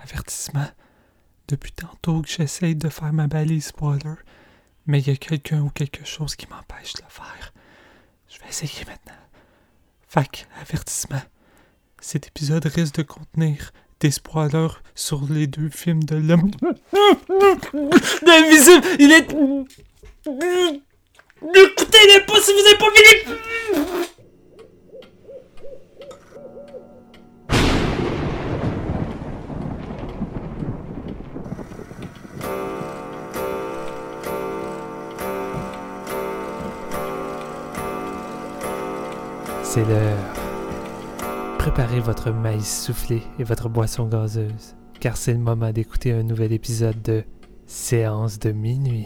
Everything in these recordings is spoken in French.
Avertissement. Depuis tantôt que j'essaye de faire ma balise spoiler, mais il y a quelqu'un ou quelque chose qui m'empêche de le faire. Je vais essayer maintenant. Fac, avertissement. Cet épisode risque de contenir des spoilers sur les 2 films de l'homme. L'invisible, il est... Écoutez-les pas si vous n'avez pas fini. C'est l'heure. Préparez votre maïs soufflé et votre boisson gazeuse, car c'est le moment d'écouter un nouvel épisode de Séance de minuit.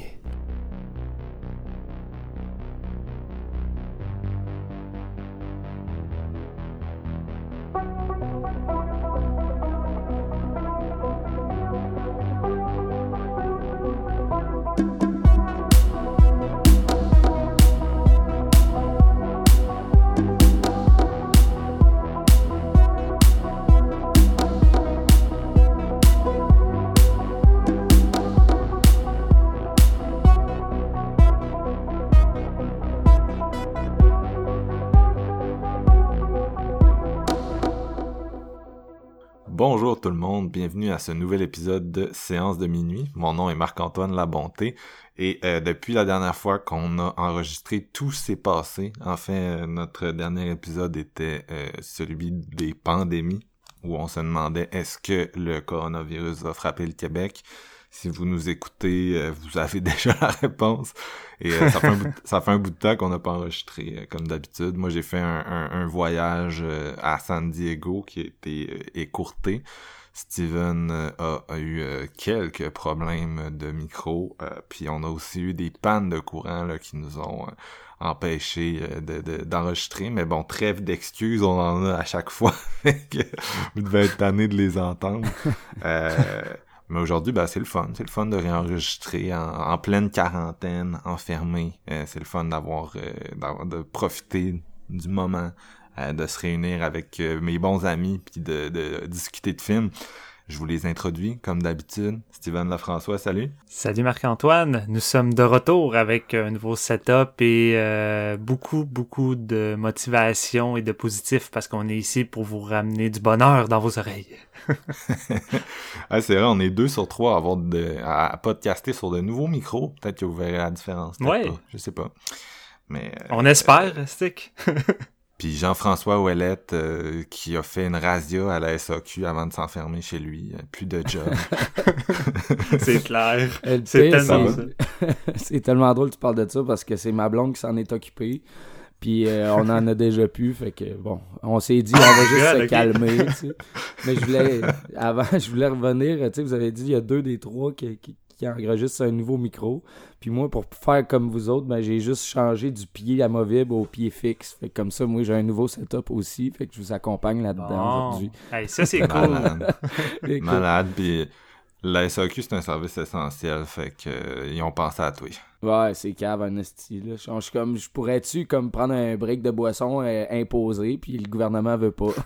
Bonjour tout le monde, bienvenue à ce nouvel épisode de Séance de minuit. Mon nom est Marc-Antoine Labonté et depuis la dernière fois qu'on a enregistré, tout s'est passé. Enfin, notre dernier épisode était celui des pandémies, où on se demandait est-ce que le coronavirus va frapper le Québec. Si vous nous écoutez, vous avez déjà la réponse. Et ça fait un bout de temps qu'on n'a pas enregistré, comme d'habitude. Moi, j'ai fait un voyage à San Diego qui a été écourté. Steven a eu quelques problèmes de micro. Puis on a aussi eu des pannes de courant là, qui nous ont empêché d'enregistrer. Mais bon, trêve d'excuses, on en a à chaque fois. Vous devez être tanné de les entendre. Mais aujourd'hui, c'est le fun. C'est le fun de réenregistrer en pleine quarantaine, enfermé. C'est le fun de profiter du moment, de se réunir avec mes bons amis puis de discuter de films. Je vous les introduis, comme d'habitude. Steven Lafrançois, salut. Salut Marc-Antoine. Nous sommes de retour avec un nouveau setup et beaucoup de motivation et de positif parce qu'on est ici pour vous ramener du bonheur dans vos oreilles. C'est vrai, on est 2 sur 3 à podcaster sur de nouveaux micros. Peut-être que vous verrez la différence. Ouais. Pas, je sais pas. Mais on espère, Stick. Puis Jean-François Ouellette qui a fait une razzia à la SAQ avant de s'enfermer chez lui. Plus de job. C'est clair. C'est tellement ça. C'est tellement drôle que tu parles de ça parce que c'est ma blonde qui s'en est occupée. Puis on en a déjà plus, fait que bon, on s'est dit on va juste se calmer, tu sais. Mais je voulais revenir, tu sais, vous avez dit il y a 2 des 3 qui enregistrent un nouveau micro. Puis moi, pour faire comme vous autres, j'ai juste changé du pied amovible au pied fixe. Fait que comme ça, moi, j'ai un nouveau setup aussi, fait que je vous accompagne là-dedans aujourd'hui. Hey, ça, c'est cool. Malade, puis la SAQ, c'est un service essentiel, fait que ils ont pensé à toi. Ouais, c'est cave, un esti, là. Je pourrais-tu comme prendre un break de boisson imposé, puis le gouvernement veut pas.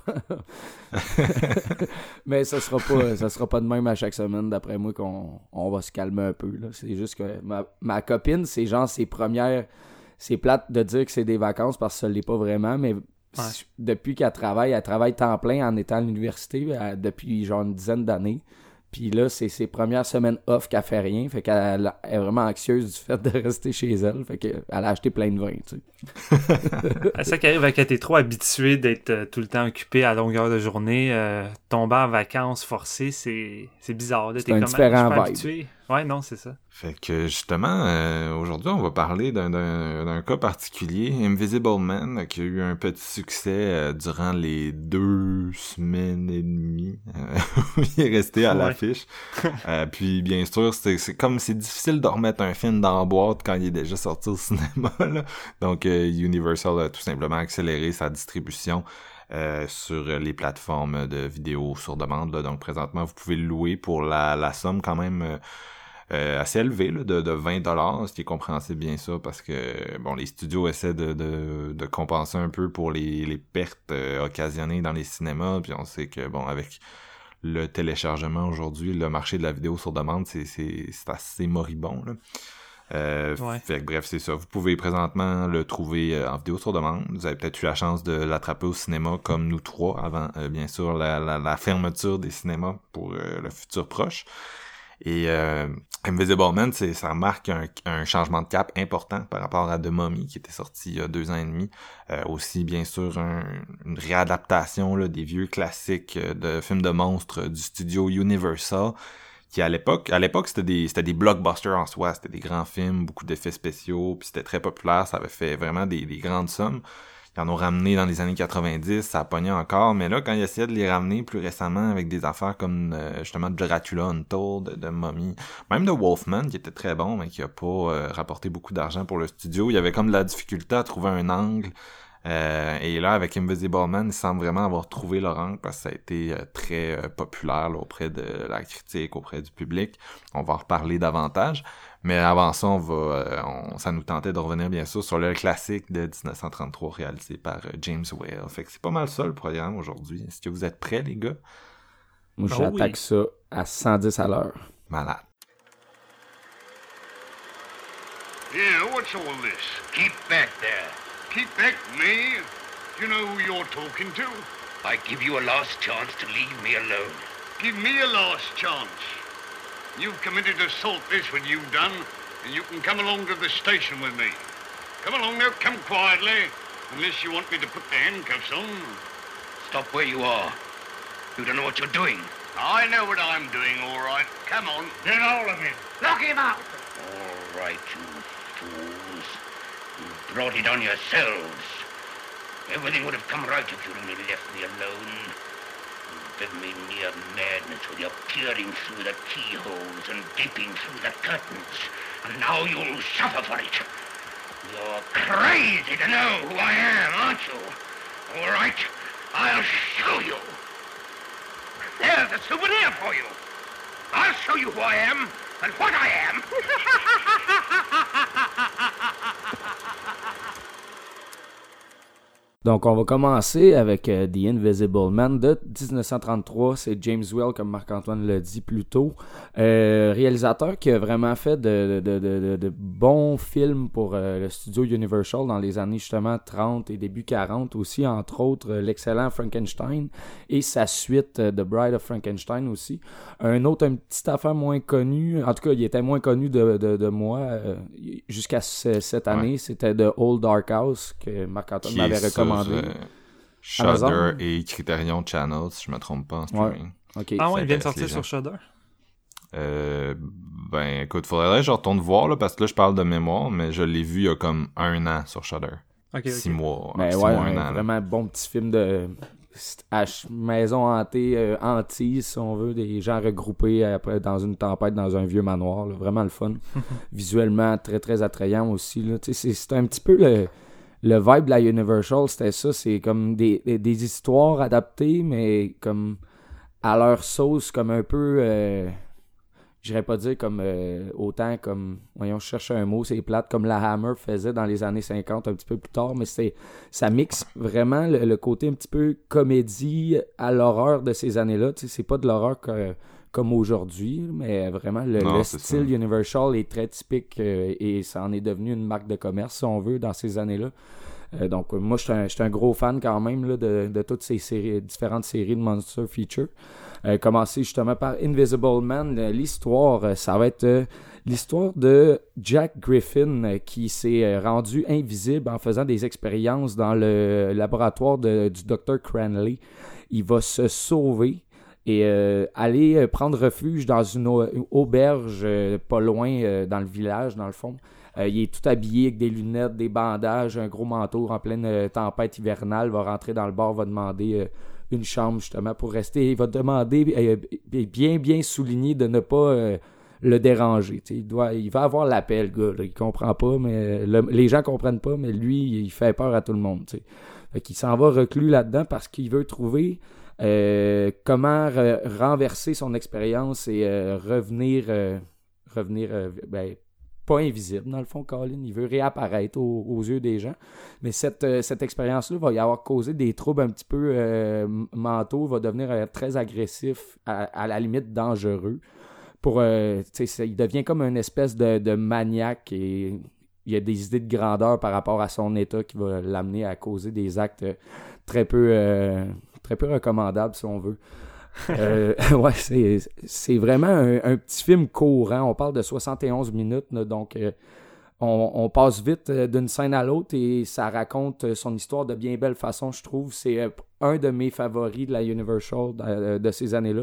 Mais ça sera pas de même à chaque semaine, d'après moi, qu'on va se calmer un peu, là. C'est juste que ma copine, c'est genre ses premières... C'est plate de dire que c'est des vacances parce que ça l'est pas vraiment, mais depuis qu'elle travaille temps plein en étant à l'université depuis genre une dizaine d'années. Puis là, c'est ses premières semaines off qu'elle fait rien. Fait qu'elle est vraiment anxieuse du fait de rester chez elle. Fait qu'elle a acheté plein de vin, tu sais. C'est ça qui arrive quand t'es trop habitué d'être tout le temps occupé à longueur de journée. Tomber en vacances forcées, c'est bizarre. Là, c'est un différent vibe. Habitué. Ouais, non, c'est ça. Fait que justement, aujourd'hui, on va parler d'un cas particulier, Invisible Man, qui a eu un petit succès durant les 2 semaines et demie où il est resté à l'affiche. Puis bien sûr, c'est comme c'est difficile de remettre un film dans la boîte quand il est déjà sorti au cinéma, là. Donc Universal a tout simplement accéléré sa distribution sur les plateformes de vidéos sur demande, là. Donc présentement, vous pouvez le louer pour la somme quand même assez élevé là, de 20$, ce qui est compréhensible bien ça, parce que bon, les studios essaient de compenser un peu pour les pertes occasionnées dans les cinémas, puis on sait que bon, avec le téléchargement aujourd'hui. Le marché de la vidéo sur demande, c'est assez moribond, là. Fait que bref, c'est ça. Vous pouvez présentement le trouver en vidéo sur demande. Vous avez peut-être eu la chance de l'attraper au cinéma comme nous trois avant, bien sûr, la fermeture des cinémas pour le futur proche. Et Invisible Man, ça marque un changement de cap important par rapport à The Mummy qui était sorti il y a 2 ans et demi. Aussi, bien sûr, une réadaptation là, des vieux classiques de films de monstres du studio Universal, qui à l'époque c'était des blockbusters en soi, c'était des grands films, beaucoup d'effets spéciaux, puis c'était très populaire, ça avait fait vraiment des grandes sommes. Ils en ont ramené dans les années 90, ça a pogné encore, mais là, quand ils essayaient de les ramener plus récemment avec des affaires comme justement Dracula Untold, de Mummy, même de Wolfman, qui était très bon, mais qui a pas rapporté beaucoup d'argent pour le studio, il y avait comme de la difficulté à trouver un angle. Et là, avec Invisible Man, ils semblent vraiment avoir trouvé leur angle parce que ça a été très populaire là, auprès de la critique, auprès du public. On va en reparler davantage. Mais avant ça, ça nous tentait de revenir bien sûr sur le classique de 1933 réalisé par James Whale. Fait que c'est pas mal ça le programme aujourd'hui. Est-ce que vous êtes prêts, les gars? Moi, j'attaque ça à 110 à l'heure. Malade. Yeah, what's all this? Keep back there. Keep back, me? You know who you're talking to? I give you a last chance to leave me alone. Give me a last chance. You've committed assault, this what you've done, and you can come along to the station with me. Come along now, come quietly, unless you want me to put the handcuffs on. Stop where you are. You don't know what you're doing. I know what I'm doing, all right. Come on. Then all of it. Lock him out. All right, you fools. You brought it on yourselves. Everything would have come right if you'd only left me alone. You've driven me near madness with your peering through the keyholes and gaping through the curtains. And now you'll suffer for it. You're crazy to know who I am, aren't you? All right, I'll show you. There's a souvenir for you. I'll show you who I am and what I am. Donc, on va commencer avec The Invisible Man de 1933. C'est James Whale, comme Marc-Antoine l'a dit plus tôt. Réalisateur qui a vraiment fait de bons films pour le studio Universal dans les années justement 30 et début 40 aussi, entre autres l'excellent Frankenstein et sa suite The Bride of Frankenstein aussi. Un petite affaire moins connue, en tout cas il était moins connu de moi jusqu'à cette année, c'était The Old Dark House que Marc-Antoine m'avait recommandé. Shudder et Criterion Channel, si je me trompe pas en streaming. Ouais. Okay. Ah ouais, il vient de sortir sur Shudder. Ben écoute, faudrait que je retourne voir là, parce que là je parle de mémoire, mais je l'ai vu il y a comme 1 an sur Shudder. 6 mois. Ben 6 ouais, mois, 1 an. Vraiment un bon petit film de maison hantée, hantise si on veut, des gens regroupés après dans une tempête dans un vieux manoir, là. Vraiment le fun. Visuellement très très attrayant aussi là. C'est un petit peu le vibe de la Universal, c'était ça, c'est comme des histoires adaptées, mais comme à leur sauce, comme un peu, j'irais pas dire comme autant comme, voyons, je cherche un mot, c'est plate, comme la Hammer faisait dans les années 50, un petit peu plus tard, mais ça mixe vraiment le côté un petit peu comédie à l'horreur de ces années-là, tu sais, c'est pas de l'horreur comme aujourd'hui, mais vraiment le style ça. Universal est très typique et ça en est devenu une marque de commerce, si on veut, dans ces années-là. Donc moi, je suis un gros fan quand même là, de toutes ces différentes séries de Monster Feature. Commencer justement par Invisible Man. L'histoire, ça va être l'histoire de Jack Griffin qui s'est rendu invisible en faisant des expériences dans le laboratoire du Dr. Cranley. Il va se sauver et aller prendre refuge dans une auberge pas loin dans le village, dans le fond. Il est tout habillé avec des lunettes, des bandages, un gros manteau en pleine tempête hivernale. Va rentrer dans le bar, va demander une chambre justement pour rester. Il va demander, bien souligner, de ne pas le déranger. Il va avoir l'appel, le gars. Là, il comprend pas, mais les gens comprennent pas, mais lui, il fait peur à tout le monde. T'sais. Fait qu'il s'en va reclus là-dedans parce qu'il veut trouver comment renverser son expérience et revenir pas invisible, dans le fond, Colin. Il veut réapparaître aux yeux des gens. Mais cette expérience-là va y avoir causé des troubles un petit peu mentaux, va devenir très agressif, à la limite dangereux. Il devient comme une espèce de maniaque et il y a des idées de grandeur par rapport à son état qui va l'amener à causer des actes très peu recommandables, si on veut. Ouais, c'est vraiment un petit film courant. On parle de 71 minutes, là, donc on passe vite d'une scène à l'autre et ça raconte son histoire de bien belle façon, je trouve. C'est un de mes favoris de la Universal de ces années-là.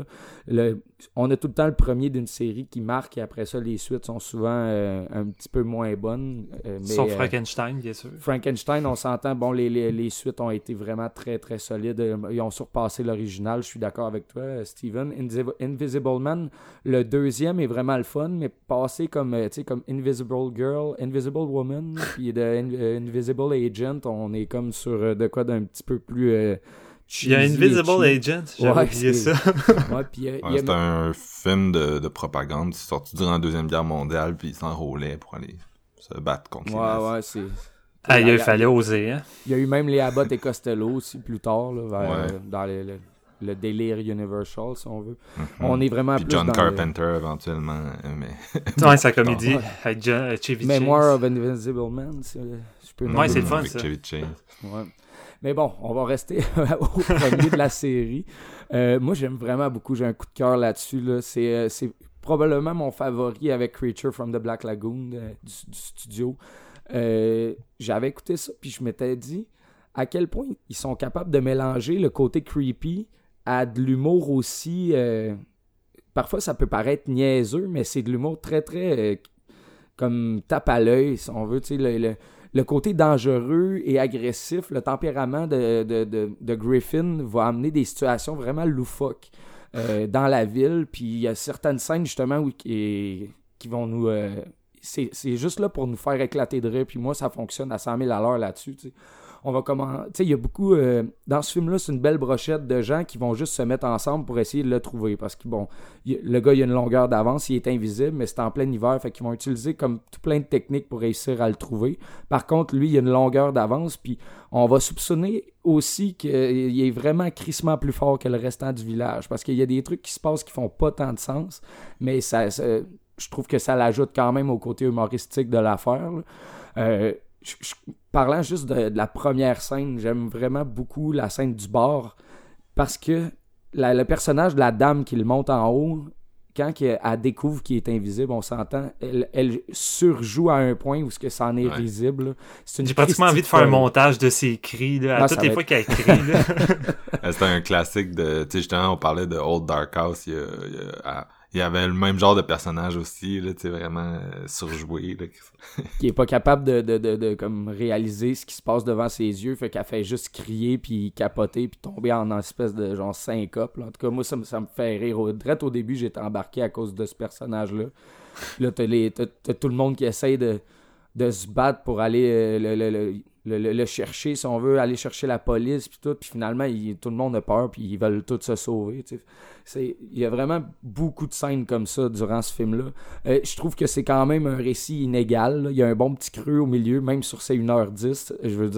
On a tout le temps le premier d'une série qui marque et après ça, les suites sont souvent un petit peu moins bonnes. Sauf Frankenstein, bien sûr. Frankenstein, on s'entend, bon, les suites ont été vraiment très, très solides. Ils ont surpassé l'original, je suis d'accord avec toi, Steven. Invisible Man, le deuxième est vraiment le fun, mais passé comme Invisible Girl, Invisible Woman, puis de Invisible Agent, on est comme sur de quoi d'un petit peu plus... Il y a Invisible Agent, j'avais oublié ça. Ouais, c'est un film de propagande, c'est sorti durant la Deuxième Guerre mondiale, puis il s'enrôlait pour aller se battre contre les nazis. Ouais, c'est... Il fallait oser, hein. Il y a eu même les Abbott et Costello aussi, plus tard, là, dans le délire Universal, si on veut. Mm-hmm. On est vraiment puis plus John dans Carpenter, éventuellement, mais... Ouais, sa comédie, avec Chevy Chase. Memoir of an Invisible Man, je peux ouais, c'est le fun, ça. Chevy Chase. Ouais. Mais bon, on va rester au premier de la série. Moi, j'aime vraiment beaucoup. J'ai un coup de cœur là-dessus. Là. C'est probablement mon favori avec Creature from the Black Lagoon du studio. J'avais écouté ça, puis je m'étais dit à quel point ils sont capables de mélanger le côté creepy à de l'humour aussi... parfois, ça peut paraître niaiseux, mais c'est de l'humour très, très... comme tape à l'œil, si on veut. Tu sais, le côté dangereux et agressif, le tempérament de Griffin va amener des situations vraiment loufoques dans la ville. Puis il y a certaines scènes, justement, qui vont nous... c'est juste là pour nous faire éclater de rire. Puis moi, ça fonctionne à 100 000 à l'heure là-dessus, tu sais. On va comment... Tu sais, il y a beaucoup... dans ce film-là, c'est une belle brochette de gens qui vont juste se mettre ensemble pour essayer de le trouver. Parce que, bon, le gars, il a une longueur d'avance, il est invisible, mais c'est en plein hiver, fait qu'ils vont utiliser comme tout plein de techniques pour réussir à le trouver. Par contre, lui, il a une longueur d'avance, puis on va soupçonner aussi qu'il est vraiment crissement plus fort que le restant du village. Parce qu'il y a des trucs qui se passent qui font pas tant de sens, mais je trouve que ça l'ajoute quand même au côté humoristique de l'affaire, là. Parlant juste de la première scène, j'aime vraiment beaucoup la scène du bar parce que le personnage de la dame qui le monte en haut, quand elle découvre qu'il est invisible, on s'entend, elle surjoue à un point où ça en est risible. J'ai pratiquement envie de faire un montage de ses cris, là, à toutes les fois qu'elle crie. C'est un classique de... Tu sais, justement, on parlait de Old Dark House, il y avait le même genre de personnage aussi, là, tu sais, vraiment surjoué. Là. Qui est pas capable de comme réaliser ce qui se passe devant ses yeux, fait qu'elle fait juste crier, puis capoter, puis tomber en espèce de genre syncope. Là. En tout cas, moi, ça me fait rire. Direct au début, j'étais embarqué à cause de ce personnage-là. Là, t'as tout le monde qui essaye de se battre pour aller le chercher, si on veut, aller chercher la police, puis tout, puis finalement, tout le monde a peur, puis ils veulent tous se sauver, tu sais. Il y a vraiment beaucoup de scènes comme ça durant ce film-là. Je trouve que c'est quand même un récit inégal, là. Il y a un bon petit creux au milieu, même sur ces 1h10. Je veux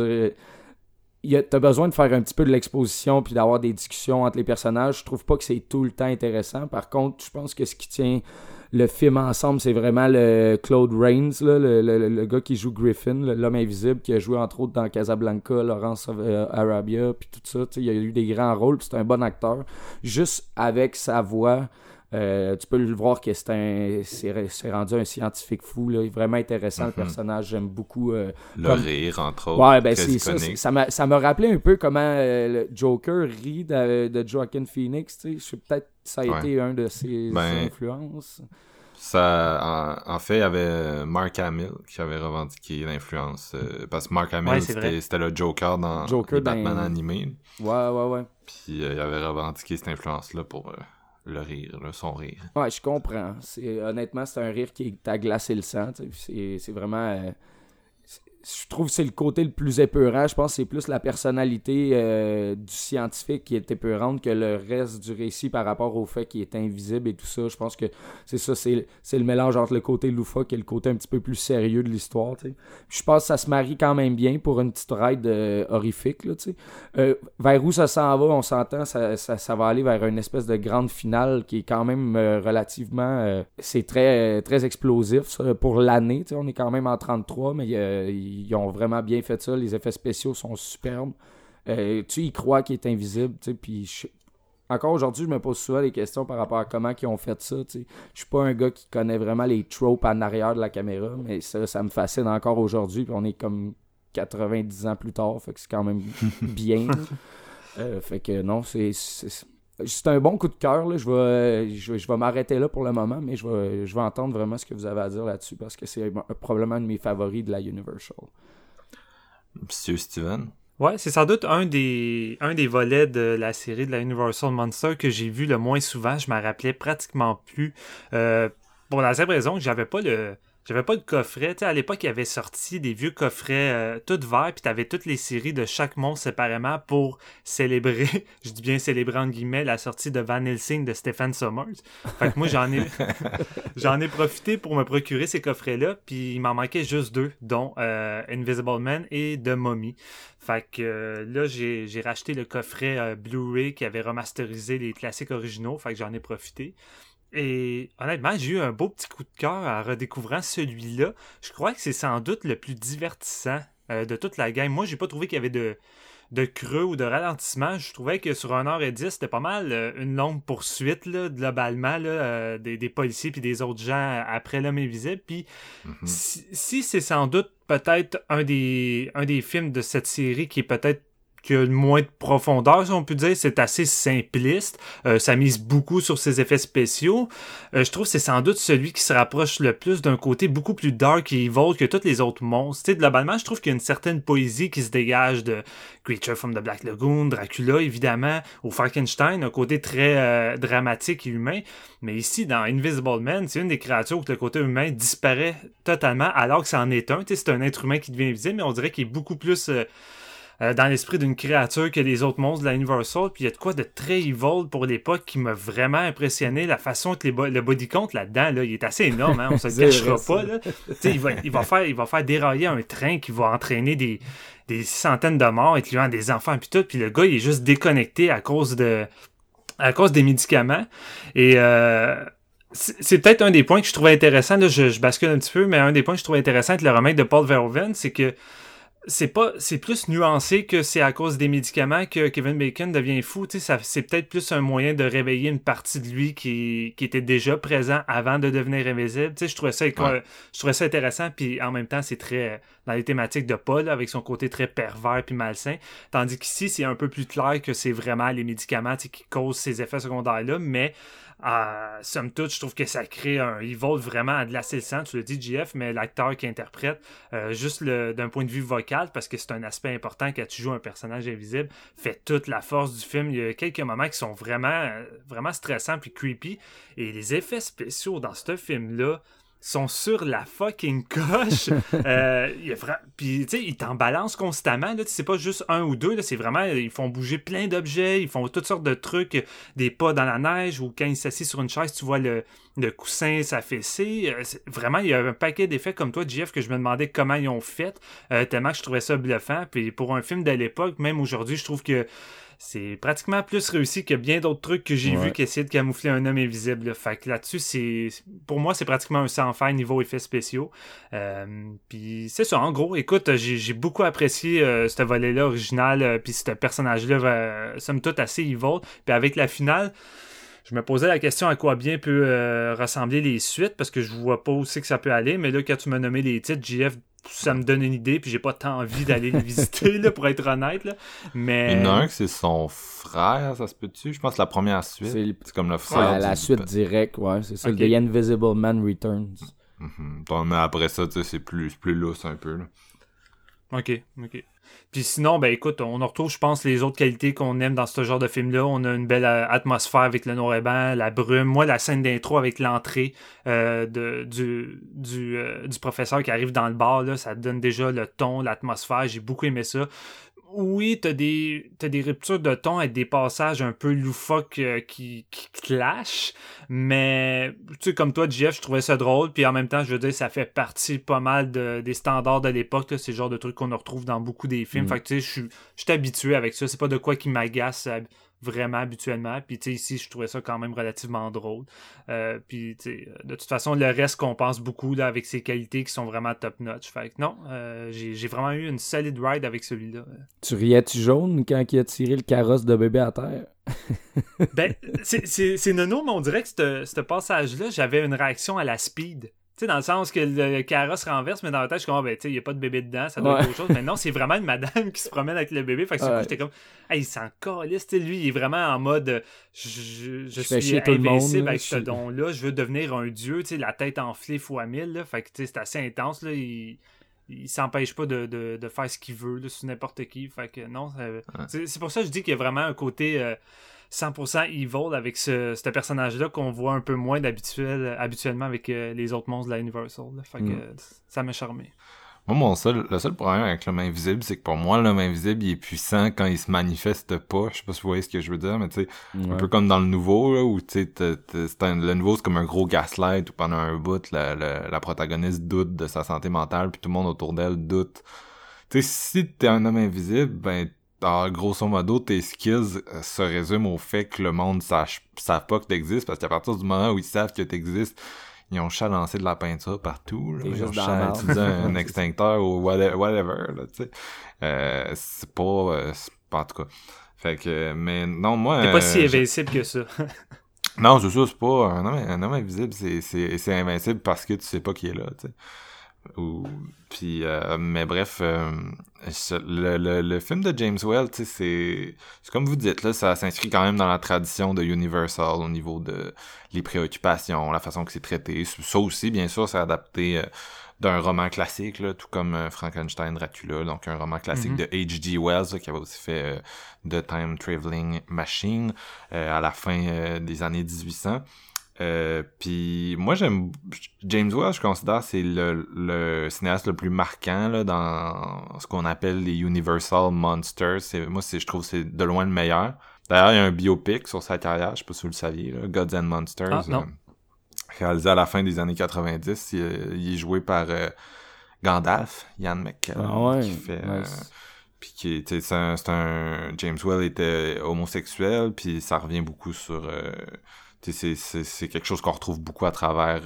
dire, t'as besoin de faire un petit peu de l'exposition puis d'avoir des discussions entre les personnages. Je trouve pas que c'est tout le temps intéressant. Par contre, je pense que ce qui tient le film ensemble, c'est vraiment le Claude Rains, là, le gars qui joue Griffin, l'homme invisible, qui a joué entre autres dans Casablanca, Lawrence of Arabia, puis tout ça. Il a eu des grands rôles, puis c'est un bon acteur. Juste avec sa voix, tu peux le voir que c'est rendu un scientifique fou, là, vraiment intéressant le personnage. J'aime beaucoup le rire, entre autres. Ouais, ben très c'est iconique. ça m'a rappelé un peu comment le Joker rit de Joaquin Phoenix, tu sais. Peut-être que ça a été un de ses influences. Ça, en fait, il y avait Mark Hamill qui avait revendiqué l'influence. Parce que Mark Hamill, c'était le Joker dans les Batman animés. Ouais. Puis il avait revendiqué cette influence-là pour le rire, là, son rire. Ouais, je comprends. Honnêtement, c'est un rire qui t'a glacé le sang. C'est vraiment... je trouve que c'est le côté le plus épeurant. Je pense que c'est plus la personnalité du scientifique qui est épeurante que le reste du récit par rapport au fait qu'il est invisible et tout ça. Je pense que c'est ça, c'est le mélange entre le côté loufoque et le côté un petit peu plus sérieux de l'histoire. T'sais. Je pense que ça se marie quand même bien pour une petite ride horrifique. Là, vers où ça s'en va, on s'entend, ça va aller vers une espèce de grande finale qui est quand même relativement... c'est très, très explosif ça, pour l'année. On est quand même en 33, mais ils ont vraiment bien fait ça. Les effets spéciaux sont superbes. Tu y crois qu'il est invisible. Puis encore aujourd'hui, je me pose souvent des questions par rapport à comment ils ont fait ça. Je suis pas un gars qui connaît vraiment les tropes en arrière de la caméra, mais ça me fascine encore aujourd'hui. Puis on est comme 90 ans plus tard. Fait que c'est quand même bien. Fait que non, c'est un bon coup de cœur. Là. Je vais m'arrêter là pour le moment, mais je vais entendre vraiment ce que vous avez à dire là-dessus parce que c'est probablement un de mes favoris de la Universal. Monsieur Steven? Ouais, c'est sans doute un des volets de la série de la Universal Monster que j'ai vu le moins souvent. Je m'en rappelais pratiquement plus. Pour la simple raison que j'avais pas le coffret. Tu sais, à l'époque, il y avait sorti des vieux coffrets tout verts, puis t'avais toutes les séries de chaque monstre séparément pour célébrer, je dis bien célébrer entre guillemets, la sortie de Van Helsing de Stephen Sommers. Fait que moi, j'en ai profité pour me procurer ces coffrets-là, puis il m'en manquait juste 2, dont Invisible Man et The Mummy. Fait que là, j'ai racheté le coffret Blu-ray qui avait remasterisé les classiques originaux, fait que j'en ai profité. Et honnêtement, j'ai eu un beau petit coup de cœur en redécouvrant celui-là. Je crois que c'est sans doute le plus divertissant de toute la game. Moi, j'ai pas trouvé qu'il y avait de creux ou de ralentissement. Je trouvais que sur 1h10, c'était pas mal une longue poursuite, là, globalement, là, des policiers puis des autres gens après l'homme invisible. Puis si c'est sans doute peut-être un des films de cette série qui est peut-être qui a le moins de profondeur, si on peut dire. C'est assez simpliste. Ça mise beaucoup sur ses effets spéciaux. Je trouve que c'est sans doute celui qui se rapproche le plus d'un côté beaucoup plus dark et evil que tous les autres monstres. Tu sais, globalement, je trouve qu'il y a une certaine poésie qui se dégage de Creature from the Black Lagoon, Dracula, évidemment, ou Frankenstein, un côté très dramatique et humain. Mais ici, dans Invisible Man, c'est une des créatures où le côté humain disparaît totalement, alors que c'en est un. Tu sais, c'est un être humain qui devient invisible, mais on dirait qu'il est beaucoup plus... dans l'esprit d'une créature que les autres monstres de la Universal, puis il y a de quoi de très evil pour l'époque qui m'a vraiment impressionné, la façon que le body count là-dedans, là, il est assez énorme, hein, on se le cachera pas, là. Il va faire dérailler un train qui va entraîner des centaines de morts, incluant des enfants puis tout, puis le gars il est juste déconnecté à cause des médicaments, et c'est peut-être un des points que je trouvais intéressant, là, je bascule un petit peu, mais un des points que je trouvais intéressant avec le remake de Paul Verhoeven, c'est que c'est plus nuancé que c'est à cause des médicaments que Kevin Bacon devient fou. Tu sais, c'est peut-être plus un moyen de réveiller une partie de lui qui était déjà présent avant de devenir invisible. Tu sais, je trouvais ça intéressant, puis en même temps, c'est très dans les thématiques de Paul, avec son côté très pervers puis malsain. Tandis qu'ici, c'est un peu plus clair que c'est vraiment les médicaments qui causent ces effets secondaires-là, mais somme toute, je trouve que ça crée un evil vraiment à glacer le sang, tu le dis JF, mais l'acteur qui interprète, juste d'un point de vue vocal, parce que c'est un aspect important quand tu joues un personnage invisible, fait toute la force du film. Il y a quelques moments qui sont vraiment, vraiment stressants puis creepy, et les effets spéciaux dans ce film-là sont sur la fucking coche. Puis, tu sais, ils t'en balancent constamment. Là, c'est pas juste un ou deux. Là, c'est vraiment, ils font bouger plein d'objets. Ils font toutes sortes de trucs. Des pas dans la neige, ou quand ils s'assient sur une chaise, tu vois le coussin s'affaisser. Vraiment, il y a un paquet d'effets comme toi, JF, que je me demandais comment ils ont fait. Tellement que je trouvais ça bluffant. Puis pour un film de l'époque, même aujourd'hui, je trouve que c'est pratiquement plus réussi que bien d'autres trucs que j'ai vu qui essayaient de camoufler un homme invisible. Là. Fait que là-dessus, pour moi, c'est pratiquement un sans faire niveau effets spéciaux. Puis c'est ça, en gros. Écoute, j'ai beaucoup apprécié ce volet-là original, puis ce personnage-là, somme toute, assez evil. Puis avec la finale, je me posais la question à quoi bien peut ressembler les suites, parce que je vois pas où c'est que ça peut aller. Mais là, quand tu m'as nommé les titres, JF, ça me donne une idée, puis j'ai pas tant envie d'aller les visiter, là, pour être honnête, là. Mais... Il y en a un que c'est son frère, ça se peut-tu? Je pense que la première suite, c'est comme le frère. La suite directe, ouais, c'est ça, okay. The Invisible Man Returns. Mais après ça, tu sais, c'est plus lousse un peu, là. Ok. Puis sinon, ben écoute, on retrouve, je pense, les autres qualités qu'on aime dans ce genre de film-là. On a une belle atmosphère avec le noir et blanc, la brume. Moi, la scène d'intro avec l'entrée du professeur qui arrive dans le bar, là, ça donne déjà le ton, l'atmosphère. J'ai beaucoup aimé ça. Oui, t'as des ruptures de ton avec des passages un peu loufoques qui clashent, mais tu sais, comme toi, Jeff, je trouvais ça drôle, puis en même temps, je veux dire, ça fait partie pas mal des standards de l'époque, là. C'est le genre de trucs qu'on retrouve dans beaucoup des films. Fait que tu sais, je suis habitué avec ça, c'est pas de quoi qui m'agace vraiment habituellement, puis tu sais, ici, je trouvais ça quand même relativement drôle. Puis tu sais, de toute façon, le reste compense beaucoup là, avec ses qualités qui sont vraiment top-notch. Fait que non, j'ai vraiment eu une solide ride avec celui-là. Tu riais-tu jaune quand il a tiré le carrosse de bébé à terre? Ben, c'est nono, mais on dirait que ce passage-là, j'avais une réaction à la Speed. Tu sais, dans le sens que le carrosse renverse, mais dans la tête, je suis comme, ben, tu sais, il n'y a pas de bébé dedans, ça doit être autre chose. Mais non, c'est vraiment une madame qui se promène avec le bébé. Fait que j'étais comme, hey, il s'en calisse. Tu sais, lui, il est vraiment en mode, je suis invincible avec ce don-là, je veux devenir un dieu, tu sais, la tête enflée fois 1000. Là. Fait que, tu sais, c'est assez intense, là. Il s'empêche pas de faire ce qu'il veut, là, sur n'importe qui. Fait que non, c'est pour ça que je dis qu'il y a vraiment un côté 100% evil avec ce personnage-là qu'on voit un peu moins habituellement avec les autres monstres de la Universal. Là. Fait que ça m'a charmé. Moi, le seul problème avec l'homme invisible, c'est que pour moi, l'homme invisible, il est puissant quand il se manifeste pas. Je sais pas si vous voyez ce que je veux dire, mais tu sais, un peu comme dans le nouveau, là, où tu sais, le nouveau, c'est comme un gros gaslight, où pendant un bout, la protagoniste doute de sa santé mentale, puis tout le monde autour d'elle doute. Tu sais, si t'es un homme invisible, ben, alors, grosso modo, tes skills se résument au fait que le monde savent pas que t'existes, parce qu'à partir du moment où ils savent que t'existes, ils ont juste à lancer de la peinture partout, là. Ils ont juste à utiliser un extincteur ou whatever, là, tu sais. C'est pas en tout cas. Fait que, mais non, moi... T'es pas si invincible que ça. Non, c'est ça, c'est pas... Un homme invisible, c'est invincible parce que tu sais pas qui est là, tu sais. Puis mais bref, le film de James Whale, tu sais, c'est comme vous dites là, ça s'inscrit quand même dans la tradition de Universal au niveau de les préoccupations, la façon que c'est traité. Ça aussi, bien sûr, c'est adapté d'un roman classique, là, tout comme Frankenstein, Dracula, donc un roman classique de H.G. Wells, là, qui avait aussi fait The Time Traveling Machine à la fin des années 1800. Puis moi j'aime James Whale, je considère c'est le cinéaste le plus marquant là dans ce qu'on appelle les Universal Monsters. Je trouve c'est de loin le meilleur. D'ailleurs, il y a un biopic sur sa carrière, je sais pas si vous le saviez, là, Gods and Monsters, réalisé à la fin des années 90. Il est joué par Gandalf, Ian McKellen, qui fait puis qui c'est un James Whale était homosexuel, puis ça revient beaucoup sur c'est quelque chose qu'on retrouve beaucoup à travers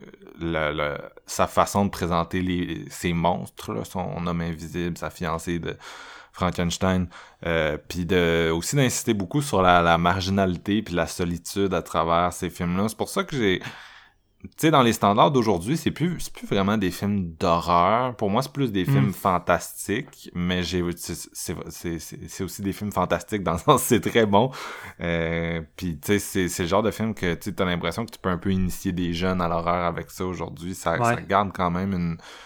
sa façon de présenter ces monstres, là, son homme invisible, sa fiancée de Frankenstein, puis aussi d'insister beaucoup sur la marginalité puis la solitude à travers ces films-là. C'est pour ça que tu sais, dans les standards d'aujourd'hui, c'est plus vraiment des films d'horreur. Pour moi, c'est plus des films fantastiques, mais c'est aussi des films fantastiques dans le sens c'est très bon. Puis tu sais, c'est le genre de film que tu as l'impression que tu peux un peu initier des jeunes à l'horreur avec ça aujourd'hui. Ça garde quand même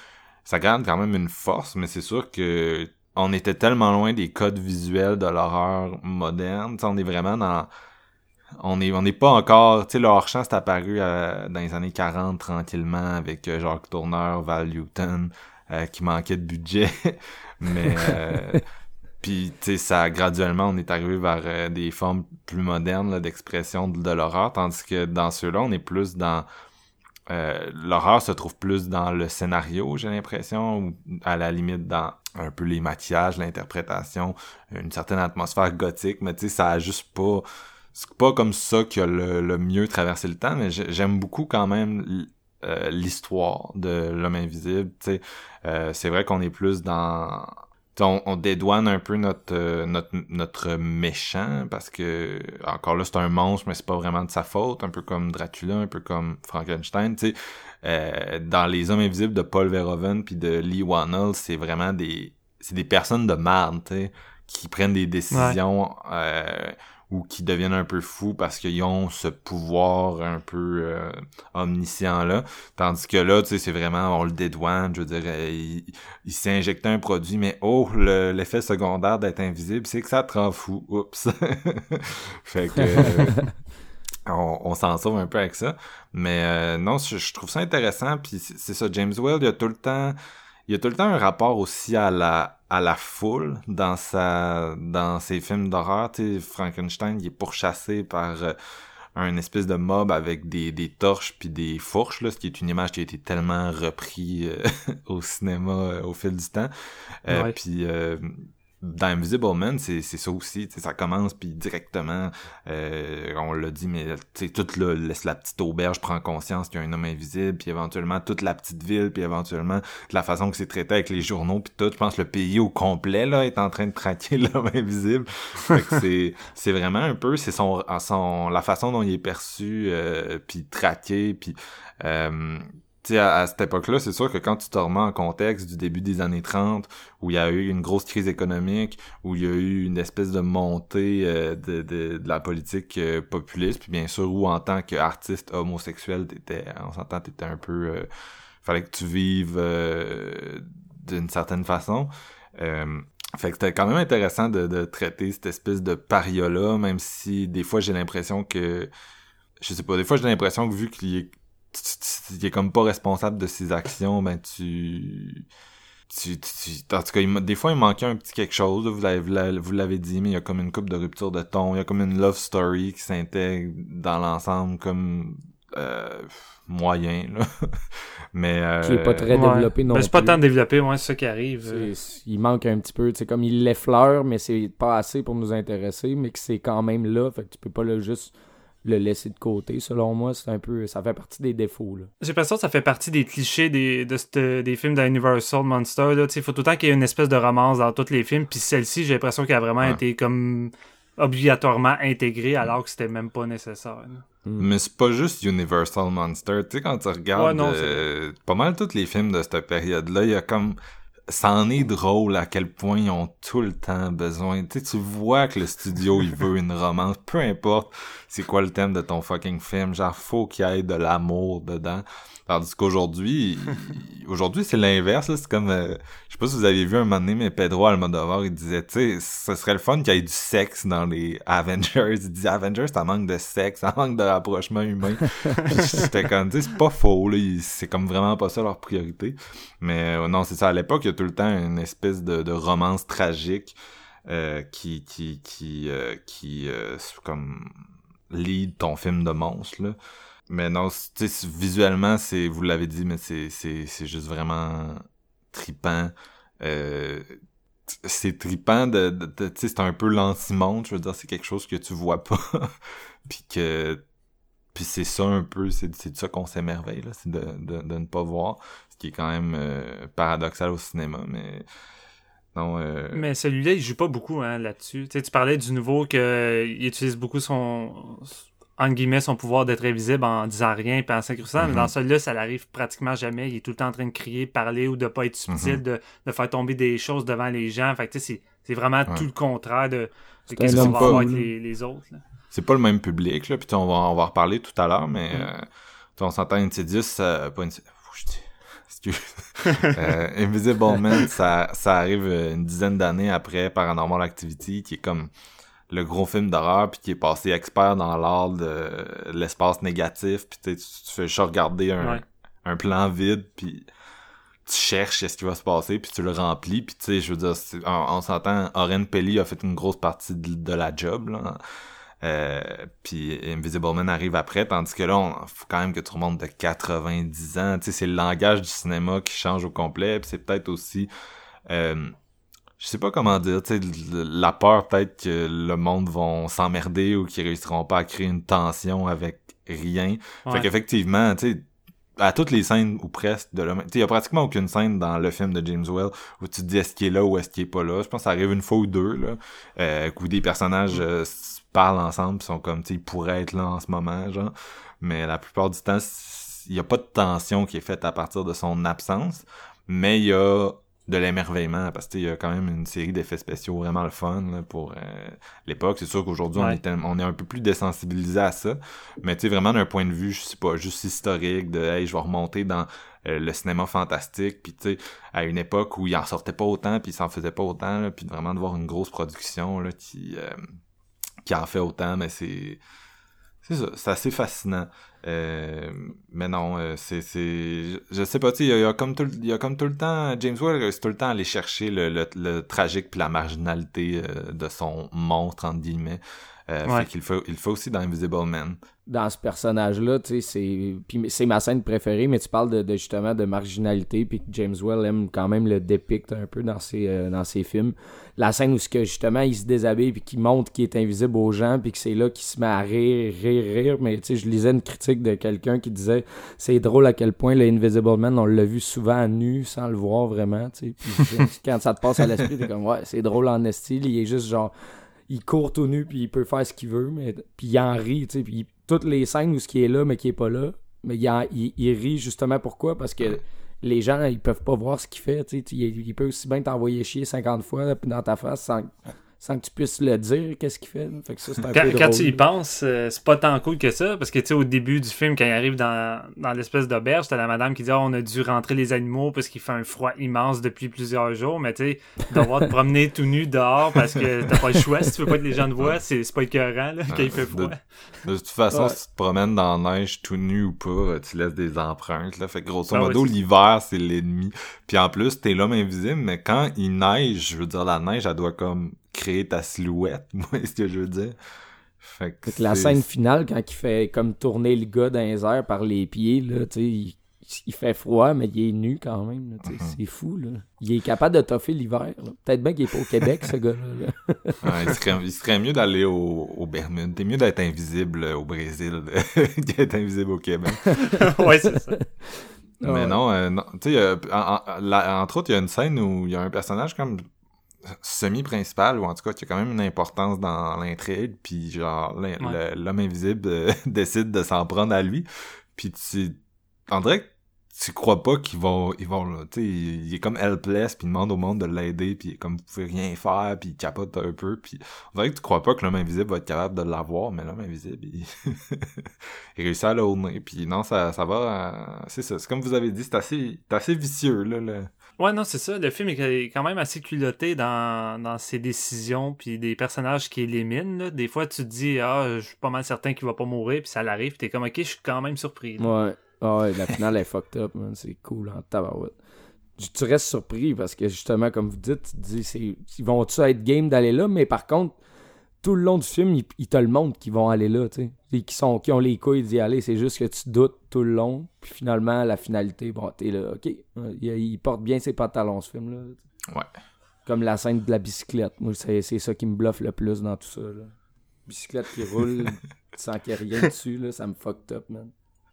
une force, mais c'est sûr que on était tellement loin des codes visuels de l'horreur moderne. Tu sais, on est vraiment dans... On n'est pas encore... Tu sais, le hors-champ, c'est apparu dans les années 40, tranquillement, avec Jacques Tourneur, Val Newton, qui manquait de budget. Mais... puis, tu sais, ça, graduellement, on est arrivé vers des formes plus modernes là, d'expression de l'horreur, tandis que dans ceux-là, on est plus dans... l'horreur se trouve plus dans le scénario, j'ai l'impression, ou à la limite dans un peu les maquillages, l'interprétation, une certaine atmosphère gothique, mais tu sais, ça a juste pas... C'est pas comme ça qui a le mieux traversé le temps, mais j'aime beaucoup quand même l'histoire de l'homme invisible. Tu sais, c'est vrai qu'on est plus dans... On dédouane un peu notre méchant, parce que, encore là, c'est un monstre, mais c'est pas vraiment de sa faute, un peu comme Dracula, un peu comme Frankenstein. Tu sais, dans Les Hommes invisibles de Paul Verhoeven puis de Lee Whannell, c'est vraiment des personnes de merde, tu sais, qui prennent des décisions... ou qui deviennent un peu fous parce qu'ils ont ce pouvoir un peu omniscient-là. Tandis que là, tu sais, c'est vraiment, on le dédouane, je veux dire, il s'est injecté un produit, mais l'effet secondaire d'être invisible, c'est que ça te rend fou. Oups! Fait que... on s'en sauve un peu avec ça. Mais non, je trouve ça intéressant, puis c'est ça, James Whale, il y a tout le temps un rapport aussi à la foule dans ses films d'horreur. Tu sais, Frankenstein, il est pourchassé par un espèce de mob avec des torches puis des fourches, là, ce qui est une image qui a été tellement repris au cinéma au fil du temps. Ouais. Puis dans Invisible Man, c'est ça aussi, tu sais, ça commence puis directement, on l'a dit, mais tu sais, toute la petite auberge prend conscience qu'il y a un homme invisible, puis éventuellement toute la petite ville, puis éventuellement la façon que c'est traité avec les journaux, puis tout, je pense que le pays au complet là est en train de traquer l'homme invisible. Fait que c'est vraiment un peu, c'est la façon dont il est perçu, puis traqué, puis tu sais, à cette époque-là, c'est sûr que quand tu te remets en contexte du début des années 30, où il y a eu une grosse crise économique, où il y a eu une espèce de montée de la politique populiste, puis bien sûr, où en tant qu'artiste homosexuel, t'étais un peu... fallait que tu vives d'une certaine façon. Fait que c'était quand même intéressant de traiter cette espèce de paria-là, même si des fois j'ai l'impression que... Je sais pas, des fois j'ai l'impression que vu qu'il est comme pas responsable de ses actions, ben en tout cas, des fois il manquait un petit quelque chose, là, vous l'avez dit, mais il y a comme une couple de rupture de ton, il y a comme une love story qui s'intègre dans l'ensemble comme moyen, là. Mais qui est pas très développé non plus. C'est pas tant développé, c'est ça qui arrive. Il manque un petit peu, tu sais, comme il l'effleure, mais c'est pas assez pour nous intéresser, mais que c'est quand même là, fait que tu peux pas juste le laisser de côté. Selon moi, c'est un peu, ça fait partie des défauts, là. J'ai l'impression que ça fait partie des clichés des films d'Universal Monster, là. Il faut tout le temps qu'il y ait une espèce de romance dans tous les films, puis celle-ci, j'ai l'impression qu'elle a vraiment été comme obligatoirement intégrée alors que c'était même pas nécessaire, là. Mais c'est pas juste Universal Monster, tu sais, quand tu regardes pas mal tous les films de cette période-là, il y a comme... Ça en est drôle à quel point ils ont tout le temps besoin. Tu sais, tu vois que le studio, il veut une romance. Peu importe c'est quoi le thème de ton fucking film. Genre, faut qu'il y ait de l'amour dedans. Tandis qu'aujourd'hui, c'est l'inverse, là. C'est comme, je sais pas si vous avez vu un moment donné, mais Pedro Almodovar, il disait, tu sais, ce serait le fun qu'il y ait du sexe dans les Avengers. Il disait, Avengers, ça manque de sexe, ça manque de rapprochement humain. Puis j'étais comme, tu sais, c'est pas faux, là. C'est comme vraiment pas ça leur priorité. Mais non, c'est ça. À l'époque, il y a tout le temps une espèce de romance tragique qui comme lead ton film de monstre, là. Mais non, tu sais, visuellement, vous l'avez dit, mais c'est juste vraiment trippant. C'est trippant tu sais, c'est un peu l'anti-monde, je veux dire, c'est quelque chose que tu vois pas. Puis c'est ça un peu, c'est de ça qu'on s'émerveille, là, c'est de ne pas voir, ce qui est quand même paradoxal au cinéma, mais... Non, Mais celui-là, il joue pas beaucoup là-dessus. Tu sais, tu parlais du nouveau qu'il utilise beaucoup entre guillemets, son pouvoir d'être invisible en disant rien et en s'incrustant, mais dans celui-là, ça n'arrive pratiquement jamais. Il est tout le temps en train de crier, parler ou de pas être subtil, de faire tomber des choses devant les gens. Fait que tu sais, c'est vraiment tout le contraire de qu'est-ce qu'on va avoir avec les autres, là. C'est pas le même public, là, puis on va en reparler tout à l'heure, mais on s'entend Insidious, pas Insidious, Invisible Man, ça arrive une dizaine d'années après Paranormal Activity, qui est comme le gros film d'horreur, puis qui est passé expert dans l'art de l'espace négatif, puis tu fais juste regarder un plan vide, puis tu cherches ce qui va se passer, puis tu le remplis, puis tu sais, je veux dire, on s'entend, Oren Peli a fait une grosse partie de la job, là. Puis Invisible Man arrive après, tandis que là, faut quand même que tu remontes de 90 ans, tu sais, c'est le langage du cinéma qui change au complet, puis c'est peut-être aussi... je sais pas comment dire, tu sais, la peur peut-être que le monde vont s'emmerder ou qu'ils réussiront pas à créer une tension avec rien. Fait qu'effectivement, tu sais, à toutes les scènes ou presque de l'homme, tu sais, il y a pratiquement aucune scène dans le film de James Whale où tu te dis est-ce qu'il est là ou est-ce qu'il est pas là. Je pense que ça arrive une fois ou deux, là, où des personnages parlent ensemble pis sont comme, tu sais, ils pourraient être là en ce moment, genre. Mais la plupart du temps, il y a pas de tension qui est faite à partir de son absence, mais il y a de l'émerveillement, parce que il y a quand même une série d'effets spéciaux vraiment le fun là, pour l'époque. C'est sûr qu'aujourd'hui, on est un peu plus désensibilisé à ça, mais tu sais, vraiment d'un point de vue, je sais pas, juste historique, de « Hey, je vais remonter dans le cinéma fantastique », puis tu sais, à une époque où il en sortait pas autant, puis il s'en faisait pas autant, là, puis vraiment de voir une grosse production là, qui en fait autant, mais c'est ça, c'est assez fascinant. Mais non, je sais pas, tu sais, il y a comme tout le temps, James Whale, c'est tout le temps aller chercher le tragique puis la marginalité de son monstre, entre guillemets. Fait qu'il il fait aussi dans Invisible Man. Dans ce personnage-là, tu sais, c'est ma scène préférée, mais tu parles de justement de marginalité, puis que James Whale aime quand même le dépict un peu dans ses films. La scène où justement il se déshabille puis qu'il montre qu'il est invisible aux gens, puis que c'est là qu'il se met à rire, mais tu sais, je lisais une critique de quelqu'un qui disait c'est drôle à quel point le Invisible Man, on l'a vu souvent nu sans le voir vraiment, tu sais. Puis quand ça te passe à l'esprit, t'es comme ouais, c'est drôle en esti, il est juste genre il court tout nu puis il peut faire ce qu'il veut, mais puis il en rit, tu sais, puis toutes les scènes où ce qui est là mais qui est pas là, mais il rit justement pourquoi, parce que les gens ils peuvent pas voir ce qu'il fait, tu sais, il peut aussi bien t'envoyer chier 50 fois dans ta face sans que tu puisses le dire qu'est-ce qu'il fait. Fait que ça, c'est un peu drôle. Quand tu y penses, c'est pas tant cool que ça, parce que tu sais, au début du film, quand il arrive dans l'espèce d'auberge, t'as la madame qui dit on a dû rentrer les animaux parce qu'il fait un froid immense depuis plusieurs jours, mais tu sais, devoir te promener tout nu dehors parce que t'as pas le choix, si tu veux pas que les gens te voient, c'est pas écœurant là, quand il fait froid. De toute façon, si tu te promènes dans la neige tout nu ou pas, tu laisses des empreintes, là. Fait que grosso modo, l'hiver, c'est l'ennemi. Puis en plus, t'es l'homme invisible, mais quand il neige, je veux dire, la neige, elle doit comme créer ta silhouette, moi, c'est ce que je veux dire. Fait que la scène finale, quand il fait comme tourner le gars dans les airs par les pieds, là, tu sais, il fait froid, mais il est nu quand même, là, c'est fou, là. Il est capable de toffer l'hiver, là. Peut-être bien qu'il est pas au Québec, ce gars-là. Ouais, il serait mieux d'aller au Bermudes. T'es mieux d'être invisible au Brésil qu'être invisible au Québec. Ouais, c'est ça. Mais non, tu sais, entre autres, il y a une scène où il y a un personnage comme semi-principal, ou en tout cas qui a quand même une importance dans l'intrigue, puis genre l'homme invisible décide de s'en prendre à lui, puis on dirait que tu crois pas qu'ils vont tu sais, il est comme helpless, puis il demande au monde de l'aider, puis comme vous pouvez rien faire, puis il capote un peu, puis on dirait que tu crois pas que l'homme invisible va être capable de l'avoir, mais l'homme invisible il réussit à l'honorer, puis non, ça va, c'est ça, c'est comme vous avez dit, c'est assez vicieux là. Ouais, non, c'est ça. Le film est quand même assez culotté dans ses décisions, puis des personnages qui éliminent, là. Des fois, tu te dis, je suis pas mal certain qu'il va pas mourir, puis ça l'arrive, puis t'es comme, ok, je suis quand même surpris. Là. Ouais, la finale est fucked up, man. C'est cool en tabarouette. Tu restes surpris parce que justement, comme vous dites, tu te dis, ils vont-tu être game d'aller là, mais par contre, tout le long du film, ils te le montrent qu'ils vont aller là, tu sais. Qui ont les couilles d'y aller, c'est juste que tu doutes tout le long, puis finalement, la finalité, bon, t'es là, ok. Il porte bien ses pantalons, ce film-là. Ouais. Comme la scène de la bicyclette. Moi, c'est ça qui me bluffe le plus dans tout ça, là. Bicyclette qui roule sans qu'il y ait rien dessus, là, ça me fucked up, man.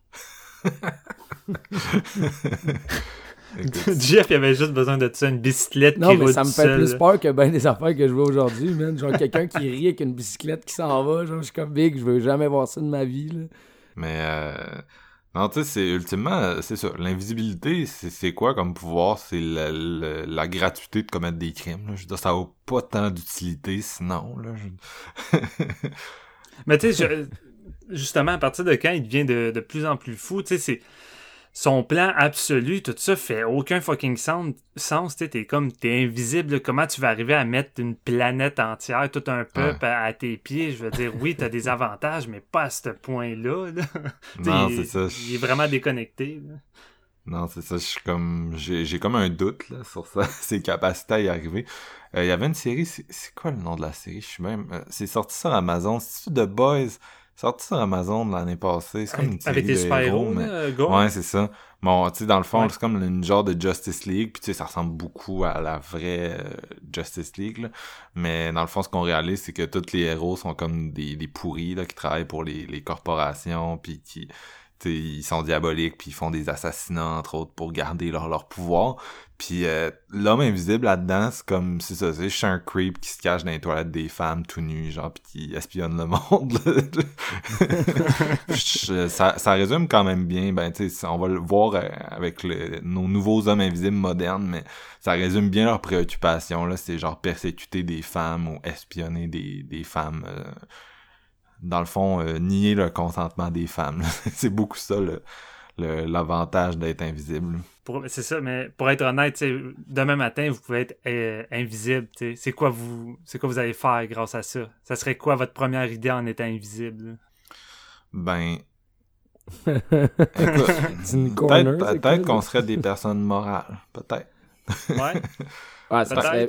Jeff, il avait juste besoin de ça, une bicyclette qui roule. Non, mais ça me fait plus peur que ben des affaires que je vois aujourd'hui, man. Genre quelqu'un qui rit avec une bicyclette qui s'en va, genre je suis comme big, je veux jamais voir ça de ma vie, là. Mais non, tu sais, c'est ultimement, c'est ça. L'invisibilité, c'est quoi comme pouvoir? C'est la gratuité de commettre des crimes, là. Je veux dire, ça n'a pas tant d'utilité sinon, là. Mais tu sais, justement, à partir de quand il devient de plus en plus fou, tu sais, c'est son plan absolu, tout ça fait aucun fucking sens, tu sais, t'es invisible, là. Comment tu vas arriver à mettre une planète entière, tout un peuple à tes pieds? Je veux dire, oui, t'as des avantages, mais pas à ce point-là, là. Non, c'est ça. Il est vraiment déconnecté, là. Non, c'est ça, j'ai comme un doute, là, sur ça, ses capacités à y arriver. Il y avait une série, c'est quoi le nom de la série? Je suis même, c'est sorti sur Amazon, c'est-tu The Boys? Sorti sur Amazon l'année passée, c'est comme une série avec des super-héros, ouais, c'est ça. Bon, tu sais, dans le fond, c'est comme une genre de Justice League, puis tu sais, ça ressemble beaucoup à la vraie Justice League, là. Mais dans le fond, ce qu'on réalise, c'est que tous les héros sont comme des pourris, là, qui travaillent pour les corporations, puis ils sont diaboliques, puis ils font des assassinats, entre autres, pour garder leur pouvoir. Puis l'homme invisible là-dedans, c'est ça, c'est juste un creep qui se cache dans les toilettes des femmes tout nu, genre, pis qui espionne le monde. ça résume quand même bien, ben tu sais, on va le voir avec nos nouveaux hommes invisibles modernes, mais ça résume bien leurs préoccupations, là, c'est genre persécuter des femmes ou espionner des femmes, dans le fond, nier le consentement des femmes. C'est beaucoup ça, l'avantage d'être invisible. C'est ça, mais pour être honnête, demain matin, vous pouvez être invisible. T'sais. C'est quoi vous allez faire grâce à ça? Ça serait quoi votre première idée en étant invisible? Ben, écoute, peut-être qu'on serait des personnes morales. Peut-être. Ouais. Ah, ça serait...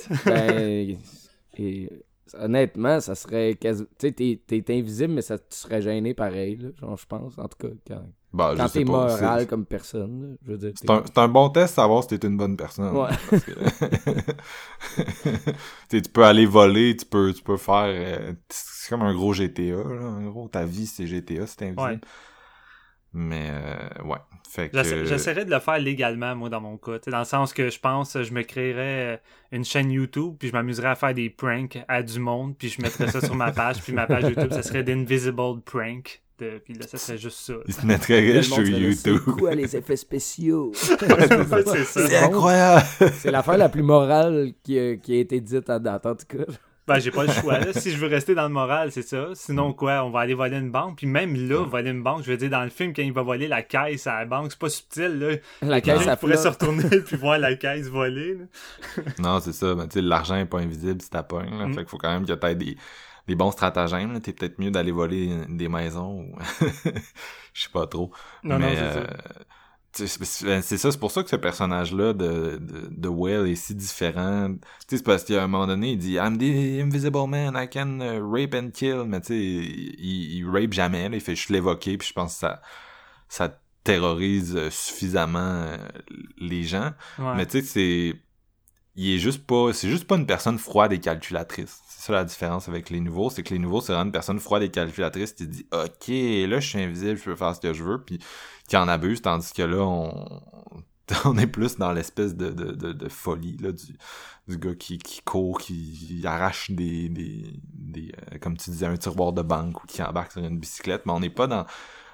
honnêtement, ça serait quasi... Tu sais, t'es invisible, mais tu serais gêné pareil, là, genre, je pense, en tout cas, quand t'es moral comme personne, là, je veux dire... C'est un bon test, savoir si t'es une bonne personne. Ouais. Parce que... tu peux aller voler, tu peux faire... c'est comme un gros GTA, là, en gros, ta vie, c'est GTA, c'est invisible. Ouais. Mais, ouais. Fait que... J'essaierais de le faire légalement, moi, dans mon cas. Dans le sens que je pense, je me créerais une chaîne YouTube, puis je m'amuserais à faire des pranks à du monde, puis je mettrais ça sur ma page, puis ma page YouTube, ça serait d'Invisible Prank. Puis là, ça serait juste ça. Il se mettrait riche sur YouTube. C'est quoi les effets spéciaux? C'est ça. C'est incroyable! C'est l'affaire la plus morale qui a été dite à date, en tout cas. Ben, j'ai pas le choix, là. Si je veux rester dans le moral, c'est ça. Sinon, quoi, on va aller voler une banque. Puis même là, voler une banque, je veux dire, dans le film, quand il va voler la caisse à la banque, c'est pas subtil, là. La caisse, il pourrait se retourner puis voir la caisse voler, là. Non, c'est ça. Ben, tu sais, l'argent est pas invisible si t'as pognes, là. Fait qu'il faut quand même que t'aies des bons stratagèmes, là. T'es peut-être mieux d'aller voler des maisons ou... Je sais pas trop. Non, c'est ça. C'est ça, c'est pour ça que ce personnage-là de Will est si différent. Tu sais, c'est parce qu'à un moment donné, il dit « I'm the invisible man, I can rape and kill », mais tu sais, il rape jamais, là, il fait juste l'évoquer, puis je pense que ça terrorise suffisamment les gens. Ouais. Mais tu sais, c'est juste pas une personne froide et calculatrice. C'est ça la différence avec les nouveaux, c'est que les nouveaux, c'est vraiment une personne froide et calculatrice qui dit « Ok, là, je suis invisible, je peux faire ce que je veux », puis qui en abuse, tandis que là, on est plus dans l'espèce de folie, là, du gars qui court, qui arrache des comme tu disais, un tiroir de banque ou qui embarque sur une bicyclette, mais on n'est pas dans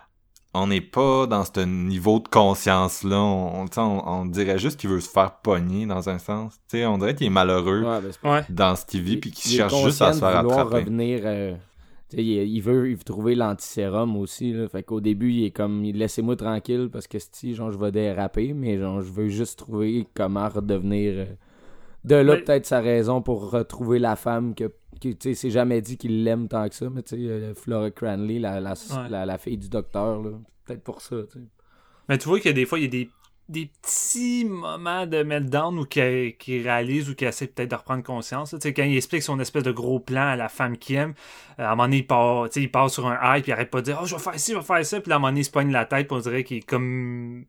ce niveau de conscience-là. On dirait juste qu'il veut se faire pogner dans un sens. T'sais, on dirait qu'il est malheureux dans ce qu'il vit puis qu'il cherche juste à se faire attraper. Revenir, il veut trouver l'antisérum aussi. Là. Fait qu'au début, il est comme laissez-moi tranquille parce que genre je vais déraper, mais genre je veux juste trouver comment redevenir. De là, peut-être sa raison pour retrouver la femme que tu sais, c'est jamais dit qu'il l'aime tant que ça, mais tu sais, Flora Cranley, la fille du docteur, là, peut-être pour ça, tu sais. Mais tu vois qu'il y a des fois, il y a des petits moments de meltdown où qu'il réalise ou qu'il essaie peut-être de reprendre conscience. Tu sais, quand il explique son espèce de gros plan à la femme qu'il aime, à un moment donné, il part sur un high, puis il arrête pas de dire « Oh, je vais faire ci, je vais faire ça », puis à un moment donné, il se pogne la tête, puis on dirait qu'il est comme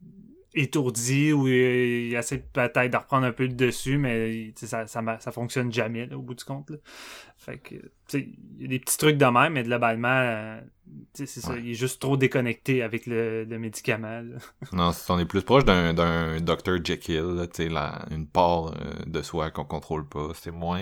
étourdi ou il essaie peut-être de reprendre un peu le dessus, mais ça fonctionne jamais là, au bout du compte là. Fait que il y a des petits trucs de même, mais globalement c'est ça, il est juste trop déconnecté avec le médicament là. Non, on est plus proche d'un Dr. Jekyll là, une part de soi qu'on contrôle pas, c'est moins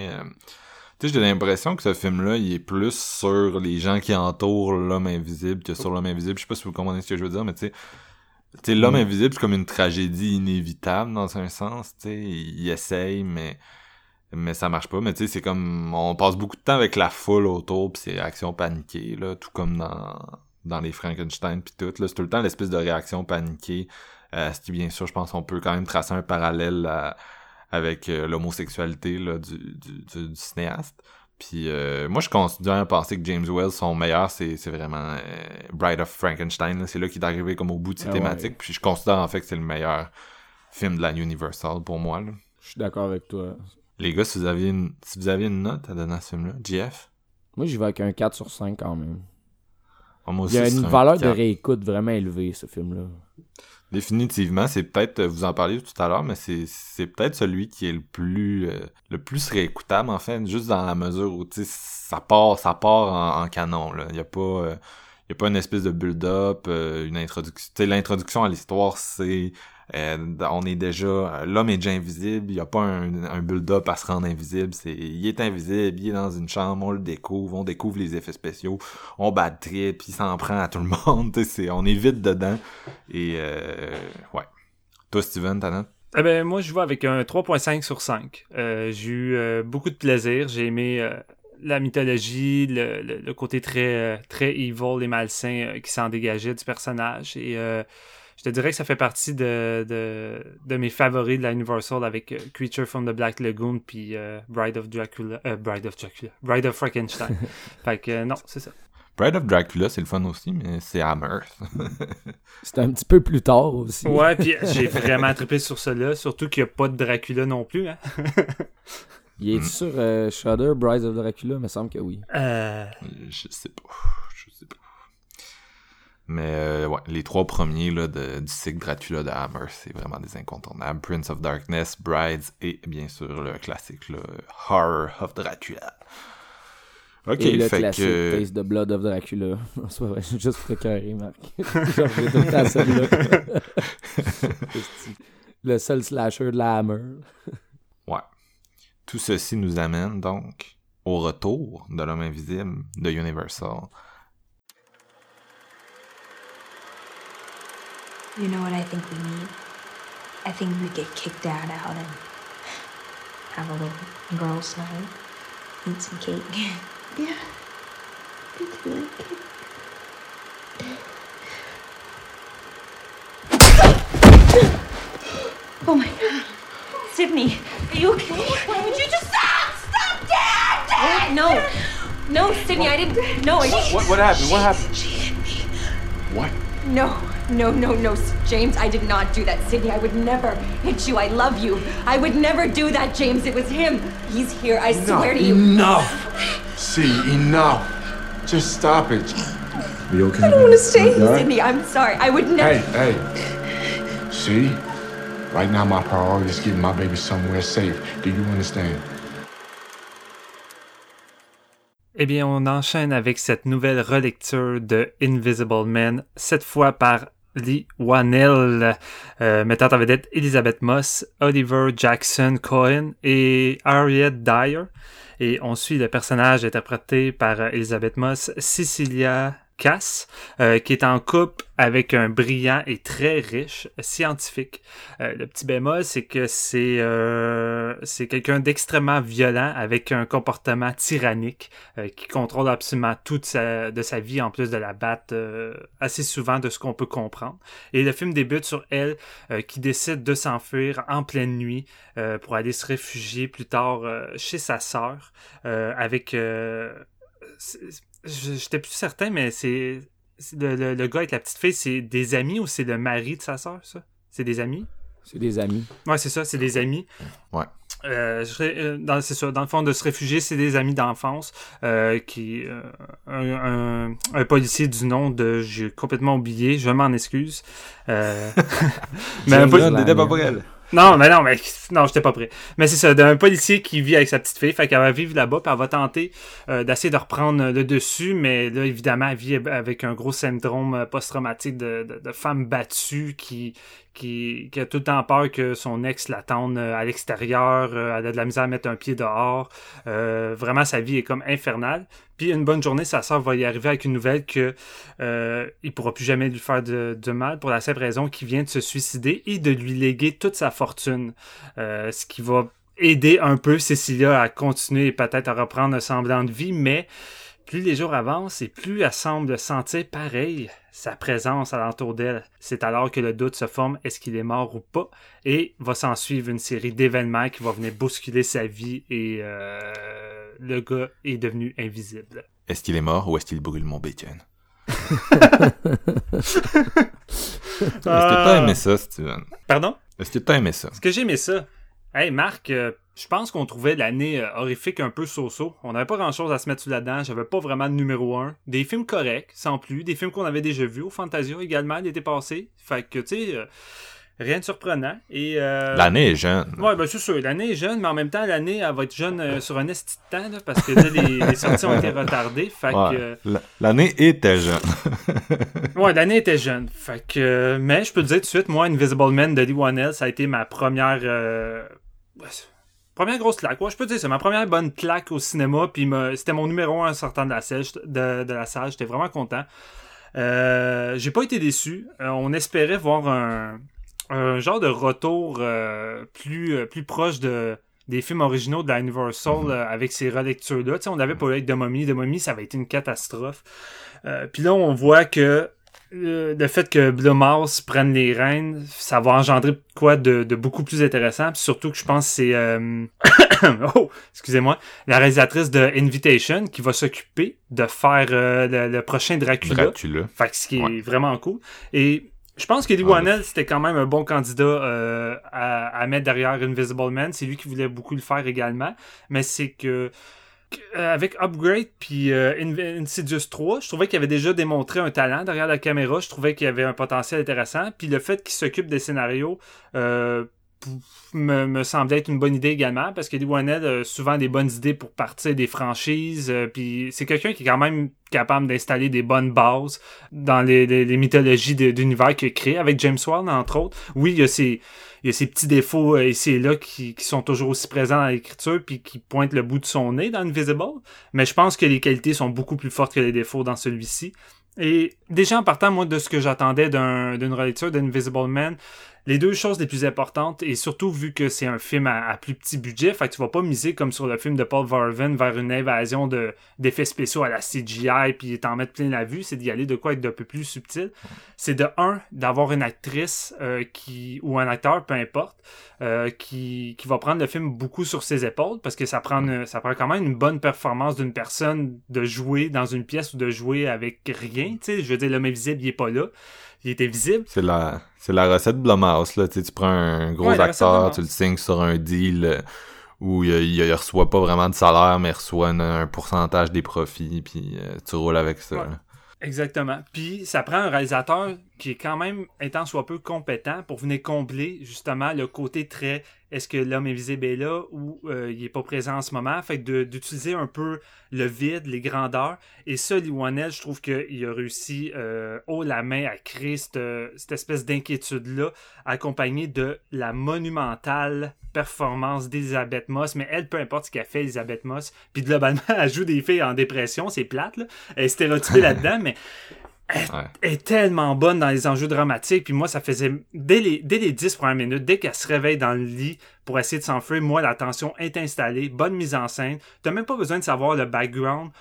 tu sais, j'ai l'impression que ce film-là, il est plus sur les gens qui entourent l'homme invisible que sur l'homme invisible. Je sais pas si vous comprenez ce que je veux dire, mais tu sais, l'homme invisible, c'est comme une tragédie inévitable, dans un sens, tu sais, il essaye, mais ça marche pas, mais tu sais, c'est comme, on passe beaucoup de temps avec la foule autour, pis ses réactions paniquées, là, tout comme dans les Frankenstein pis tout, là, c'est tout le temps l'espèce de réaction paniquée, ce qui, bien sûr, je pense qu'on peut quand même tracer un parallèle avec l'homosexualité, là, du cinéaste. Puis moi, je continue à penser que James Whale, son meilleur, c'est vraiment Bride of Frankenstein. Là. C'est là qu'il est arrivé comme au bout de ses thématiques. Puis je considère en fait que c'est le meilleur film de la Universal pour moi. Là. Je suis d'accord avec toi. Les gars, si vous aviez une note à donner à ce film-là, JF? Moi, j'y vais avec un 4 sur 5 quand même. Moi aussi, il y a une valeur de réécoute vraiment élevée, ce film-là. Définitivement, c'est peut-être, vous en parliez tout à l'heure, mais c'est peut-être celui qui est le plus réécoutable, en fait, juste dans la mesure où, tu sais, ça part en canon, là. Il y a y a pas une espèce de build-up, une introduction. Tu sais, l'introduction à l'histoire, c'est on est déjà l'homme est déjà invisible, il y a pas un build-up à se rendre invisible, il est invisible, il est dans une chambre, on le découvre, on découvre les effets spéciaux, on bat de trip, il s'en prend à tout le monde, tu sais, on est vite dedans et ouais. Toi Steven, ta note? Eh ben, moi, je vais avec un 3.5 sur 5. J'ai eu beaucoup de plaisir. J'ai aimé la mythologie, le côté très evil et malsain qui s'en dégageait du personnage. Et je te dirais que ça fait partie de mes favoris de la Universal avec Creature from the Black Lagoon puis Bride of Frankenstein. Fait que non, c'est ça. Bride of Dracula, c'est le fun aussi, mais c'est Hammer. C'est un petit peu plus tard aussi. Ouais, puis j'ai vraiment trippé sur cela, surtout qu'il n'y a pas de Dracula non plus, hein. Il est sur Shudder, Bride of Dracula? Il me semble que oui. Je sais pas. Mais ouais, les 3 premiers là, du cycle Dracula de Hammer, c'est vraiment des incontournables. Prince of Darkness, Brides et bien sûr le classique là, Horror of Dracula. Ok, et le fait classique que... Taste the Blood of Dracula. C'est pas vrai, juste pour te carrer, Marc. Genre, j'ai tout le temps celle-là. Le seul slasher de la Hammer. Ouais. Tout ceci nous amène donc au retour de l'homme invisible de Universal. You know what I think we need? I think we get kicked out and have a little girls' night, eat some cake. Yeah, I do like it. Oh my God. Sydney, are you okay? Why would you just stop? Stop, Dad! No, Sydney, I didn't. No, What happened? What happened? She hit me. What? No, James, I did not do that. Sydney, I would never hit you. I love you. I would never do that, James. It was him. He's here. I swear to you. Enough. See, enough. Just stop it. You okay? I don't want to stay, You all right? Sydney. I'm sorry. I would never. Hey. See? Right now my priority is getting my baby somewhere safe. Do you understand? Eh bien, on enchaîne avec cette nouvelle relecture de Invisible Man, cette fois par Lee Whannell, mettant en vedette Elizabeth Moss, Oliver Jackson Cohen et Harriet Dyer. Et on suit le personnage interprété par Elizabeth Moss, Cecilia Cass, qui est en couple avec un brillant et très riche scientifique. Le petit bémol, c'est que c'est quelqu'un d'extrêmement violent avec un comportement tyrannique qui contrôle absolument toute de sa vie, en plus de la battre assez souvent de ce qu'on peut comprendre. Et le film débute sur elle qui décide de s'enfuir en pleine nuit pour aller se réfugier plus tard chez sa sœur avec... J'étais plus certain, mais c'est le gars avec la petite fille, c'est des amis ou c'est le mari de sa sœur, ça? C'est des amis? C'est des amis. Ouais, c'est ça, c'est des amis. Ouais. C'est ça, dans le fond, de se réfugier, c'est des amis d'enfance qui un policier du nom de... J'ai complètement oublié, je m'en excuse. Mais n'était pas pour elle. Non, j'étais pas prêt. Mais c'est ça, d'un policier qui vit avec sa petite fille, fait qu'elle va vivre là-bas, puis elle va tenter d'essayer de reprendre le dessus, mais là, évidemment, elle vit avec un gros syndrome post-traumatique de femme battue qui a tout le temps peur que son ex l'attende à l'extérieur, elle a de la misère à mettre un pied dehors. Vraiment, sa vie est comme infernale. Puis une bonne journée, sa sœur va y arriver avec une nouvelle que il pourra plus jamais lui faire de mal pour la simple raison qu'il vient de se suicider et de lui léguer toute sa fortune. Ce qui va aider un peu Cecilia à continuer et peut-être à reprendre un semblant de vie, mais plus les jours avancent et plus elle semble sentir pareil sa présence alentour d'elle. C'est alors que le doute se forme, est-ce qu'il est mort ou pas? Et va s'en suivre une série d'événements qui va venir bousculer sa vie et le gars est devenu invisible. Est-ce qu'il est mort ou est-ce qu'il brûle mon bacon? Est-ce que t'as aimé ça, Steven? Pardon? Est-ce que t'as aimé ça? Est-ce que j'ai aimé ça? Hey Marc, je pense qu'on trouvait l'année horrifique un peu so-so. On n'avait pas grand-chose à se mettre sous la dent. J'avais pas vraiment de numéro 1. Des films corrects, sans plus. Des films qu'on avait déjà vus. Au Fantasia également, l'été passé. Fait que, tu sais... Rien de surprenant. Et, l'année est jeune. Ouais, ben c'est sûr. L'année est jeune, mais en même temps, l'année, elle va être jeune sur un esti de temps, là, parce que là, les sorties ont été retardées. Fait ouais, que, l'année était jeune. Ouais, l'année était jeune. Fait que, mais je peux te dire tout de suite, moi, Invisible Man de Lee Whannell, ça a été ma première grosse claque. Ouais, je peux te dire, c'est ma première bonne claque au cinéma. Puis c'était mon numéro 1 en sortant de la salle. J'étais vraiment content. J'ai pas été déçu. On espérait voir un genre de retour plus proche des films originaux de la Universal avec ces relectures-là. Tu sais, on avait pas eu avec The Mummy. The Mummy, ça avait été une catastrophe. Puis là, on voit que le fait que Blumhouse prenne les rênes, ça va engendrer quoi de beaucoup plus intéressant. Puis surtout que je pense que c'est excusez-moi, la réalisatrice de Invitation qui va s'occuper de faire le prochain Dracula. Fait que ce qui est vraiment cool. Et je pense que Lee Whannell, c'était quand même un bon candidat à mettre derrière Invisible Man. C'est lui qui voulait beaucoup le faire également. Mais c'est que avec Upgrade puis Insidious 3, je trouvais qu'il avait déjà démontré un talent derrière la caméra. Je trouvais qu'il y avait un potentiel intéressant. Puis le fait qu'il s'occupe des scénarios me semblait être une bonne idée également, parce que Lee Whannell a souvent des bonnes idées pour partir des franchises. Puis c'est quelqu'un qui est quand même capable d'installer des bonnes bases dans les mythologies d'univers qu'il a créé avec James Wan, entre autres. Oui, il y a ces petits défauts ici et là qui sont toujours aussi présents dans l'écriture puis qui pointent le bout de son nez dans Invisible, mais je pense que les qualités sont beaucoup plus fortes que les défauts dans celui-ci. Et déjà en partant, moi, de ce que j'attendais d'une relecture d'Invisible Man, les deux choses les plus importantes, et surtout vu que c'est un film à plus petit budget, fait que tu vas pas miser comme sur le film de Paul Verhoeven vers une invasion d'effets spéciaux à la CGI puis t'en mettre plein la vue, c'est d'y aller de quoi être un peu plus subtil. C'est d'avoir une actrice ou un acteur, peu importe, qui va prendre le film beaucoup sur ses épaules, parce que ça prend quand même une bonne performance d'une personne de jouer dans une pièce ou de jouer avec rien. Tu sais, je veux dire, l'homme invisible, il est pas là. Il était visible. C'est la recette Blumhouse, là. Tu prends un gros acteur, tu le signes sur un deal où il reçoit pas vraiment de salaire, mais il reçoit un pourcentage des profits, puis tu roules avec ça. Ouais. Exactement. Puis ça prend un réalisateur qui est quand même, étant soit peu compétent, pour venir combler justement le côté très est-ce que l'homme invisible est là ou il est pas présent en ce moment. Fait que d'utiliser un peu le vide, les grandeurs. Et ça, Lee Whannell, je trouve qu'il a réussi haut la main à créer cette espèce d'inquiétude-là, accompagnée de la monumentale performance d'Elisabeth Moss. Mais elle, peu importe ce qu'elle fait, Elisabeth Moss, puis globalement, elle joue des filles en dépression, c'est plate, là. Elle est stéréotypée là-dedans, mais elle est tellement bonne dans les enjeux dramatiques. Puis moi, ça faisait dès les 10 premières minutes, dès qu'elle se réveille dans le lit pour essayer de s'enfuir, moi, la tension est installée, bonne mise en scène. T'as même pas besoin de savoir le background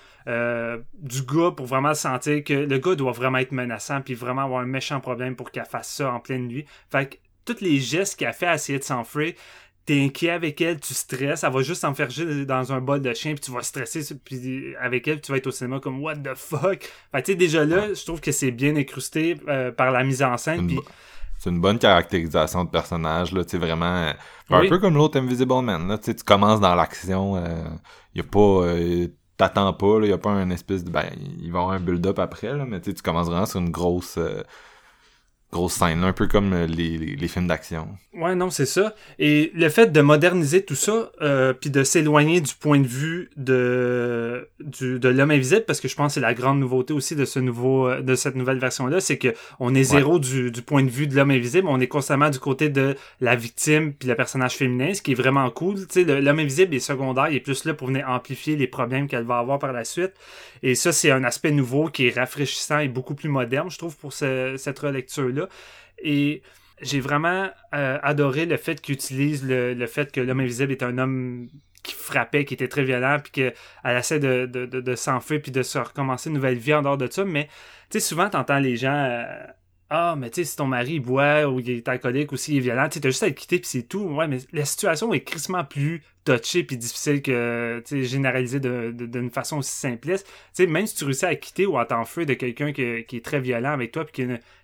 du gars pour vraiment sentir que le gars doit vraiment être menaçant puis vraiment avoir un méchant problème pour qu'elle fasse ça en pleine nuit. Fait que tous les gestes qu'elle fait à essayer de s'enfuir, t'es inquiet avec elle, tu stresses, elle va juste s'enferger dans un bol de chien, puis tu vas stresser puis avec elle, puis tu vas être au cinéma comme what the fuck. Fait tu sais, déjà là, je trouve que c'est bien incrusté par la mise en scène. C'est une bonne caractérisation de personnage, là, tu sais, vraiment un peu comme l'autre Invisible Man, là, tu sais, tu commences dans l'action, y a pas t'attends pas, là, y a pas un espèce de il va y avoir un build-up après, là, mais tu commences vraiment sur une grosse scène, là, un peu comme les films d'action. Ouais, non, c'est ça. Et le fait de moderniser tout ça, puis de s'éloigner du point de vue de l'homme invisible, parce que je pense que c'est la grande nouveauté aussi de cette nouvelle version-là, c'est que on est zéro du point de vue de l'homme invisible, on est constamment du côté de la victime puis le personnage féminin, ce qui est vraiment cool. Tu sais, l'homme invisible est secondaire, il est plus là pour venir amplifier les problèmes qu'elle va avoir par la suite. Et ça, c'est un aspect nouveau qui est rafraîchissant et beaucoup plus moderne, je trouve, pour cette relecture-là. Et j'ai vraiment adoré le fait qu'il utilise le fait que l'homme invisible est un homme qui frappait, qui était très violent, puis qu'elle essaie de s'enfuir puis de se recommencer une nouvelle vie en dehors de ça. Mais tu sais, souvent t'entends les gens mais tu sais, si ton mari il boit ou il est alcoolique ou s'il est violent, tu sais, t'as juste à le quitter puis c'est tout. Ouais, mais la situation est crissement plus touchée puis difficile que, tu sais, généralisée d'une façon aussi simpliste. Tu sais, même si tu réussis à quitter ou à t'enfuir de quelqu'un qui est très violent avec toi puis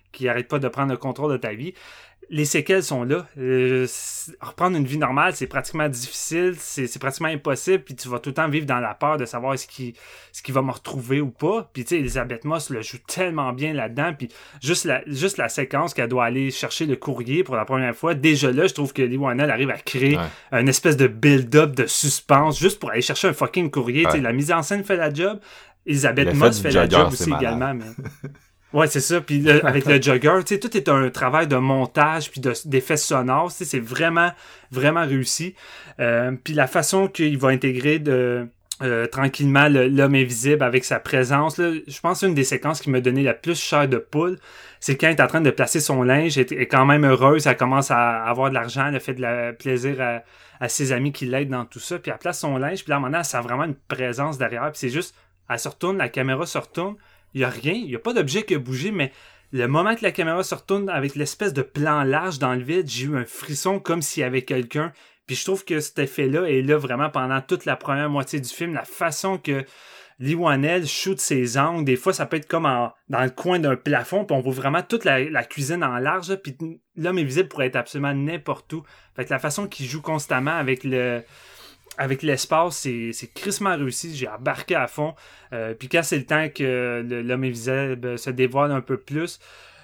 qui arrête pas de prendre le contrôle de ta vie. Les séquelles sont là. Reprendre une vie normale, c'est pratiquement difficile, c'est pratiquement impossible, puis tu vas tout le temps vivre dans la peur de savoir ce qui va me retrouver ou pas. Puis tu sais, Elisabeth Moss le joue tellement bien là-dedans, puis juste la séquence qu'elle doit aller chercher le courrier pour la première fois, déjà là, je trouve que Leigh Whannell arrive à créer une espèce de build-up de suspense juste pour aller chercher un fucking courrier. Tu sais, la mise en scène fait la job, Elisabeth Moss fait la job aussi également, mais... Ouais, c'est ça. Puis avec le jogger, tu sais, tout est un travail de montage puis d'effets sonores. Tu sais, c'est vraiment, vraiment réussi. Puis la façon qu'il va intégrer tranquillement l'homme invisible avec sa présence, là, je pense que une des séquences qui m'a donné la plus chair de poule, c'est quand elle est en train de placer son linge, elle est quand même heureuse, elle commence à avoir de l'argent, elle fait plaisir à ses amis qui l'aident dans tout ça, puis elle place son linge, puis là, à un moment donné, elle sent vraiment une présence derrière, puis c'est juste, elle se retourne, la caméra se retourne, il n'y a rien, il n'y a pas d'objet qui a bougé, mais le moment que la caméra se retourne avec l'espèce de plan large dans le vide, j'ai eu un frisson comme s'il y avait quelqu'un. Puis je trouve que cet effet-là est là vraiment pendant toute la première moitié du film. La façon que Leigh Whannell shoot ses angles, des fois ça peut être comme dans le coin d'un plafond, puis on voit vraiment toute la cuisine en large, puis l'homme invisible pourrait être absolument n'importe où. Fait que la façon qu'il joue constamment avec l'espace, c'est crissement réussi. J'ai embarqué à fond. Puis quand c'est le temps que l'homme invisible se dévoile un peu plus,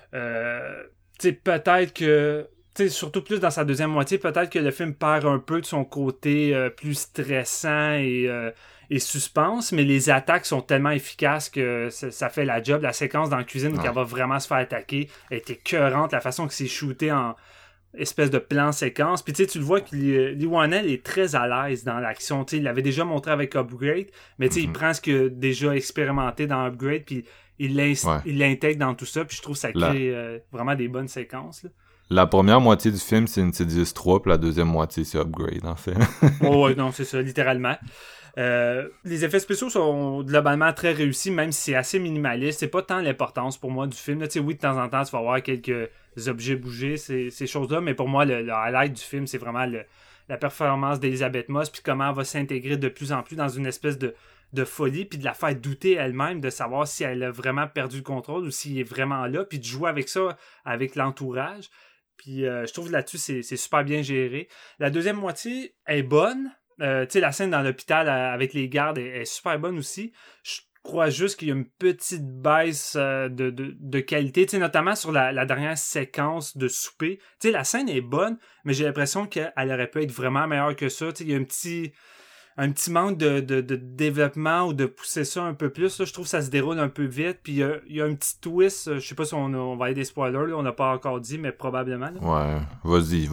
peut-être que, surtout plus dans sa deuxième moitié, peut-être que le film perd un peu de son côté plus stressant et suspense, mais les attaques sont tellement efficaces que ça fait la job. La séquence dans la cuisine où elle va vraiment se faire attaquer, elle est écœurante. La façon que c'est shooté en espèce de plan séquence. Puis tu le vois que Leigh Whannell est très à l'aise dans l'action. Il l'avait déjà montré avec Upgrade, mais il prend ce qu'il a déjà expérimenté dans Upgrade, puis il l'intègre dans tout ça, puis je trouve que ça crée vraiment des bonnes séquences. Là. La première moitié du film, c'est Insidious 3, puis la deuxième moitié, c'est Upgrade, en fait. Ouais, non, c'est ça, littéralement. Les effets spéciaux sont globalement très réussis, même si c'est assez minimaliste. C'est pas tant l'importance pour moi du film. Là, oui, de temps en temps, tu vas voir quelques objets bouger, ces choses-là, mais pour moi, le highlight du film, c'est vraiment la performance d'Elisabeth Moss, puis comment elle va s'intégrer de plus en plus dans une espèce de folie, puis de la faire douter elle-même, de savoir si elle a vraiment perdu le contrôle ou s'il est vraiment là, puis de jouer avec ça, avec l'entourage. Puis je trouve là-dessus, c'est super bien géré. La deuxième moitié est bonne. La scène dans l'hôpital avec les gardes est super bonne aussi. Je crois juste qu'il y a une petite baisse de qualité, notamment sur la dernière séquence de souper. La scène est bonne, mais j'ai l'impression qu'elle aurait pu être vraiment meilleure que ça. Il y a un petit manque de développement ou de pousser ça un peu plus. Là. Je trouve que ça se déroule un peu vite. Puis il y a un petit twist. Je sais pas si on va aller des spoilers. Là, on n'a pas encore dit, mais probablement. Là. Ouais, vas-y.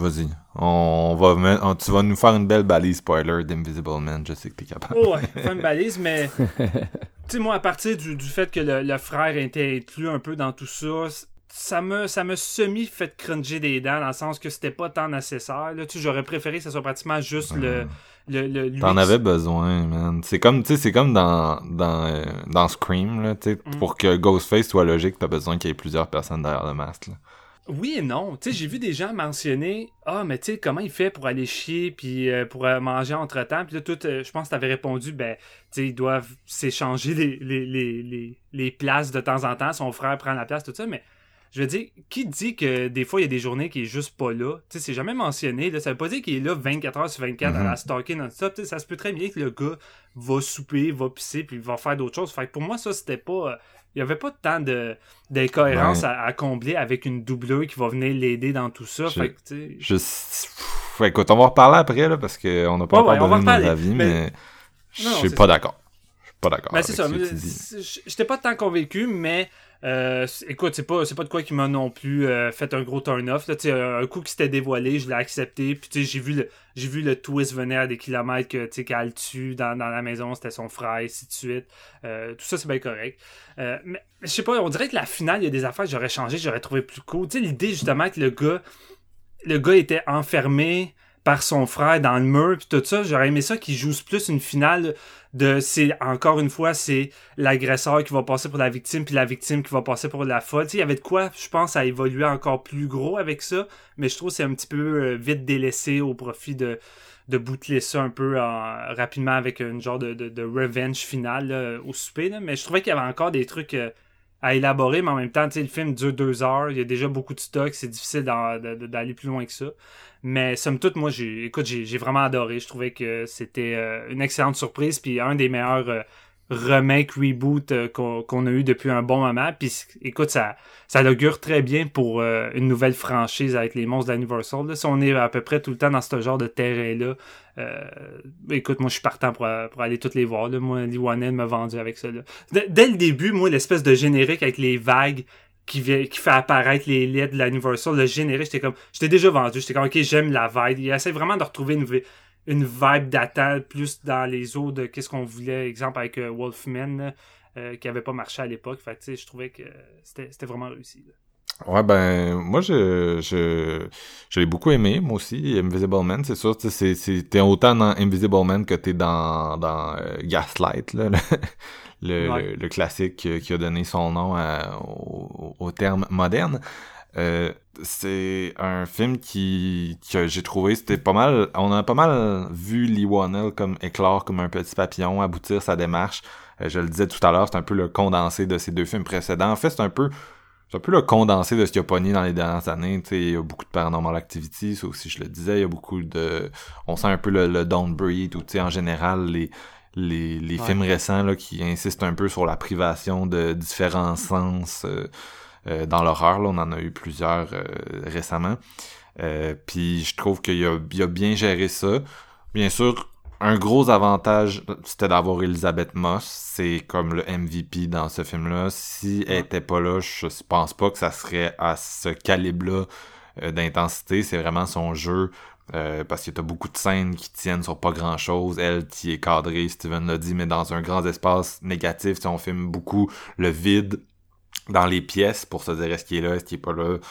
Tu vas nous faire une belle balise spoiler d'Invisible Man. Je sais que t'es capable. Oh, ouais, faire une balise, mais... moi, à partir du fait que le frère était inclus un peu dans tout ça... Ça m'a semi-fait cringer des dents, dans le sens que c'était pas tant nécessaire. Là. J'aurais préféré que ça soit pratiquement juste lui. T'en avais besoin, man. C'est comme dans Scream, là, pour que Ghostface soit logique, t'as besoin qu'il y ait plusieurs personnes derrière le masque. Là. Oui et non. J'ai vu des gens mentionner mais tu sais, comment il fait pour aller chier puis pour manger entre-temps. Puis là, je pense que t'avais répondu, ils doivent s'échanger les places de temps en temps. Son frère prend la place, tout ça, mais je veux dire, qui dit que des fois, il y a des journées qui est juste pas là? Tu sais, c'est jamais mentionné. Là. Ça veut pas dire qu'il est là 24 heures sur 24 à la stalker non-stop. Ça se peut très bien que le gars va souper, va pisser, puis va faire d'autres choses. Fait que pour moi, ça, c'était pas... Il y avait pas tant d'incohérence à combler avec une doubleuse qui va venir l'aider dans tout ça. Fait que, tu sais... Écoute, on va en reparler après, là, parce qu'on n'a pas encore donné nos avis, mais je suis pas d'accord. Je suis pas d'accord avec c'est ça. J'étais pas tant convaincu, mais... écoute, c'est pas de quoi qui m'a non plus fait un gros turn-off. Là, un coup qui s'était dévoilé, je l'ai accepté. Puis j'ai vu le twist venir à des kilomètres qu'elle le tue dans la maison, c'était son frère, et ainsi de suite. Tout ça, c'est bien correct. Mais je sais pas, on dirait que la finale, il y a des affaires que j'aurais changé, j'aurais trouvé plus cool. L'idée justement que le gars était enfermé par son frère dans le mur, puis tout ça, j'aurais aimé ça qu'il joue plus une finale encore une fois, c'est l'agresseur qui va passer pour la victime, puis la victime qui va passer pour la folle. Il y avait de quoi, je pense, à évoluer encore plus gros avec ça, mais je trouve que c'est un petit peu vite délaissé au profit de boucler ça un peu rapidement avec une genre de revenge finale là, au souper. Là. Mais je trouvais qu'il y avait encore des trucs à élaborer, mais en même temps, tu sais, le film dure 2 heures, il y a déjà beaucoup de stock, c'est difficile d'aller plus loin que ça. Mais somme toute, moi, j'ai vraiment adoré. Je trouvais que c'était une excellente surprise, puis un des meilleurs remake, reboot qu'on a eu depuis un bon moment. Puis écoute, ça l'augure très bien pour une nouvelle franchise avec les monstres d'Universal. Là, si on est à peu près tout le temps dans ce genre de terrain-là, écoute, moi je suis partant pour aller toutes les voir. Là. Moi, Lee Whannell m'a vendu avec ça. Là. Dès le début, moi, l'espèce de générique avec les vagues qui fait apparaître les lettres de l'Universal, le générique, j'étais déjà vendu. J'étais comme, ok, j'aime la vibe. Il essaie vraiment de retrouver une vibe datant plus dans les eaux de qu'est-ce qu'on voulait, exemple avec Wolfman qui avait pas marché à l'époque. Fait tu sais, je trouvais que c'était vraiment réussi. Là. Ouais, ben moi je l'ai beaucoup aimé, moi aussi, Invisible Man, c'est sûr, t'es autant dans Invisible Man que t'es dans Gaslight, là, le classique qui a donné son nom au terme moderne. C'est un film que j'ai trouvé, c'était pas mal, on a pas mal vu Lee Whannell comme éclore comme un petit papillon, aboutir sa démarche. Je le disais tout à l'heure, c'est un peu le condensé de ces deux films précédents. En fait, c'est un peu le condensé de ce qu'il a pogné dans les dernières années. Tu sais, il y a beaucoup de Paranormal Activity, ça aussi je le disais, il y a beaucoup de, on sent un peu le Don't Breathe, ou tu sais, en général les films récents là qui insistent un peu sur la privation de différents sens dans l'horreur, là, on en a eu plusieurs récemment. Puis je trouve qu'il a bien géré ça. Bien sûr, un gros avantage, c'était d'avoir Elisabeth Moss. C'est comme le MVP dans ce film-là. Si elle était pas là, je pense pas que ça serait à ce calibre-là d'intensité. C'est vraiment son jeu. Parce que t'as beaucoup de scènes qui tiennent sur pas grand chose. Elle qui est cadrée, Steven l'a dit, mais dans un grand espace négatif. On filme beaucoup le vide dans les pièces pour se dire est-ce qu'il est là, est-ce qu'il est pas là,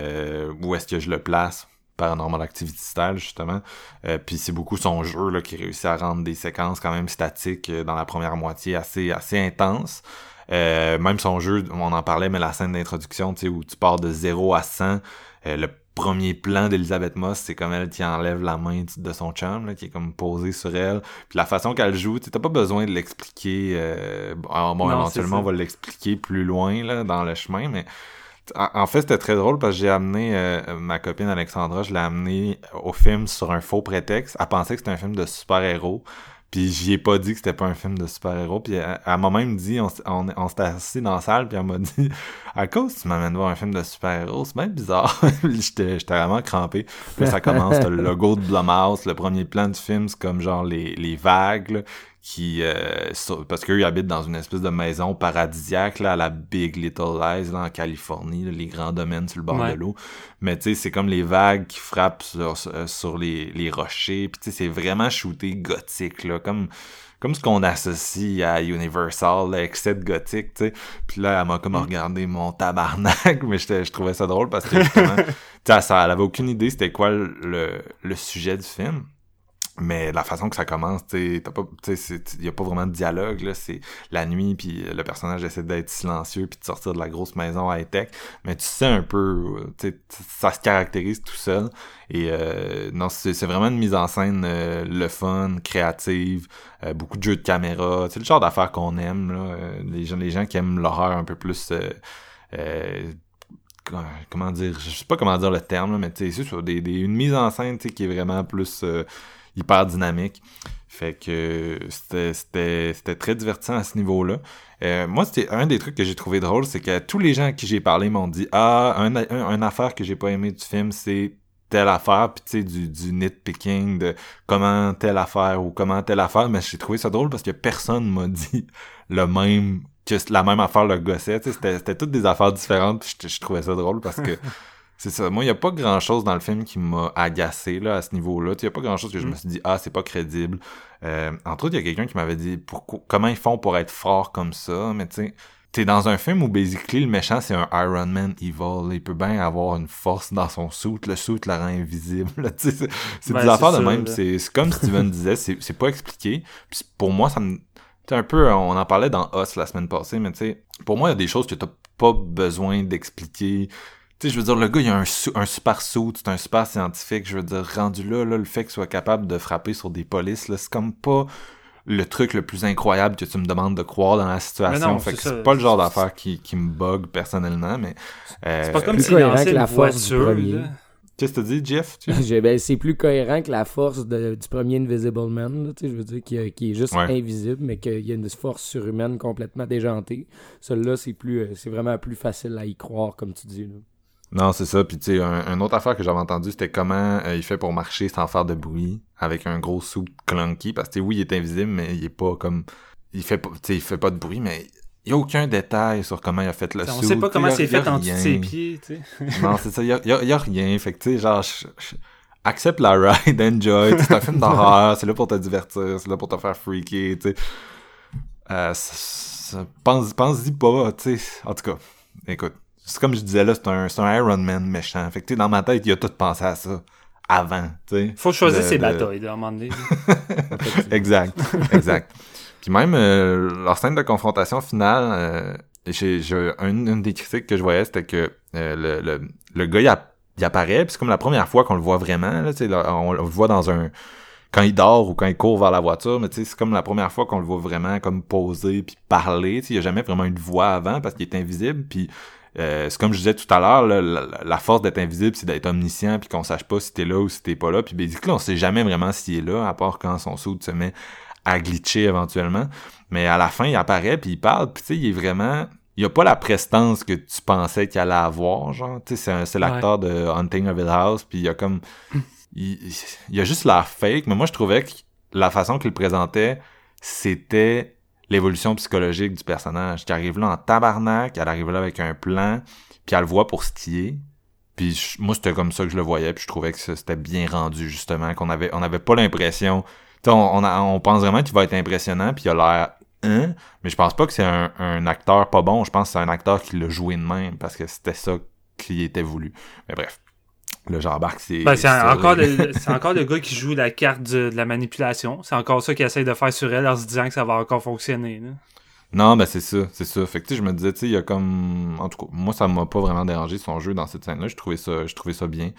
où est-ce que je le place, Paranormal Activity style justement. Puis c'est beaucoup son jeu là qui réussit à rendre des séquences quand même statiques dans la première moitié assez intenses. Même son jeu, on en parlait, mais la scène d'introduction, tu sais, où tu pars de 0 à 100, le premier plan d'Elisabeth Moss, c'est comme elle qui enlève la main de son chum, là, qui est comme posée sur elle. Puis la façon qu'elle joue, t'as pas besoin de l'expliquer. Non, éventuellement, on va l'expliquer plus loin là dans le chemin, mais en fait, c'était très drôle parce que j'ai amené ma copine Alexandra, je l'ai amenée au film sur un faux prétexte. Elle pensait que c'était un film de super-héros. Puis j'y ai pas dit que c'était pas un film de super-héros. Puis elle m'a même dit, on s'était assis dans la salle, puis elle m'a dit « À cause tu m'amènes voir un film de super-héros, c'est bien bizarre. » J'étais vraiment crampé. Puis là, ça commence, t'as le logo de Blumhouse, le premier plan du film, c'est comme genre les vagues, là, qui parce qu'eux ils habitent dans une espèce de maison paradisiaque là, à la Big Little Lies là, en Californie, là, les grands domaines sur le bord de l'eau, mais tu sais c'est comme les vagues qui frappent sur les rochers, puis tu sais c'est vraiment shooté gothique là, comme ce qu'on associe à Universal, excès de gothique, tu sais. Puis là, elle m'a comme regardé mon tabarnak, mais je trouvais ça drôle parce que justement, tu sais, elle avait aucune idée c'était quoi le sujet du film. Mais la façon que ça commence, y a pas vraiment de dialogue, là, c'est la nuit, puis le personnage essaie d'être silencieux, puis de sortir de la grosse maison high-tech, mais tu sais un peu, ça se caractérise tout seul, et non, c'est vraiment une mise en scène le fun, créative, beaucoup de jeux de caméra, c'est le genre d'affaires qu'on aime, là, les gens qui aiment l'horreur un peu plus... comment dire, je sais pas comment dire le terme, là, mais tu sais, c'est une mise en scène qui est vraiment plus... hyper dynamique. Fait que c'était très divertissant à ce niveau-là. Moi, c'était un des trucs que j'ai trouvé drôle, c'est que tous les gens à qui j'ai parlé m'ont dit « Ah, un affaire que j'ai pas aimé du film, c'est telle affaire, puis tu sais, du nitpicking, de comment telle affaire ou comment telle affaire. » Mais j'ai trouvé ça drôle parce que personne m'a dit que la même affaire le gossait. C'était toutes des affaires différentes, puis je trouvais ça drôle parce que c'est ça. Moi, il y a pas grand-chose dans le film qui m'a agacé là à ce niveau-là. Il y a pas grand-chose que je me suis dit « Ah, c'est pas crédible. » Entre autres, il y a quelqu'un qui m'avait dit « Comment ils font pour être forts comme ça? » Mais tu sais, t'es dans un film où, basically, le méchant, c'est un Iron Man evil. Il peut bien avoir une force dans son suit. Le suit le rend invisible. C'est des affaires de même. C'est comme Steven disait, c'est pas expliqué. Puis pour moi, ça me... Tu sais, un peu, on en parlait dans Us la semaine passée, mais tu sais, pour moi, il y a des choses que t'as pas besoin d'expliquer. Tu sais, je veux dire, le gars, il a un super suit, c'est un super scientifique, je veux dire, rendu là, le fait qu'il soit capable de frapper sur des polices, là, c'est comme pas le truc le plus incroyable que tu me demandes de croire dans la situation. Non, fait que c'est c'est pas le genre d'affaire qui me bug personnellement, mais... c'est pas comme plus s'il cohérent lançait que une la force du voiture, premier. là. Qu'est-ce que tu dis, Jeff? C'est plus cohérent que la force du premier Invisible Man, là, je veux dire, qui est juste invisible, mais qu'il y a une force surhumaine complètement déjantée. Celle-là, c'est vraiment plus facile à y croire, comme tu dis. Là. Non, c'est ça. Puis tu sais, un autre affaire que j'avais entendu, c'était comment il fait pour marcher sans faire de bruit, avec un gros soupe clunky, parce que oui, il est invisible, mais il est pas comme... Il fait pas de bruit, mais... Il n'y a aucun détail sur comment il a fait le On suit. sait pas comment c'est fait en dessous de ses pieds, tu sais. Non, c'est ça, il y a rien. Fait que, tu sais, genre, accepte la ride, enjoy. C'est un film d'horreur, c'est là pour te divertir, c'est là pour te faire freaker, tu sais. Pense-y pas, tu sais. En tout cas, écoute, c'est comme je disais là, c'est un Iron Man méchant. Fait que, tu sais, dans ma tête, il a tout pensé à ça avant, tu sais. Faut choisir ses batailles, à un moment donné. Exact. Puis même, leur scène de confrontation finale, une des critiques que je voyais, c'était que le gars, il apparaît, puis c'est comme la première fois qu'on le voit vraiment, là, on le voit dans quand il dort ou quand il court vers la voiture, mais c'est comme la première fois qu'on le voit vraiment comme poser puis parler, il n'y a jamais vraiment eu de voix avant parce qu'il est invisible, puis c'est comme je disais tout à l'heure, la force d'être invisible, c'est d'être omniscient puis qu'on sache pas si t'es là ou si t'es pas là, puis basically, on sait jamais vraiment s'il est là, à part quand son soude se met à glitcher éventuellement, mais à la fin il apparaît puis il parle, puis tu sais il est vraiment, il a pas la prestance que tu pensais qu'il allait avoir, genre, tu sais c'est l'acteur de Haunting of Hill House, puis il a comme il a juste l'air fake, mais moi je trouvais que la façon qu'il le présentait, c'était l'évolution psychologique du personnage, qui arrive là en tabarnak, elle arrive là avec un plan, puis elle le voit pour ce qui est. Puis moi c'était comme ça que je le voyais, puis je trouvais que c'était bien rendu justement, qu'on avait pas l'impression. On pense vraiment qu'il va être impressionnant, puis il a l'air mais je pense pas que c'est un acteur pas bon, je pense que c'est un acteur qui l'a joué de même, parce que c'était ça qui était voulu. Mais bref, le Jean-Barc, c'est... c'est encore le gars qui joue la carte de la manipulation, c'est encore ça qu'il essaie de faire sur elle en se disant que ça va encore fonctionner, là. Non, c'est ça. Fait que tu sais, je me disais, tu sais, il y a comme... En tout cas, moi, ça m'a pas vraiment dérangé son jeu dans cette scène-là, je trouvais ça bien.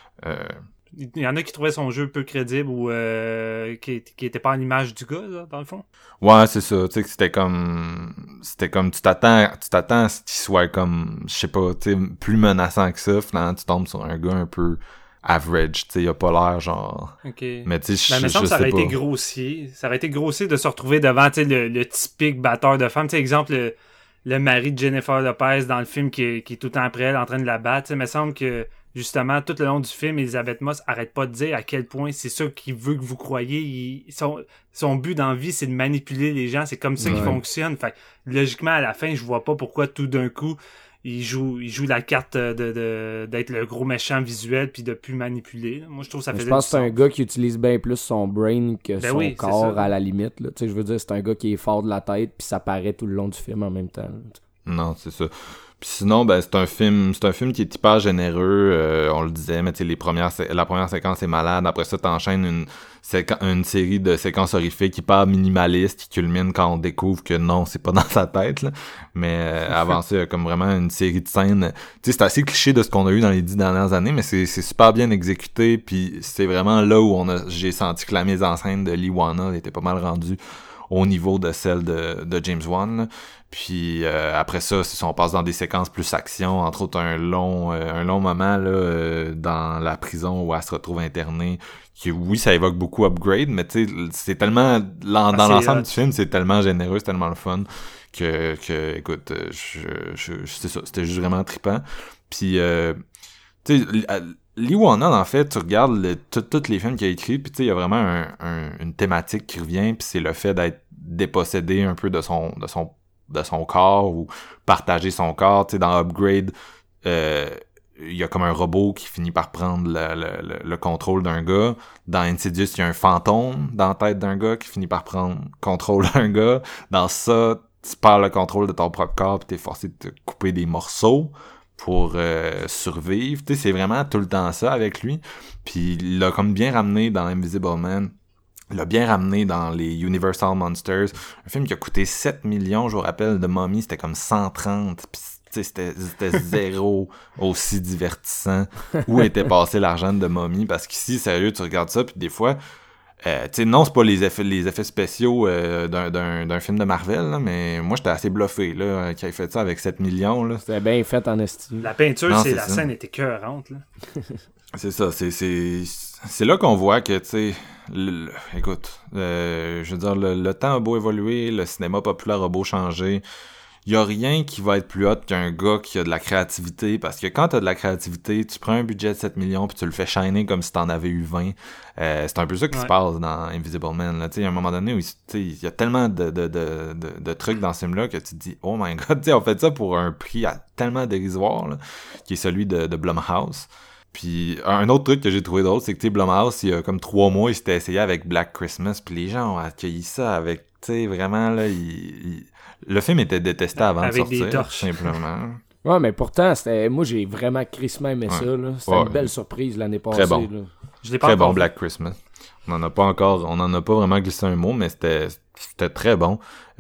Il y en a qui trouvaient son jeu peu crédible ou qui était pas en image du gars, là, dans le fond. Ouais, c'est ça. Tu sais que c'était comme tu t'attends à ce qu'il soit comme, je sais pas, tu sais, plus menaçant que ça. Finalement, tu tombes sur un gars un peu average. Tu sais, il a pas l'air genre. Ok. Mais tu sais, je sais pas. Ça aurait été grossier. Ça aurait été grossier de se retrouver devant, tu sais, le typique batteur de femmes. Tu sais, exemple, le mari de Jennifer Lopez dans le film qui est tout le temps après elle en train de la battre. Tu sais, il me semble que justement, tout le long du film, Elisabeth Moss arrête pas de dire à quel point c'est ça qu'il veut que vous croyiez. Son but dans la vie, c'est de manipuler les gens. C'est comme ça qu'il fonctionne. Fait logiquement, à la fin, je vois pas pourquoi tout d'un coup, il joue la carte d'être le gros méchant visuel puis de plus manipuler. Moi, je trouve que ça faisait. Je pense que c'est un gars qui utilise bien plus son brain que son corps à la limite. Tu sais, je veux dire, c'est un gars qui est fort de la tête puis ça paraît tout le long du film en même temps. Non, c'est ça. Puis sinon, c'est un film qui est hyper généreux, on le disait, mais tu sais, la première séquence est malade, après ça t'enchaînes une série de séquences horrifiques hyper minimalistes qui culminent quand on découvre que non, c'est pas dans sa tête, là. Mais avant ça, il y a comme vraiment une série de scènes, tu sais, c'est assez cliché de ce qu'on a eu dans les 10 dernières années, mais c'est super bien exécuté, puis c'est vraiment là où j'ai senti que la mise en scène de Lee Whannell était pas mal rendue au niveau de celle de James Wan, là. Puis après ça, on passe dans des séquences plus action, entre autres un long moment là dans la prison où elle se retrouve internée. Qui, oui, ça évoque beaucoup Upgrade, mais tu sais, c'est tellement dans l'ensemble du film, c'est tellement généreux, c'est tellement le fun que écoute, c'est ça, c'était juste vraiment trippant. Puis tu sais, Lee Whannell, en fait, tu regardes tous les films qu'il a écrits, puis tu sais, il y a vraiment une thématique qui revient, puis c'est le fait d'être dépossédé un peu de son corps ou partager son corps. Tu sais, dans Upgrade, il y a comme un robot qui finit par prendre le contrôle d'un gars. Dans Insidious, il y a un fantôme dans la tête d'un gars qui finit par prendre contrôle d'un gars. Dans ça, tu perds le contrôle de ton propre corps pis t'es forcé de te couper des morceaux pour survivre. Tu sais, c'est vraiment tout le temps ça avec lui. Puis il l'a comme bien ramené dans Invisible Man. Il l'a bien ramené dans les Universal Monsters. Un film qui a coûté 7 millions, je vous rappelle, de Mummy, c'était comme 130. Puis c'était zéro aussi divertissant. Où était passé l'argent de Mummy? Parce qu'ici, sérieux, tu regardes ça, puis des fois, tu sais, non, c'est pas les effets spéciaux d'un film de Marvel, là, mais moi, j'étais assez bluffé, là, qu'il ait fait ça avec 7 millions, là. C'était bien fait en estime. La peinture, Non, la c'est ça. scène était écœurante, là. C'est ça, c'est là qu'on voit que, tu sais, écoute, je veux dire, le temps a beau évoluer, le cinéma populaire a beau changer, il y a rien qui va être plus hot qu'un gars qui a de la créativité, parce que quand t'as de la créativité, tu prends un budget de 7 millions puis tu le fais shiner comme si t'en avais eu 20. C'est un peu ça qui se passe dans Invisible Man, là, tu sais, à un moment donné où, tu sais, il y a tellement de trucs dans ce film-là que tu te dis, oh my god, tu sais, on fait ça pour un prix tellement dérisoire, là, qui est celui de Blumhouse. Puis un autre truc que j'ai trouvé drôle, c'est que, tu sais, Blumhouse, il y a comme 3 mois, il s'était essayé avec Black Christmas, puis les gens ont accueilli ça avec, tu sais, vraiment, là, le film était détesté avant de sortir. Avec des torches. Simplement. Ouais, mais pourtant, moi, j'ai vraiment crissement aimé ça, là. C'était une belle surprise l'année passée, Très bon. là. Je l'ai pas Très encore bon vu. Black Christmas. On en a pas vraiment glissé un mot, mais c'était très bon.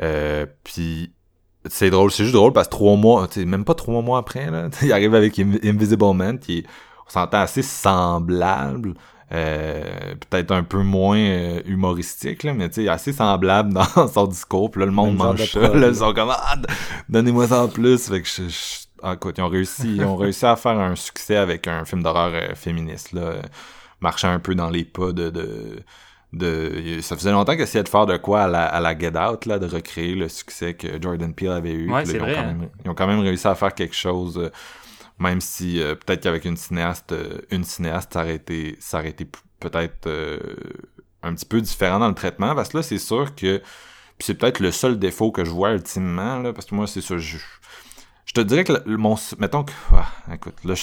Puis c'est drôle, c'est juste drôle parce que 3 mois, tu sais, même pas 3 mois après, là, il arrive avec Invisible Man, qui est, on s'entend, assez semblable, peut-être un peu moins humoristique, là, mais tu sais, assez semblable dans son discours. Puis là, le monde Même genre mange de ça, prod, là, ils sont comme, donnez-moi ça en plus. Fait que écoute, ils ont réussi à faire un succès avec un film d'horreur féministe, là, marchant un peu dans les pas ça faisait longtemps qu'ils essayaient de faire de quoi à la Get Out, là, de recréer le succès que Jordan Peele avait eu. Ouais, Puis là, c'est vrai, ils ont quand même réussi à faire quelque chose, même si peut-être qu'avec une cinéaste, ça aurait été peut-être un petit peu différent dans le traitement, parce que là, c'est sûr que, puis c'est peut-être le seul défaut que je vois ultimement, là, parce que moi, c'est ça, je te dirais que mettons que, écoute, là,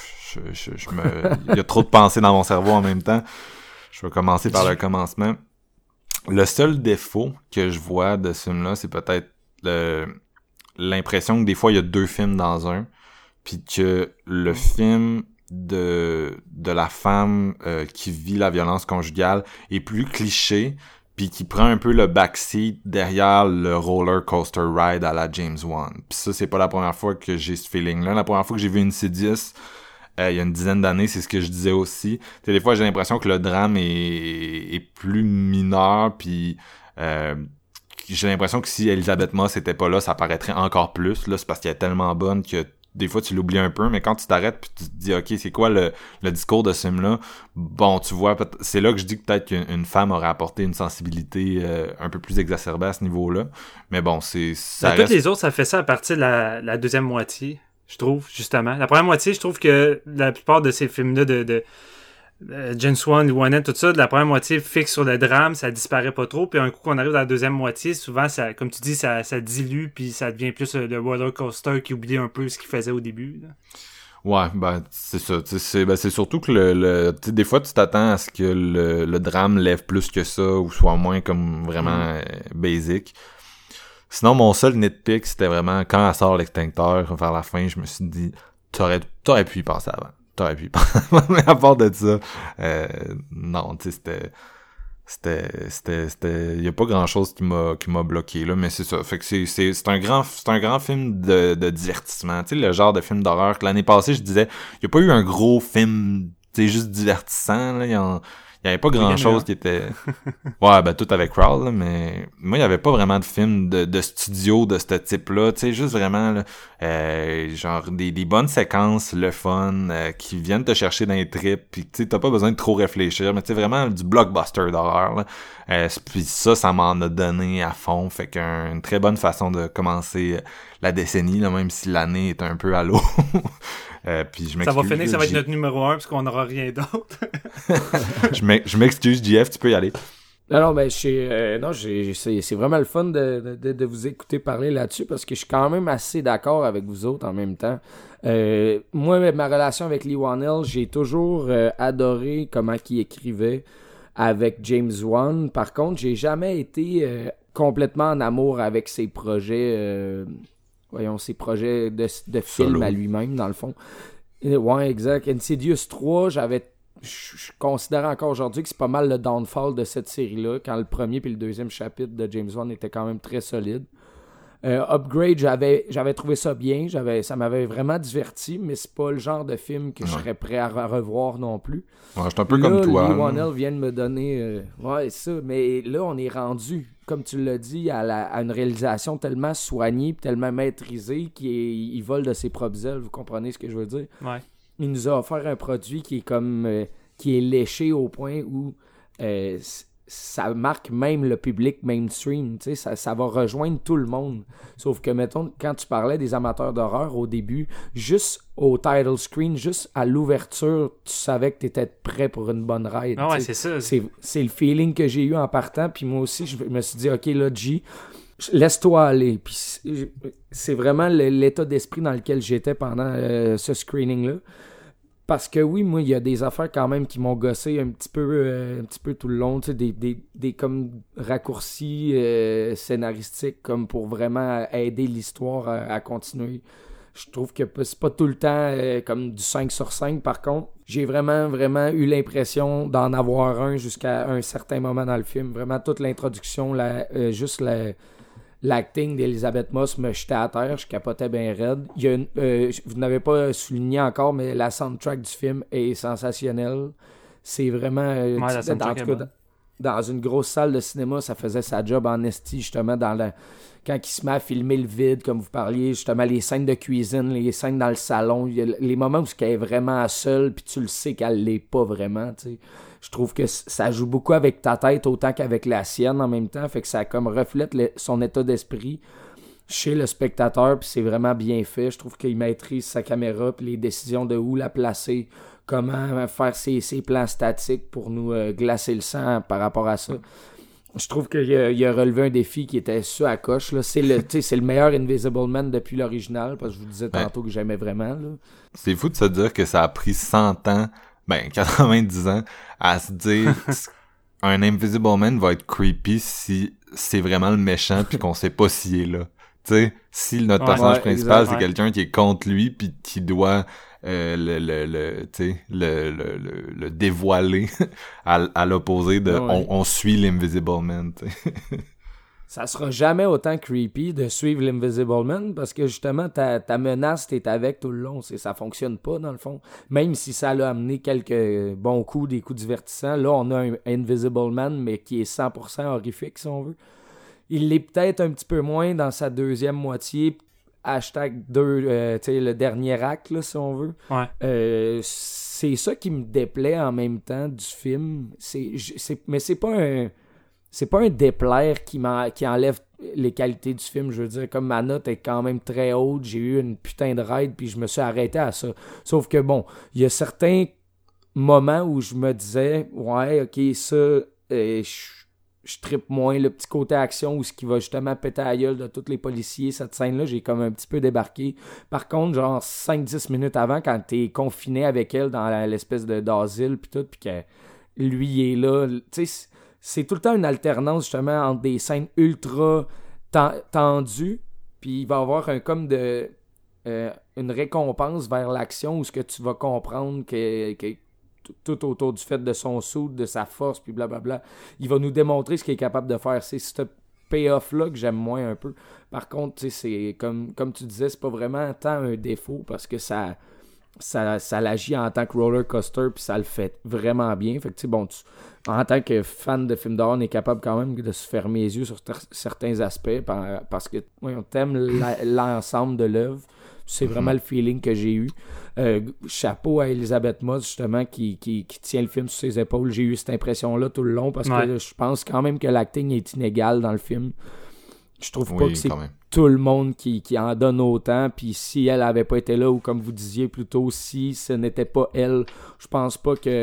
il y a trop de pensées dans mon cerveau en même temps. Je vais commencer par le commencement. Le seul défaut que je vois de ce film-là, c'est peut-être l'impression que des fois, il y a 2 films dans un, puis que le film de la femme qui vit la violence conjugale est plus cliché, puis qui prend un peu le backseat derrière le roller coaster ride à la James Wan. Puis ça, c'est pas la première fois que j'ai ce feeling-là. La première fois que j'ai vu Insidious, il y a une dizaine d'années, c'est ce que je disais aussi. T'sais, des fois, j'ai l'impression que le drame est plus mineur, puis j'ai l'impression que si Elisabeth Moss était pas là, ça paraîtrait encore plus. Là, c'est parce qu'elle est tellement bonne que des fois, tu l'oublies un peu, mais quand tu t'arrêtes puis tu te dis, OK, c'est quoi le discours de ce film-là? Bon, tu vois, c'est là que je dis que peut-être qu'une femme aurait apporté une sensibilité un peu plus exacerbée à ce niveau-là. Mais bon, ça reste... Toutes les autres, ça fait ça à partir de la deuxième moitié, je trouve, justement. La première moitié, je trouve que la plupart de ces films-là de James Wan, Wan, tout ça, de la première moitié fixe sur le drame, ça disparaît pas trop, puis un coup qu'on arrive dans la deuxième moitié, souvent, ça, comme tu dis, ça dilue, puis ça devient plus le roller coaster qui oublie un peu ce qu'il faisait au début, là. Ouais, ben c'est ça. C'est surtout que des fois tu t'attends à ce que le drame lève plus que ça ou soit moins comme vraiment basic. Sinon, mon seul nitpick, c'était vraiment quand elle sort l'extincteur vers la fin, je me suis dit t'aurais pu y penser avant. Mais à part de ça, non, tu sais, il y a pas grand chose qui m'a bloqué là, mais c'est ça. Fait que c'est un grand film de divertissement, tu sais, le genre de film d'horreur que l'année passée je disais, il y a pas eu un gros film, tu sais, juste divertissant là, il y avait pas grand chose qui était ouais, ben tout avec Raoul là, mais moi il y avait pas vraiment de film de studio de ce type là, tu sais, juste vraiment là, genre des bonnes séquences, le fun, qui viennent te chercher dans les tripes, puis tu sais t'as pas besoin de trop réfléchir, mais tu sais vraiment du blockbuster d'horreur là, puis ça m'en a donné à fond, fait qu'une très bonne façon de commencer la décennie là, même si l'année est un peu à l'eau. Puis je m'excuse. Ça va finir, ça va être notre numéro 1 parce qu'on n'aura rien d'autre. je m'excuse, JF, tu peux y aller. Non, mais c'est vraiment le fun de vous écouter parler là-dessus parce que je suis quand même assez d'accord avec vous autres en même temps. Moi, ma relation avec Lee Whannell, j'ai toujours adoré comment il écrivait avec James Wan. Par contre, j'ai jamais été complètement en amour avec ses projets... ses projets de film à lui-même, dans le fond. Ouais, exact. Insidious 3, je considère encore aujourd'hui que c'est pas mal le downfall de cette série-là, quand le premier puis le deuxième chapitre de James Wan étaient quand même très solides. Upgrade, j'avais trouvé ça bien, ça m'avait vraiment diverti, mais c'est pas le genre de film que je serais prêt à revoir non plus. Ouais, je suis un peu comme toi. Lee Whannell vient de me donner... ouais, ça, mais là, on est rendu, comme tu l'as dit, à une réalisation tellement soignée, tellement maîtrisée, qu'il vole de ses propres ailes, vous comprenez ce que je veux dire? Ouais. Il nous a offert un produit qui est comme... qui est léché au point où... ça marque même le public mainstream, tu sais, ça va rejoindre tout le monde. Sauf que, mettons, quand tu parlais des amateurs d'horreur au début, juste au title screen, juste à l'ouverture, tu savais que tu étais prêt pour une bonne ride. Ah ouais, c'est ça. C'est le feeling que j'ai eu en partant, puis moi aussi, je me suis dit, OK, là, G, laisse-toi aller. Puis c'est vraiment l'état d'esprit dans lequel j'étais pendant ce screening-là. Parce que oui, moi, il y a des affaires quand même qui m'ont gossé un petit peu tout le long, tu sais, des comme raccourcis scénaristiques comme pour vraiment aider l'histoire à continuer. Je trouve que c'est pas tout le temps comme du 5 sur 5, par contre. J'ai vraiment eu l'impression d'en avoir un jusqu'à un certain moment dans le film. Vraiment, toute l'introduction, l'acting d'Elisabeth Moss me jetait à terre, je capotais bien raide. Vous n'avez pas souligné encore, mais la soundtrack du film est sensationnelle. C'est vraiment... dans une grosse salle de cinéma, ça faisait sa job en esti, justement, quand il se met à filmer le vide, comme vous parliez, justement, les scènes de cuisine, les scènes dans le salon, les moments où elle est vraiment seule, puis tu le sais qu'elle l'est pas vraiment, tu sais. Je trouve que ça joue beaucoup avec ta tête autant qu'avec la sienne en même temps. Fait que ça comme reflète son état d'esprit chez le spectateur. Puis c'est vraiment bien fait. Je trouve qu'il maîtrise sa caméra puis les décisions de où la placer, comment faire ses plans statiques pour nous glacer le sang par rapport à ça. Je trouve qu'il a relevé un défi qui était sur à coche. Là. C'est le meilleur Invisible Man depuis l'original, parce que je vous disais tantôt que j'aimais vraiment. Là. C'est fou de se dire que ça a pris 100 ans, 90 ans, à se dire un Invisible Man va être creepy si c'est vraiment le méchant puis qu'on sait pas s'il est là. Tu sais, si notre personnage principal, c'est quelqu'un qui est contre lui puis qui doit le dévoiler à l'opposé de on suit l'Invisible Man, tu sais. Ça sera jamais autant creepy de suivre l'Invisible Man parce que justement ta menace t'es avec tout le long, ça fonctionne pas dans le fond, même si ça l'a amené quelques bons coups, des coups divertissants. Là on a un Invisible Man mais qui est 100% horrifique si on veut. Il l'est peut-être un petit peu moins dans sa deuxième moitié, #2, le dernier acte là, si on veut. Ouais. C'est ça qui me déplaît en même temps du film, mais c'est pas un déplaire qui enlève les qualités du film. Je veux dire, comme ma note est quand même très haute, j'ai eu une putain de ride puis je me suis arrêté à ça. Sauf que bon, il y a certains moments où je me disais, ouais, ok, ça, je trippe moins le petit côté action où ce qui va justement péter à la gueule de tous les policiers. Cette scène-là, j'ai comme un petit peu débarqué. Par contre, genre 5-10 minutes avant, quand t'es confiné avec elle dans l'espèce d'asile puis tout, puis que lui il est là, tu sais, c'est tout le temps une alternance justement entre des scènes ultra tendues, puis il va y avoir une récompense vers l'action où ce que tu vas comprendre que tout autour du fait de son soude, de sa force, puis blablabla, il va nous démontrer ce qu'il est capable de faire. C'est ce payoff-là que j'aime moins un peu. Par contre, tu sais, c'est comme tu disais, c'est pas vraiment tant un défaut parce que ça l'agit en tant que roller coaster puis ça le fait vraiment bien. Fait que tu sais, bon, en tant que fan de films d'horreur, on est capable quand même de se fermer les yeux sur certains aspects parce que on t'aime l'ensemble de l'œuvre. C'est vraiment le feeling que j'ai eu. Chapeau à Elisabeth Moss, justement, qui tient le film sur ses épaules. J'ai eu cette impression-là tout le long parce que je pense quand même que l'acting est inégal dans le film. Je trouve pas que c'est tout le monde qui en donne autant. Puis si elle avait pas été là, ou comme vous disiez plus tôt, si ce n'était pas elle, je pense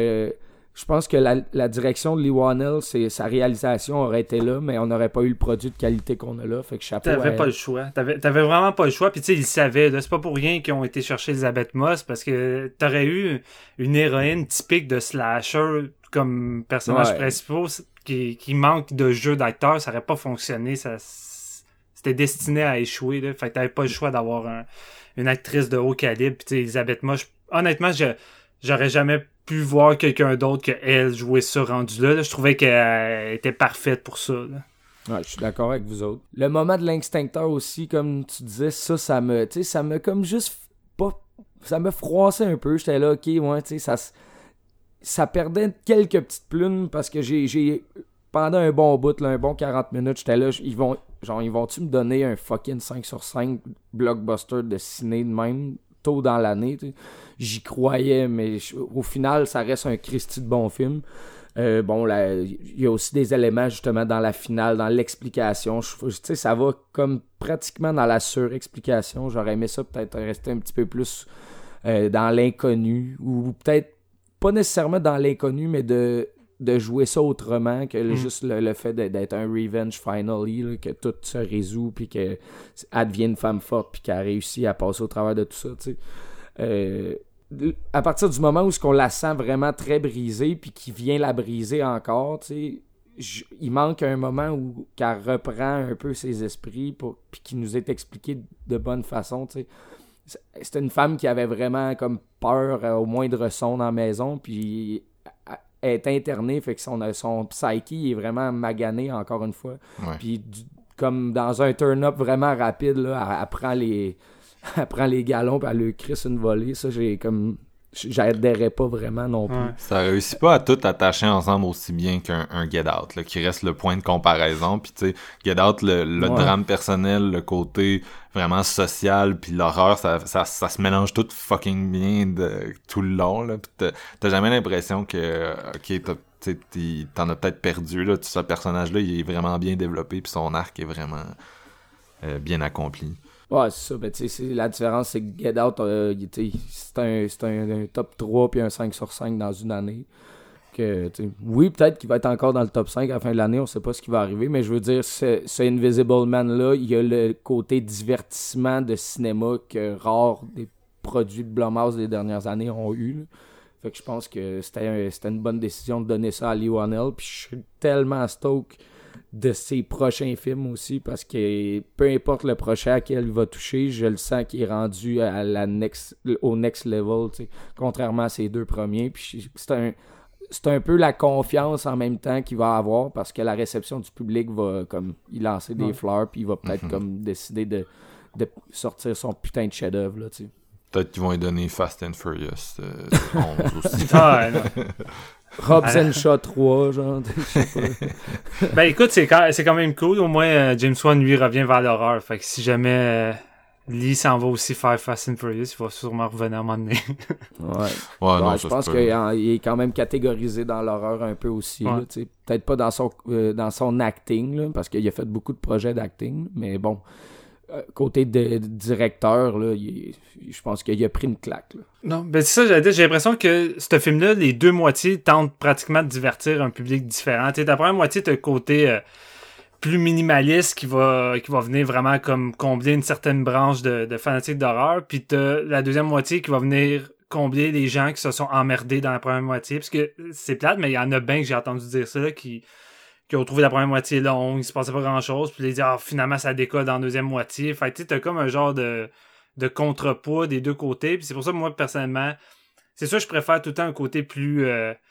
que la direction de Lee Whannell, sa réalisation aurait été là, mais on n'aurait pas eu le produit de qualité qu'on a là. Fait que chapeau. T'avais pas le choix. T'avais vraiment pas le choix. Puis tu sais, ils savaient. Là, c'est pas pour rien qu'ils ont été chercher Elisabeth Moss, parce que t'aurais eu une héroïne typique de slasher comme personnage principal qui manque de jeu d'acteur. Ça aurait pas fonctionné. C'était destiné à échouer. Là. Fait que t'avais pas le choix d'avoir une actrice de haut calibre. Puis tu sais, Elisabeth Moss, honnêtement, j'aurais jamais pu voir quelqu'un d'autre qu'elle jouer ça rendu là. Je trouvais qu'elle était parfaite pour ça. Là. Ouais, je suis d'accord avec vous autres. Le moment de l'instincteur aussi, comme tu disais, ça me comme juste pas... Ça me froissait un peu. J'étais là, ok, ouais, tu sais, ça perdait quelques petites plumes parce que j'ai pendant un bon bout, là, un bon 40 minutes, j'étais là, ils vont-tu me donner un fucking 5/5 blockbuster de ciné de même, tôt dans l'année, tu sais? J'y croyais, mais au final, ça reste un Christy de bon film. Bon, là, il y a aussi des éléments, justement, dans la finale, dans l'explication. Tu sais, ça va comme pratiquement dans la surexplication. J'aurais aimé ça peut-être rester un petit peu plus dans l'inconnu, ou peut-être pas nécessairement dans l'inconnu, mais de jouer ça autrement que juste le fait d'être un revenge finally, là, que tout se résout, puis qu'elle devient une femme forte, puis qu'elle a réussi à passer au travers de tout ça, tu sais. À partir du moment où on la sent vraiment très brisée, puis qu'il vient la briser encore, tu sais, il manque un moment où qu'elle reprend un peu ses esprits, puis qui nous est expliqué de bonne façon, tu sais. C'était une femme qui avait vraiment comme peur au moindre son dans la maison, puis elle est internée, fait que son psyche est vraiment magané encore une fois. Ouais. Puis comme dans un turn-up vraiment rapide, là, elle prend les galons puis elle lui crisse une volée. Ça, j'adhérais pas vraiment non plus. Ouais. Ça réussit pas à tout attacher ensemble aussi bien qu'un Get Out, là, qui reste le point de comparaison. Puis tu sais, Get Out, le drame personnel, le côté vraiment social, puis l'horreur, ça se mélange tout fucking bien tout le long. Là. Puis t'as jamais l'impression que, ok, t'en as peut-être perdu. Là. Ce personnage-là, il est vraiment bien développé, puis son arc est vraiment bien accompli. Ouais, c'est ça. Ben, la différence, c'est que Get Out, c'est un top 3 puis un 5/5 dans une année. Que, oui, peut-être qu'il va être encore dans le top 5 à la fin de l'année, on sait pas ce qui va arriver, mais je veux dire, ce Invisible Man-là, il y a le côté divertissement de cinéma que rares des produits de Blumhouse des dernières années ont eu. Là. Fait que je pense que c'était une bonne décision de donner ça à Lee Whannell, puis je suis tellement stoked de ses prochains films aussi, parce que peu importe le prochain à quel il va toucher, je le sens qu'il est rendu au next level, t'sais, contrairement à ses deux premiers. Puis c'est un peu la confiance en même temps qu'il va avoir, parce que la réception du public va comme y lancer des fleurs, puis il va peut-être comme décider de sortir son putain de chef-d'œuvre, là, tu sais. Peut-être qu'ils vont lui donner Fast and Furious 11 aussi. Ah, non. Robson Shaw 3, genre, je sais pas. Ben écoute, c'est quand même cool. Au moins, James Wan, lui, revient vers l'horreur. Fait que si jamais Lee s'en va aussi faire Fast and Furious, il va sûrement revenir à un moment donné. Ouais. Non, je pense qu'il est quand même catégorisé dans l'horreur un peu aussi. Ouais. Là, peut-être pas dans son acting, là, parce qu'il a fait beaucoup de projets d'acting, mais bon, côté de directeur, là, je pense qu'il a pris une claque. Là. Non, ben c'est ça, j'allais dire. J'ai l'impression que ce film-là, les deux moitiés tentent pratiquement de divertir un public différent. T'sais, la première moitié, t'as le côté plus minimaliste qui va venir vraiment comme combler une certaine branche de fanatiques d'horreur, puis t'as la deuxième moitié qui va venir combler les gens qui se sont emmerdés dans la première moitié, parce que c'est plate, mais il y en a bien que j'ai entendu dire ça, là, qui ont trouvé la première moitié longue, il se passait pas grand-chose, puis ils disent finalement ça décolle dans la deuxième moitié. Fait que t'as comme un genre de contrepoids des deux côtés, puis c'est pour ça que moi, personnellement, c'est sûr que je préfère tout le temps un côté plus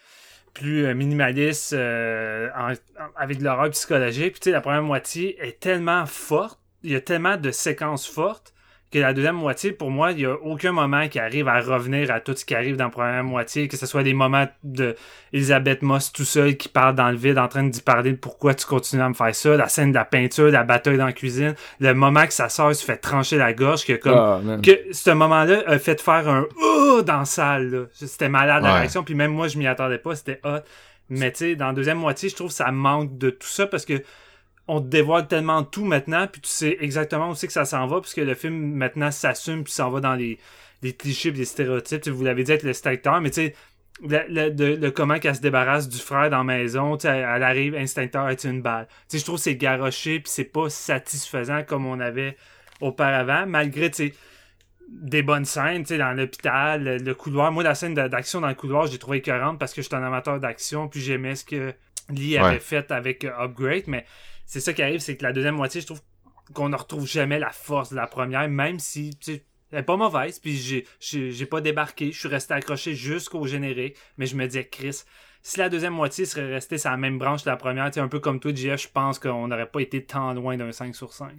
minimaliste avec de l'horreur psychologique. Puis tu sais, la première moitié est tellement forte, il y a tellement de séquences fortes que la deuxième moitié, pour moi, il n'y a aucun moment qui arrive à revenir à tout ce qui arrive dans la première moitié, que ce soit des moments de Elisabeth Moss tout seul qui parle dans le vide en train d'y parler de pourquoi tu continues à me faire ça, la scène de la peinture, la bataille dans la cuisine, le moment que sa sœur se fait trancher la gorge, que ce moment-là a fait faire un dans la salle, là. C'était malade la réaction, puis même moi je m'y attendais pas, c'était hot. Mais tu sais, dans la deuxième moitié, je trouve que ça manque de tout ça, parce que on te dévoile tellement tout maintenant, puis tu sais exactement où c'est que ça s'en va, puisque le film maintenant s'assume, puis s'en va dans les clichés et les stéréotypes. Vous l'avez dit avec le Stackter, mais tu sais, le comment qu'elle se débarrasse du frère dans la maison, tu sais, elle arrive, instincteur, elle tire une balle. Tu sais, je trouve que c'est garoché, puis c'est pas satisfaisant comme on avait auparavant, malgré, tu sais, des bonnes scènes, tu sais, dans l'hôpital, le couloir. Moi, la scène d'action dans le couloir, j'ai trouvé écœurante parce que j'étais un amateur d'action, puis j'aimais ce que Lee avait fait avec Upgrade, mais c'est ça qui arrive, c'est que la deuxième moitié, je trouve qu'on ne retrouve jamais la force de la première, même si, tu sais, Elle est pas mauvaise, puis j'ai pas débarqué. Je suis resté accroché jusqu'au générique. Mais je me disais, Chris, si la deuxième moitié serait restée sur la même branche que la première, un peu comme toi, JF, je pense qu'on n'aurait pas été tant loin d'un 5/5.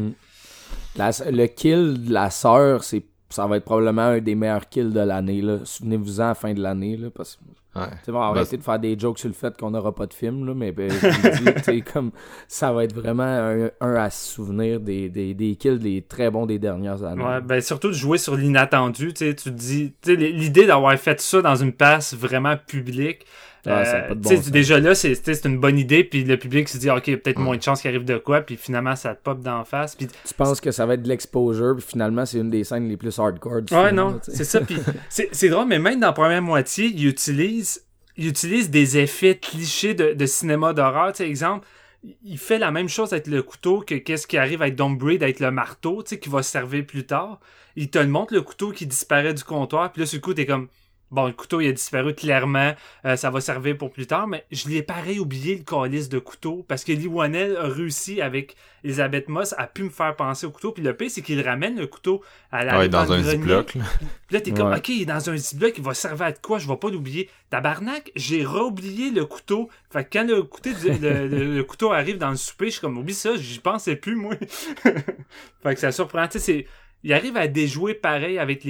Le kill de la sœur, ça va être probablement un des meilleurs kills de l'année. Là. Souvenez-vous-en à la fin de l'année. Là, parce que on va arrêter de faire des jokes sur le fait qu'on n'aura pas de film. Là, mais je dis, comme, ça va être vraiment un à se souvenir des kills des très bons des dernières années. Ouais, ben surtout de jouer sur l'inattendu. Tu te dis, l'idée d'avoir fait ça dans une place vraiment publique. Déjà là, c'est une bonne idée, puis le public se dit ok, peut-être moins de chances qu'il arrive de quoi, puis finalement ça te pop d'en face. Puis tu penses que ça va être de l'exposure, puis finalement c'est une des scènes les plus hardcore du film. Ouais, non, là, c'est ça. Puis c'est drôle, mais même dans la première moitié, il utilise des effets clichés de cinéma d'horreur. Tu sais, exemple, il fait la même chose avec le couteau que qu'est-ce qui arrive avec Don't Breathe, avec le marteau, tu sais, qui va servir plus tard. Il te le montre, le couteau qui disparaît du comptoir, puis là, sur le coup, t'es comme. Bon, le couteau, il a disparu clairement. Ça va servir pour plus tard. Mais je l'ai pareil oublié, le calice de couteau. Parce que Leigh Whannell a réussi, avec Elisabeth Moss, à pu me faire penser au couteau. Puis le pire, c'est qu'il ramène le couteau à la dans un ziploc. Puis là, t'es comme, OK, il est dans un ziploc. Il va servir à de quoi? Je vais pas l'oublier. Tabarnak, j'ai re-oublié le couteau. Fait que quand le couteau arrive dans le souper, je suis comme, oublie ça, j'y pensais plus, moi. Fait que ça surprend. Tu sais, il arrive à déjouer pareil avec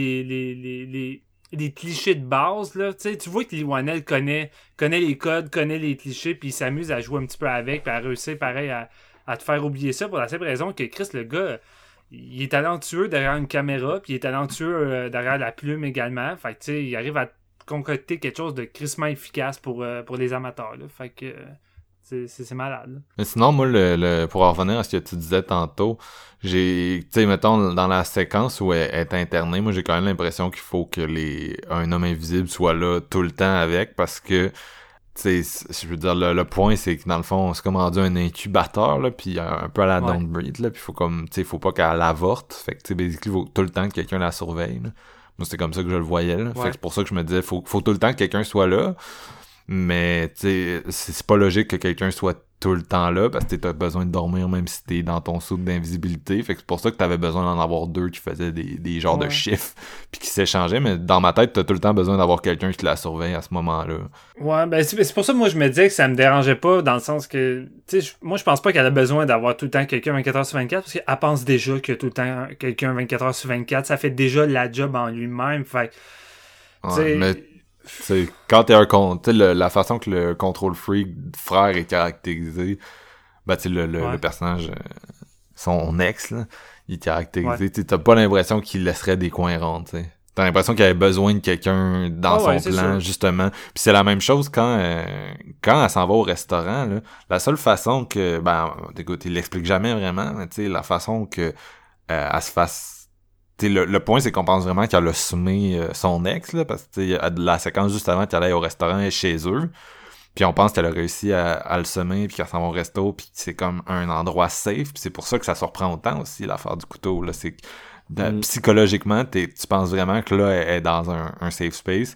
les clichés de base, là. Tu vois que Leigh Whannell connaît les codes, connaît les clichés, puis il s'amuse à jouer un petit peu avec, puis à réussir, pareil, à te faire oublier ça, pour la simple raison que Chris, le gars, il est talentueux derrière une caméra, puis il est talentueux derrière la plume également. Fait que, tu sais, il arrive à concocter quelque chose de crissement efficace pour les amateurs, là. Fait que... C'est malade. Là. Mais sinon, moi, pour en revenir à ce que tu disais tantôt, tu sais, mettons, dans la séquence où elle est internée, moi, j'ai quand même l'impression qu'il faut que un homme invisible soit là tout le temps avec, parce que, tu sais, je veux dire, le point, c'est que dans le fond, c'est comme rendu un incubateur, là, puis un peu à la Don't Breathe, là, puis faut comme, tu sais, faut pas qu'elle avorte, fait que, tu sais, basically, il faut tout le temps que quelqu'un la surveille, là. Moi, c'était comme ça que je le voyais, là. Fait que c'est pour ça que je me disais, faut tout le temps que quelqu'un soit là. Mais tu sais, c'est pas logique que quelqu'un soit tout le temps là parce que t'as besoin de dormir même si t'es dans ton saut d'invisibilité. Fait que c'est pour ça que t'avais besoin d'en avoir deux qui faisaient des genres de chiffres puis qui s'échangeaient. Mais dans ma tête, t'as tout le temps besoin d'avoir quelqu'un qui la surveille à ce moment-là. Ouais, ben c'est pour ça que moi je me disais que ça me dérangeait pas dans le sens que, tu sais, moi je pense pas qu'elle a besoin d'avoir tout le temps quelqu'un 24h/24 parce qu'elle pense déjà que tout le temps quelqu'un 24h/24, ça fait déjà la job en lui-même. Fait que, ouais, mais c'est quand t'es la façon que le control freak frère est caractérisé, ben tu sais le personnage, son ex là, il est caractérisé, t'as pas l'impression qu'il laisserait des coins ronds, tu sais. T'as l'impression qu'il avait besoin de quelqu'un dans son plan, justement. Puis c'est la même chose quand elle s'en va au restaurant, là. La seule façon que, écoute, il l'explique jamais vraiment, mais tu sais, la façon que elle se fasse. Le point, c'est qu'on pense vraiment qu'elle a sommé son ex, là, parce que la séquence juste avant qu'elle aille au restaurant est chez eux. Puis on pense qu'elle a réussi à le semer, puis qu'elle s'en va au resto, puis c'est comme un endroit safe. Puis c'est pour ça que ça surprend autant aussi, l'affaire du couteau. Là, c'est psychologiquement, tu penses vraiment que là, elle est dans un safe space.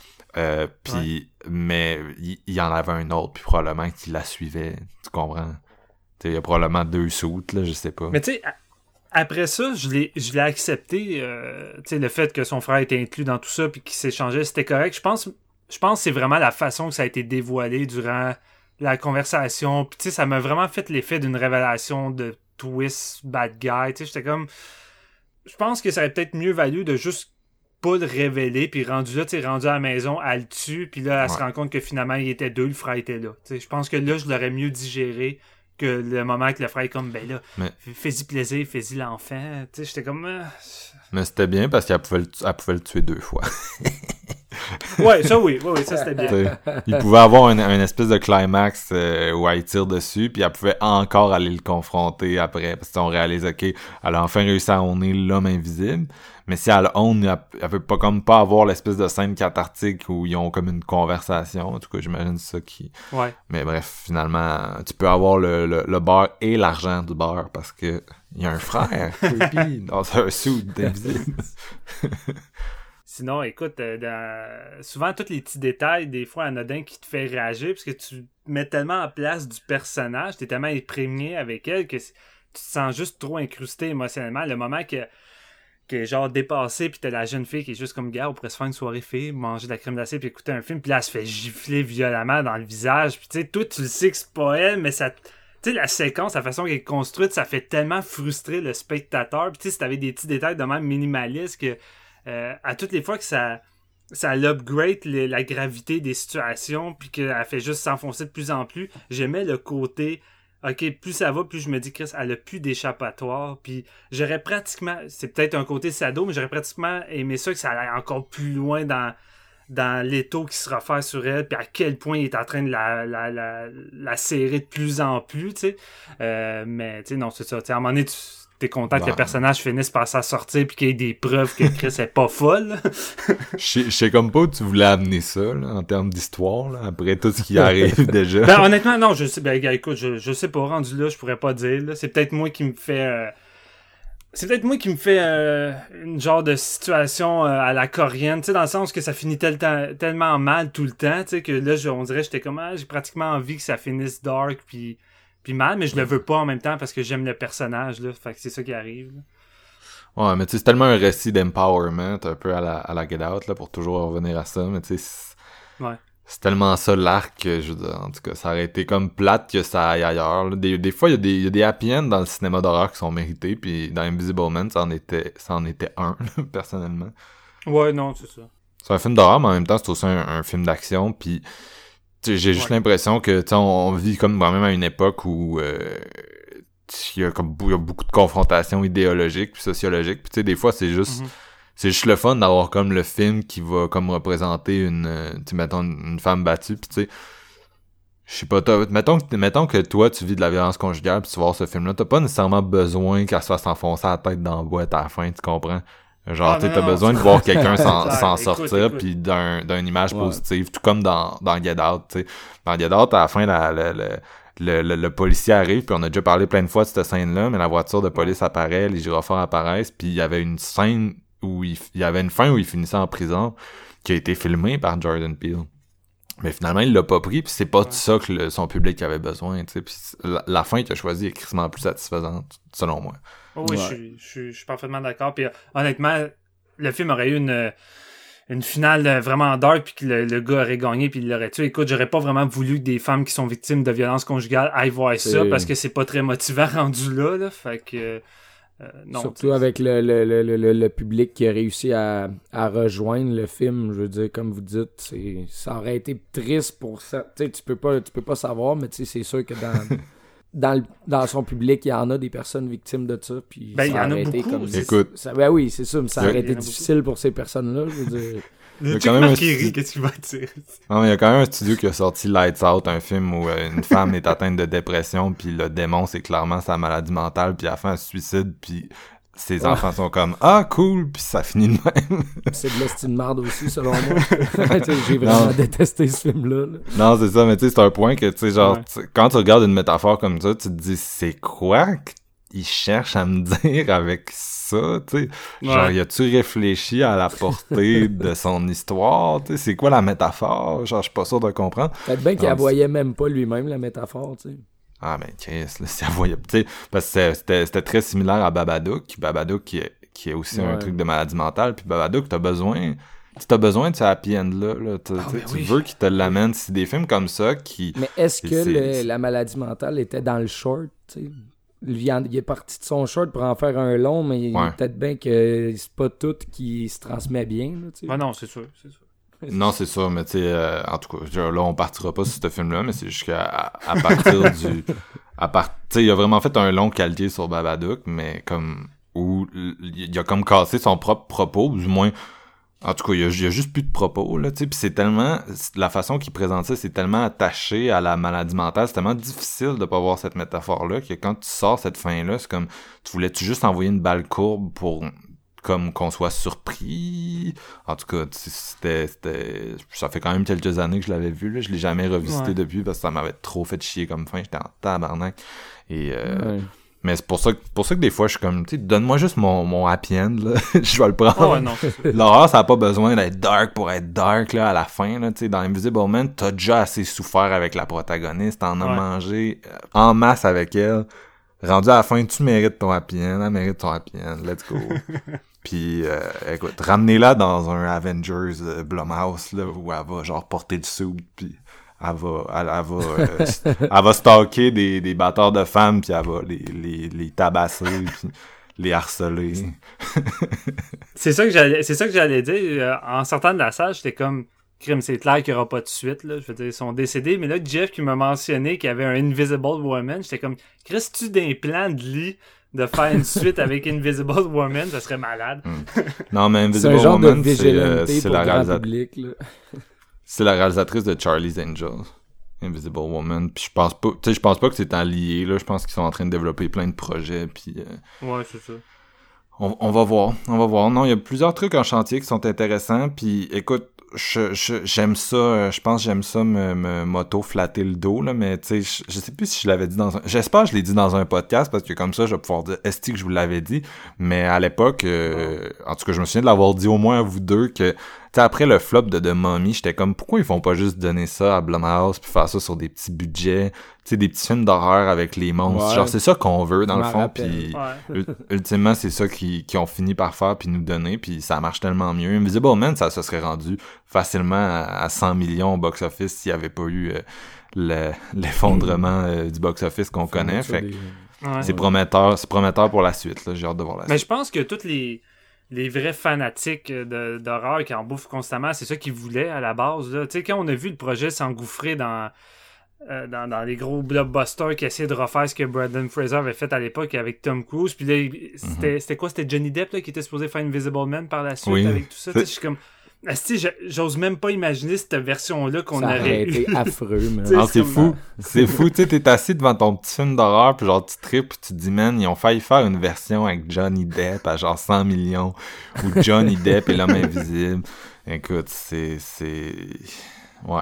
Puis mais il y en avait un autre, puis probablement qu'il la suivait. Tu comprends? Il y a probablement 2 soutes, là, je sais pas. Mais tu sais... Après ça, je l'ai accepté, le fait que son frère était inclus dans tout ça puis qu'il s'échangeait, c'était correct. Je pense que c'est vraiment la façon que ça a été dévoilé durant la conversation. Puis ça m'a vraiment fait l'effet d'une révélation de twist bad guy. J'étais comme... Je pense que ça aurait peut-être mieux valu de juste pas le révéler, puis rendu à la maison, elle le tue, puis là, elle se rend compte que finalement, il était 2, le frère était là. Je pense que là, je l'aurais mieux digéré que le moment que le frère est comme, ben là, fais-y plaisir, fais-y l'enfant. Tu sais, j'étais comme... Mais c'était bien parce qu'elle pouvait le tuer 2 fois. Ouais, ça oui, ça c'était bien. Il pouvait avoir une espèce de climax où elle tire dessus, puis elle pouvait encore aller le confronter après, parce qu'on réalise, ok, elle a enfin réussi à honner l'homme invisible, mais si elle own, elle peut pas avoir l'espèce de scène cathartique où ils ont comme une conversation, en tout cas j'imagine ça qui... Ouais. Mais bref, finalement, tu peux avoir le beurre et l'argent du beurre, parce que il y a un frère creepy dans un suit d'invisible. Sinon, écoute, souvent, tous les petits détails, des fois, anodins qui te fait réagir, parce que tu mets tellement en place du personnage, t'es tellement imprégné avec elle que tu te sens juste trop incrusté émotionnellement. Le moment que qui est genre dépassée, puis t'as la jeune fille qui est juste comme, gars, on pourrait se faire une soirée fille, manger de la crème glacée, puis écouter un film, puis là, elle se fait gifler violemment dans le visage, puis tu sais, toi, tu le sais que c'est pas elle, mais ça... Tu sais, la séquence, la façon qu'elle est construite, ça fait tellement frustrer le spectateur, puis tu sais, si t'avais des petits détails de même minimalistes que, à toutes les fois que ça l'upgrade la gravité des situations, puis qu'elle fait juste s'enfoncer de plus en plus, j'aimais le côté... OK, plus ça va, plus je me dis, Chris, elle a plus d'échappatoire. Puis j'aurais pratiquement, c'est peut-être un côté sado, mais j'aurais pratiquement aimé ça que ça aille encore plus loin dans l'étau qui se refaire sur elle, puis à quel point il est en train de la serrer de plus en plus, tu sais. Mais, tu sais, non, c'est ça. T'sais, à un moment donné, t'es content que le personnage finisse par s'en sortir, puis qu'il y ait des preuves que Chris est pas folle. Je sais comme pas où tu voulais amener ça, là, en termes d'histoire, là, après tout ce qui arrive déjà. Ben, honnêtement, non, je sais, ben, gars, écoute, je sais pas, rendu là, je pourrais pas dire, là. C'est peut-être moi qui me fait... une genre de situation à la coréenne, tu sais, dans le sens que ça finit tellement mal tout le temps, tu sais, que là, on dirait, j'étais comme, j'ai pratiquement envie que ça finisse dark, puis mal, mais je le veux pas en même temps parce que j'aime le personnage, là, fait que c'est ça qui arrive, là. Ouais, mais tu sais, c'est tellement un récit d'empowerment, un peu à la Get Out, là, pour toujours revenir à ça, mais tu sais, c'est tellement ça l'arc que, je veux dire, en tout cas, ça aurait été comme plate que ça aille ailleurs, là. Des fois, il y a des happy ends dans le cinéma d'horreur qui sont mérités, puis dans Invisible Man, ça en était un, là, personnellement. Ouais, non, c'est ça. C'est un film d'horreur, mais en même temps, c'est aussi un film d'action, puis j'ai juste l'impression que, tu sais, on vit comme quand même à une époque où il y a beaucoup de confrontations idéologiques puis sociologiques, puis tu sais, des fois, c'est juste le fun d'avoir comme le film qui va comme représenter mettons, une femme battue, puis tu sais, je sais pas, mettons que toi, tu vis de la violence conjugale, puis tu vas voir ce film-là, t'as pas nécessairement besoin qu'elle se fasse enfoncer la tête dans la boîte à la fin, tu comprends? Genre, t'as besoin de voir quelqu'un s'en sortir, puis d'une image positive, tout comme dans Get Out, tu sais. Dans Get Out, à la fin, le policier arrive, puis on a déjà parlé plein de fois de cette scène-là, mais la voiture de police apparaît, les gyrophares apparaissent, puis il y avait une scène où il y avait une fin où il finissait en prison, qui a été filmée par Jordan Peele. Mais finalement, il l'a pas pris, puis c'est pas de ça que son public avait besoin, tu sais. Puis la fin qu'il a choisie est crissement plus satisfaisante, selon moi. Oh oui, je suis parfaitement d'accord. Puis honnêtement, le film aurait eu une finale vraiment dark, puis que le gars aurait gagné, puis il l'aurait tué. Écoute, j'aurais pas vraiment voulu que des femmes qui sont victimes de violences conjugales aillent voir ça, parce que c'est pas très motivant rendu là. Fait que... non, surtout avec le public qui a réussi à rejoindre le film, je veux dire, comme vous dites, ça aurait été triste pour ça. Tu sais, tu peux pas savoir, mais tu sais, c'est sûr que dans son public, il y en a des personnes victimes de ça, puis ben, ça aurait été comme... Écoute, ben oui, c'est ça, mais ça aurait été difficile pour ces personnes-là, je veux dire... Il y a quand même qu'est-ce qu'il va dire? Non, mais il y a quand même un studio qui a sorti Lights Out, un film où une femme est atteinte de dépression, puis le démon, c'est clairement sa maladie mentale, puis elle fait un suicide, puis ses enfants sont comme « Ah, cool! » Puis ça finit de même. C'est de l'estime de marde aussi, selon moi. J'ai vraiment détesté ce film-là. Là. Non, c'est ça, mais tu sais, c'est un point que, tu sais, genre, quand tu regardes une métaphore comme ça, tu te dis « C'est quoi qu'il cherche à me dire avec ça? » Tu sais, genre, y a-tu réfléchi à la portée de son histoire? Tu sais, c'est quoi la métaphore? Genre, je suis pas sûr de comprendre. Peut-être bien qu'il la voyait même pas lui-même, la métaphore, tu sais. Ah, mais qu'est-ce là, c'est voyable, tu sais, parce que c'était très similaire à Babadook qui est aussi un truc de maladie mentale, puis Babadook, t'as besoin de ce happy end-là, tu veux qu'il te l'amène, c'est des films comme ça qui... Mais est-ce que la maladie mentale était dans le short, tu sais? Il est parti de son short pour en faire un long, mais peut-être bien que c'est pas tout qui se transmet bien, là, tu sais. Ah non, c'est sûr. Non, c'est sûr, mais tu sais, en tout cas, là, on partira pas sur ce film-là, mais c'est juste qu'à partir du... tu sais, il a vraiment fait un long calqué sur Babadook, mais comme... où il a comme cassé son propre propos, ou du moins... En tout cas, il y a juste plus de propos, là, tu sais, pis c'est tellement... La façon qu'il présente ça, c'est tellement attaché à la maladie mentale, c'est tellement difficile de pas voir cette métaphore-là, que quand tu sors cette fin-là, c'est comme... Tu voulais-tu juste envoyer une balle courbe pour... comme qu'on soit surpris. En tout cas, c'était ça fait quand même quelques années que je l'avais vu, là. Je l'ai jamais revisité depuis parce que ça m'avait trop fait chier comme fin. J'étais en tabarnak. Et mais c'est pour ça que des fois je suis comme, tu sais, donne-moi juste mon happy end, là. Je vais le prendre. Oh, non. L'horreur, ça a pas besoin d'être dark pour être dark, là, à la fin, là. Tu sais, dans Invisible Man, t'as déjà assez souffert avec la protagoniste, t'en as mangé en masse avec elle. Rendu à la fin, tu mérites ton happy end, elle mérite ton happy end, let's go. Puis, écoute, ramenez-la dans un Avengers Blumhouse, là, où elle va, genre, porter du suit, puis elle va stalker des batteurs de femmes, puis elle va les tabasser, puis les harceler. C'est ça que j'allais dire. En sortant de la salle, j'étais comme... Crime, c'est clair qu'il n'y aura pas de suite, là. Je veux dire, ils sont décédés. Mais là, Jeff qui m'a mentionné qu'il y avait un Invisible Woman, j'étais comme, Chris-tu d'un plan de lit de faire une suite avec Invisible Woman? Ça serait malade. Non, mais Invisible c'est un genre Woman, de c'est la réalisatrice. C'est la réalisatrice de Charlie's Angels. Invisible Woman. Puis je pense pas que c'est en lié, là. Je pense qu'ils sont en train de développer plein de projets, puis... Ouais, c'est ça. On va voir. Non, il y a plusieurs trucs en chantier qui sont intéressants, puis écoute, j'aime ça, je pense que j'aime ça me m'auto-flatter le dos, là, mais tu sais, je sais plus si je l'avais dit j'espère que je l'ai dit dans un podcast, parce que comme ça, je vais pouvoir dire, est-ce que je vous l'avais dit, mais à l'époque, en tout cas, je me souviens de l'avoir dit au moins à vous deux, que, tu sais, après le flop de The Mummy, j'étais comme, pourquoi ils font pas juste donner ça à Blumhouse, puis faire ça sur des petits budgets, tu sais, des petits films d'horreur avec les monstres, genre, c'est ça qu'on veut, dans le fond, puis ultimement, c'est ça qu'ils ont fini par faire, puis nous donner, puis ça marche tellement mieux. Invisible Man, ça se serait rendu facilement à 100 millions au box-office s'il n'y avait pas eu l'effondrement du box-office qu'on connaît, fait que c'est prometteur pour la suite, là, j'ai hâte de voir la suite. Mais je pense que tous les vrais fanatiques d'horreur qui en bouffent constamment, c'est ça qu'ils voulaient à la base, là. Tu sais, quand on a vu le projet s'engouffrer dans les gros blockbusters qui essayaient de refaire ce que Brendan Fraser avait fait à l'époque avec Tom Cruise, puis là, c'était quoi? C'était Johnny Depp là, qui était supposé faire Invisible Man par la suite avec tout ça. Je suis comme... J'ose même pas imaginer cette version-là qu'on ça aurait eu. Ça aurait été affreux, man. Non, c'est fou. C'est fou, tu sais, t'es assis devant ton petit film d'horreur, puis genre, tu tripes, puis tu te dis, man, ils ont failli faire une version avec Johnny Depp à genre 100 millions, ou Johnny Depp et l'homme invisible. Écoute, c'est... Ouais.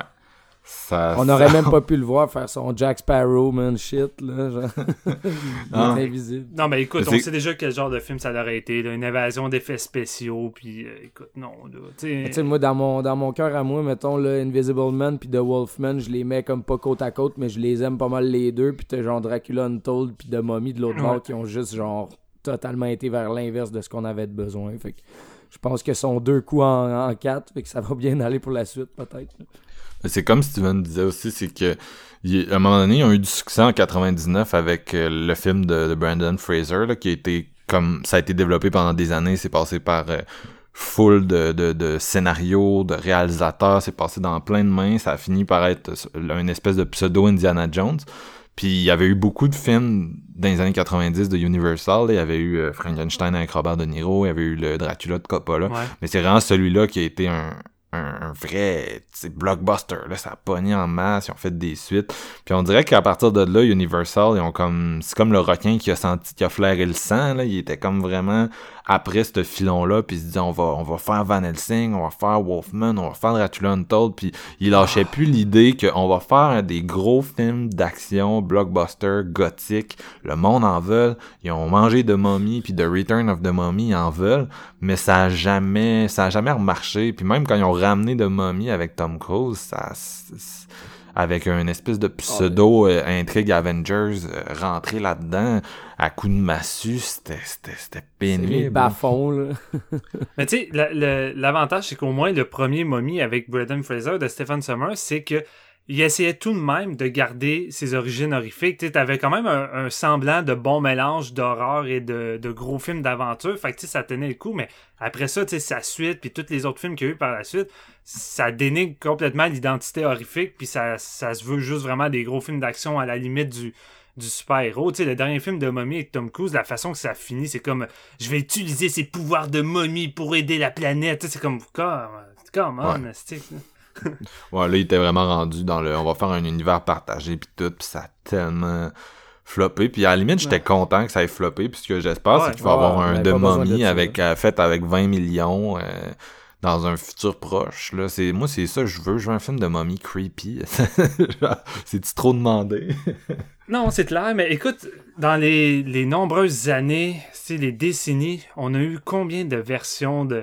On aurait même pas pu le voir faire son Jack Sparrow, man, shit, là, genre. Il est invisible. Non, mais écoute, on sait déjà quel genre de film ça aurait été, là, une invasion d'effets spéciaux, puis écoute, non, là, tu sais, moi, dans mon cœur à moi, mettons, là, Invisible Man puis The Wolfman, je les mets comme pas côte à côte, mais je les aime pas mal les deux, puis t'as genre Dracula Untold puis The Mummy de l'autre bord qui ont juste, genre, totalement été vers l'inverse de ce qu'on avait de besoin, fait que je pense que sont deux coups en quatre, fait que ça va bien aller pour la suite, peut-être. C'est comme Steven disait aussi, c'est que à un moment donné, ils ont eu du succès en 99 avec le film de Brendan Fraser, là, qui a été comme ça a été développé pendant des années, c'est passé par full de scénarios, de réalisateurs, c'est passé dans plein de mains, ça a fini par être une espèce de pseudo Indiana Jones. Puis il y avait eu beaucoup de films dans les années 90 de Universal, il y avait eu Frankenstein avec Robert De Niro, il y avait eu le Dracula de Coppola, mais c'est vraiment celui-là qui a été un vrai blockbuster, là, ça a pogné en masse, ils ont fait des suites, puis on dirait qu'à partir de là, Universal, ils ont comme, c'est comme le requin qui a flairé le sang, là, il était comme vraiment après ce filon-là, puis il se disait, on va faire Van Helsing, on va faire Wolfman, on va faire Dracula Untold, puis il lâchait plus l'idée qu'on va faire des gros films d'action, blockbuster, gothique, le monde en veut, ils ont mangé de Mummy, puis The Return of the Mummy, ils en veulent, mais ça a jamais remarché, puis même quand ils ont ramené de Mummy avec Tom Cruise, avec une espèce de pseudo intrigue Avengers rentré là-dedans à coups de massue, c'était pénible. C'est les bas-fonds, là. Mais tu sais, l'avantage, c'est qu'au moins le premier Mummy avec Brendan Fraser de Stephen Sommers, c'est que il essayait tout de même de garder ses origines horrifiques. Tu sais, t'avais quand même un semblant de bon mélange d'horreur et de gros films d'aventure. Fait que tu sais, ça tenait le coup, mais après ça, tu sais, sa suite, puis tous les autres films qu'il y a eu par la suite, ça dénigre complètement l'identité horrifique, puis ça se veut juste vraiment des gros films d'action à la limite du super-héros. Tu sais, le dernier film de Mummy avec Tom Cruise, la façon que ça finit, c'est comme je vais utiliser ses pouvoirs de momie pour aider la planète. Tu sais, c'est comme come on, c'est ouais, là, il était vraiment rendu dans le... On va faire un univers partagé, puis tout, puis ça a tellement floppé. Puis à la limite, j'étais content que ça ait floppé, puis ce que j'espère, c'est qu'il va y avoir un de Mummy fait avec 20 millions dans un futur proche. Là, moi, c'est ça que je veux. Je veux un film de Mummy creepy. C'est-tu trop demandé? Non, c'est clair, mais écoute, dans les nombreuses années, les décennies, on a eu combien de versions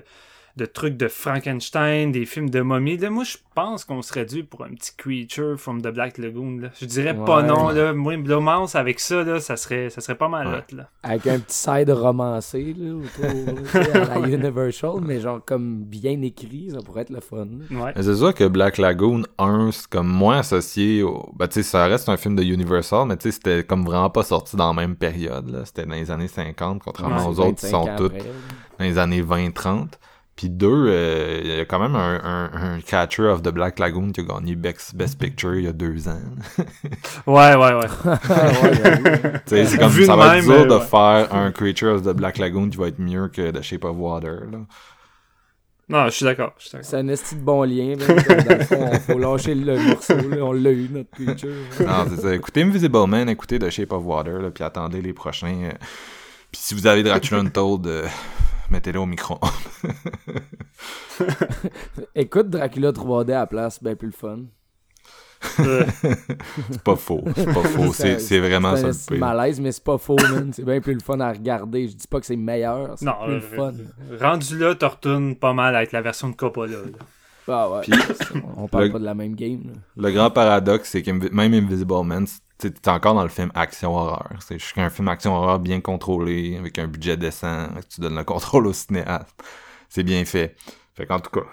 de trucs de Frankenstein, des films de momies. Là, moi, je pense qu'on serait dû pour un petit Creature from the Black Lagoon. Là. Je dirais pas non. Là. Moi, Blumhouse, avec ça, là, ça serait pas mal hot. Là. Avec un petit side romancé là, autour, à la Universal, mais genre comme bien écrit, ça pourrait être le fun. Ouais. C'est sûr que Black Lagoon 1, c'est comme moins associé au... Ben, tu sais, ça reste un film de Universal, mais tu sais, c'était comme vraiment pas sorti dans la même période, là. C'était dans les années 50, contrairement aux autres qui sont toutes dans les années 20-30. Puis 2, il y a quand même un Catcher of the Black Lagoon qui a gagné Best Picture il y a 2 ans. Ouais. C'est comme ça va être dur de faire un Creature of the Black Lagoon qui va être mieux que The Shape of Water, là. Non, je suis d'accord. C'est un esti de bon lien. Même, dans le fond, faut lâcher le morceau. Là, on l'a eu, notre Creature. Non, c'est ça. Écoutez Invisible Man, écoutez The Shape of Water, là, puis attendez les prochains. Puis si vous avez Dracula Untold, mettez-le au micro. Écoute Dracula 3D à la place, c'est bien plus le fun. C'est pas faux. C'est vraiment ça le pire. Malaise, mais c'est pas faux, man. C'est bien plus le fun à regarder. Je dis pas que c'est meilleur, c'est plus le fun. Rendu là, tu retournes pas mal avec la version de Coppola. Là. Ah ouais. Puis, on parle pas de la même game. Là. Le grand paradoxe, c'est que même Invisible Man, t'es encore dans le film action-horreur. C'est juste un film action-horreur bien contrôlé, avec un budget décent, tu donnes le contrôle au cinéaste. C'est bien fait. Fait qu'en tout cas,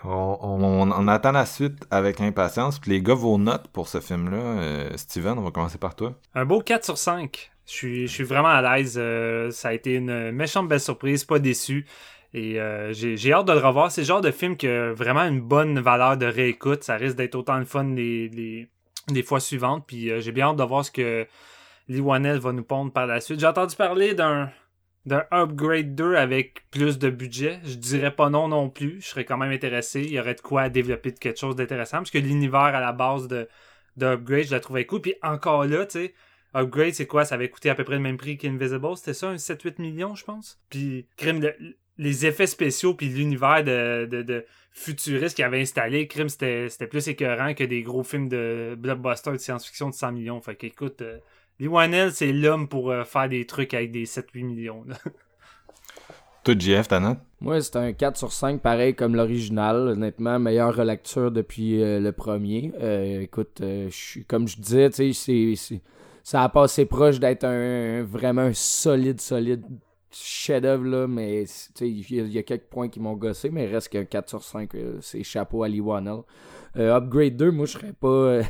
on attend la suite avec impatience. Puis les gars, vos notes pour ce film-là, Steven, on va commencer par toi. Un beau 4 sur 5. Je suis vraiment à l'aise. Ça a été une méchante belle surprise, pas déçu. Et j'ai hâte de le revoir. C'est le genre de film qui a vraiment une bonne valeur de réécoute. Ça risque d'être autant le fun les fois suivantes. Puis j'ai bien hâte de voir ce que Leigh Whannell va nous pondre par la suite. J'ai entendu parler d'un Upgrade 2 avec plus de budget. Je dirais pas non plus. Je serais quand même intéressé. Il y aurait de quoi développer de quelque chose d'intéressant. Parce que l'univers à la base de Upgrade, je la trouvais cool. Puis encore là, tu sais, Upgrade, c'est quoi? Ça avait coûté à peu près le même prix qu'Invisible. C'était ça, un 7-8 millions, je pense. Puis, les effets spéciaux puis l'univers de futuriste qu'il avait installé, crime, c'était plus écœurant que des gros films de blockbuster de science-fiction de 100 millions. Fait qu'écoute, Leigh Whannell, c'est l'homme pour faire des trucs avec des 7-8 millions. Là. Toi, JF, ta note? Moi, c'est un 4 sur 5, pareil comme l'original. Honnêtement, meilleure relecture depuis le premier. Écoute, comme je disais, tu sais, ça a passé proche d'être vraiment un solide chef-d'œuvre, là, mais il y a quelques points qui m'ont gossé, mais il reste qu'un 4 sur 5, c'est chapeau à Leigh Whannell. Upgrade 2, moi, je serais pas...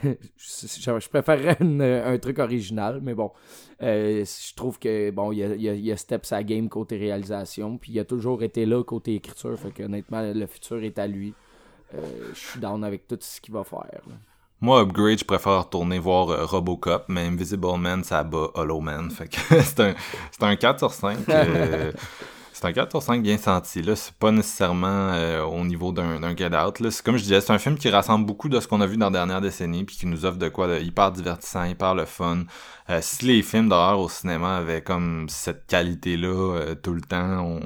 je préférerais un truc original, mais bon, je trouve que, bon, il y a steps à game côté réalisation, puis il a toujours été là côté écriture, fait que honnêtement, le futur est à lui. Je suis down avec tout ce qu'il va faire, là. Moi, Upgrade, je préfère retourner voir Robocop, mais Invisible Man, ça bat Hollow Man. Fait que c'est un 4 sur 5. C'est un 4 sur 5 bien senti. Là, c'est pas nécessairement au niveau d'un Get Out. Là. C'est comme je disais, c'est un film qui rassemble beaucoup de ce qu'on a vu dans la dernière décennie, puis qui nous offre de quoi de hyper divertissant, hyper le fun. Si les films d'horreur au cinéma avaient comme cette qualité-là tout le temps,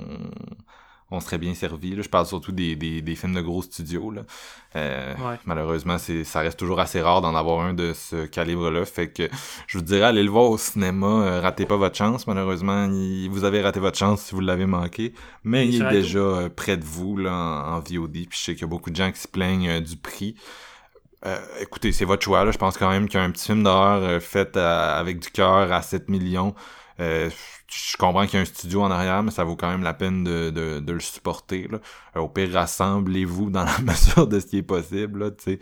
on serait bien servi. Là. Je parle surtout des films de gros studios. Là. Ouais. Malheureusement, ça reste toujours assez rare d'en avoir un de ce calibre-là. Fait que je vous dirais, allez le voir au cinéma. Ratez pas votre chance. Malheureusement, vous avez raté votre chance si vous l'avez manqué. Mais il est déjà près de vous là, en VOD. Puis je sais qu'il y a beaucoup de gens qui se plaignent du prix. Écoutez, c'est votre choix. Là. Je pense quand même qu'un petit film d'horreur fait avec du cœur à 7 millions... je comprends qu'il y a un studio en arrière, mais ça vaut quand même la peine de le supporter. Là. Au pire, rassemblez-vous dans la mesure de ce qui est possible, là, tu sais,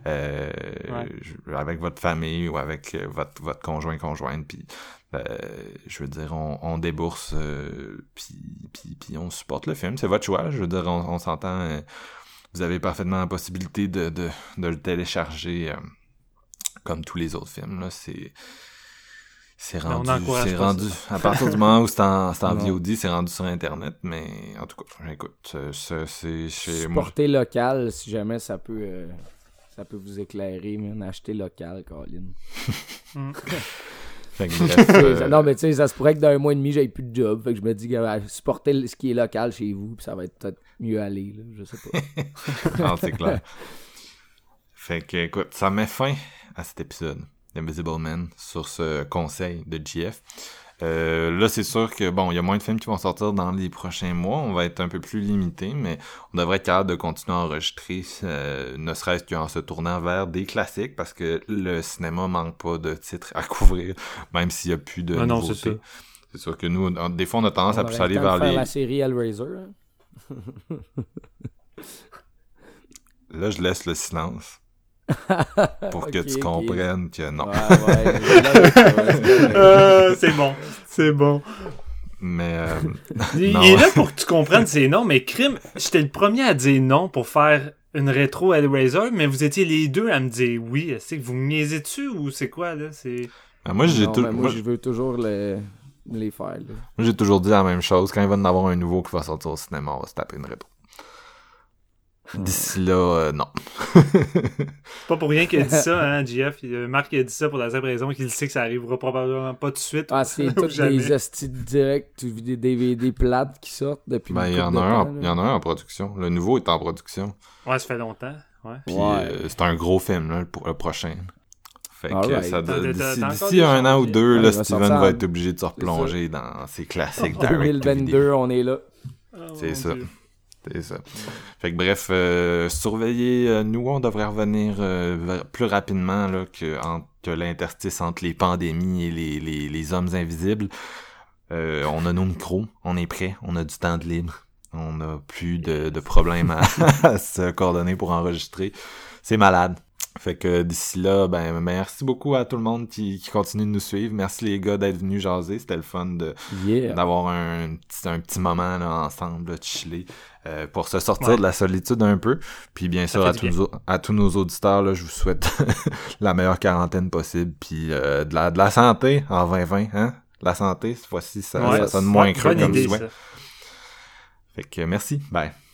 avec votre famille ou avec votre conjointe, puis je veux dire, on débourse, puis on supporte le film. C'est votre choix. Je veux dire, on s'entend. Vous avez parfaitement la possibilité de le télécharger comme tous les autres films. Là, c'est rendu à partir du moment où c'est en VOD, c'est rendu sur Internet, mais en tout cas, écoute, c'est supporter local, si jamais ça peut vous éclairer, man, acheter local, Colin. Fait que bref, non, mais tu sais, ça se pourrait que dans un mois et demi, j'aille plus de job, fait que je me dis que supporter ce qui est local chez vous, puis ça va être peut-être mieux aller, là, je sais pas. Non, c'est clair. Fait que, écoute, ça met fin à cet épisode Invisible Man sur ce conseil de GF. Là, c'est sûr que, bon, il y a moins de films qui vont sortir dans les prochains mois. On va être un peu plus limité, mais on devrait être capable de continuer à enregistrer, ne serait-ce qu'en se tournant vers des classiques, parce que le cinéma manque pas de titres à couvrir, même s'il y a plus de nouveautés. Non, c'est ça. C'est sûr que nous, des fois, on a tendance à plus aller vers les... la série Hellraiser. Là, je laisse le silence. Pour que tu comprennes que non. C'est bon. Mais il est là pour que tu comprennes c'est non, mais crime, j'étais le premier à dire non pour faire une rétro Hellraiser, mais vous étiez les deux à me dire oui. C'est que vous me niaisez dessus ou c'est quoi là? Moi, je veux toujours les faire. Là. Moi, j'ai toujours dit la même chose. Quand il va y en avoir un nouveau qui va sortir au cinéma, on va se taper une rétro. D'ici là, non. C'est pas pour rien qu'il a dit ça, hein, JF. Marc a dit ça pour la simple raison qu'il sait que ça arrivera probablement pas tout de suite. Ah, c'est tous des hosties directs, des DVD plates qui sortent depuis il y en a un en production. Le nouveau est en production. Ouais, ça fait longtemps. Ouais. Puis c'est un gros film, là, le prochain. Fait que d'ici un an ou deux, là, Steven va être obligé de se replonger dans ses classiques direct. En 2022, on est là. C'est ça. C'est ça. Fait que bref, surveillez, nous, on devrait revenir plus rapidement là, que l'interstice entre les pandémies et les hommes invisibles. On a nos micros, on est prêts, on a du temps de libre, on n'a plus de problèmes à se coordonner pour enregistrer. C'est malade. Fait que d'ici là, merci beaucoup à tout le monde qui continue de nous suivre. Merci les gars d'être venus jaser. C'était le fun d'avoir un petit moment là, ensemble, là, de chiller, pour se sortir de la solitude un peu. Puis bien sûr, à tous nos auditeurs, là, je vous souhaite la meilleure quarantaine possible. Puis de la santé en 2020. Hein? La santé, cette fois-ci, ça sonne moins creux comme souhait. Fait que merci. Bye.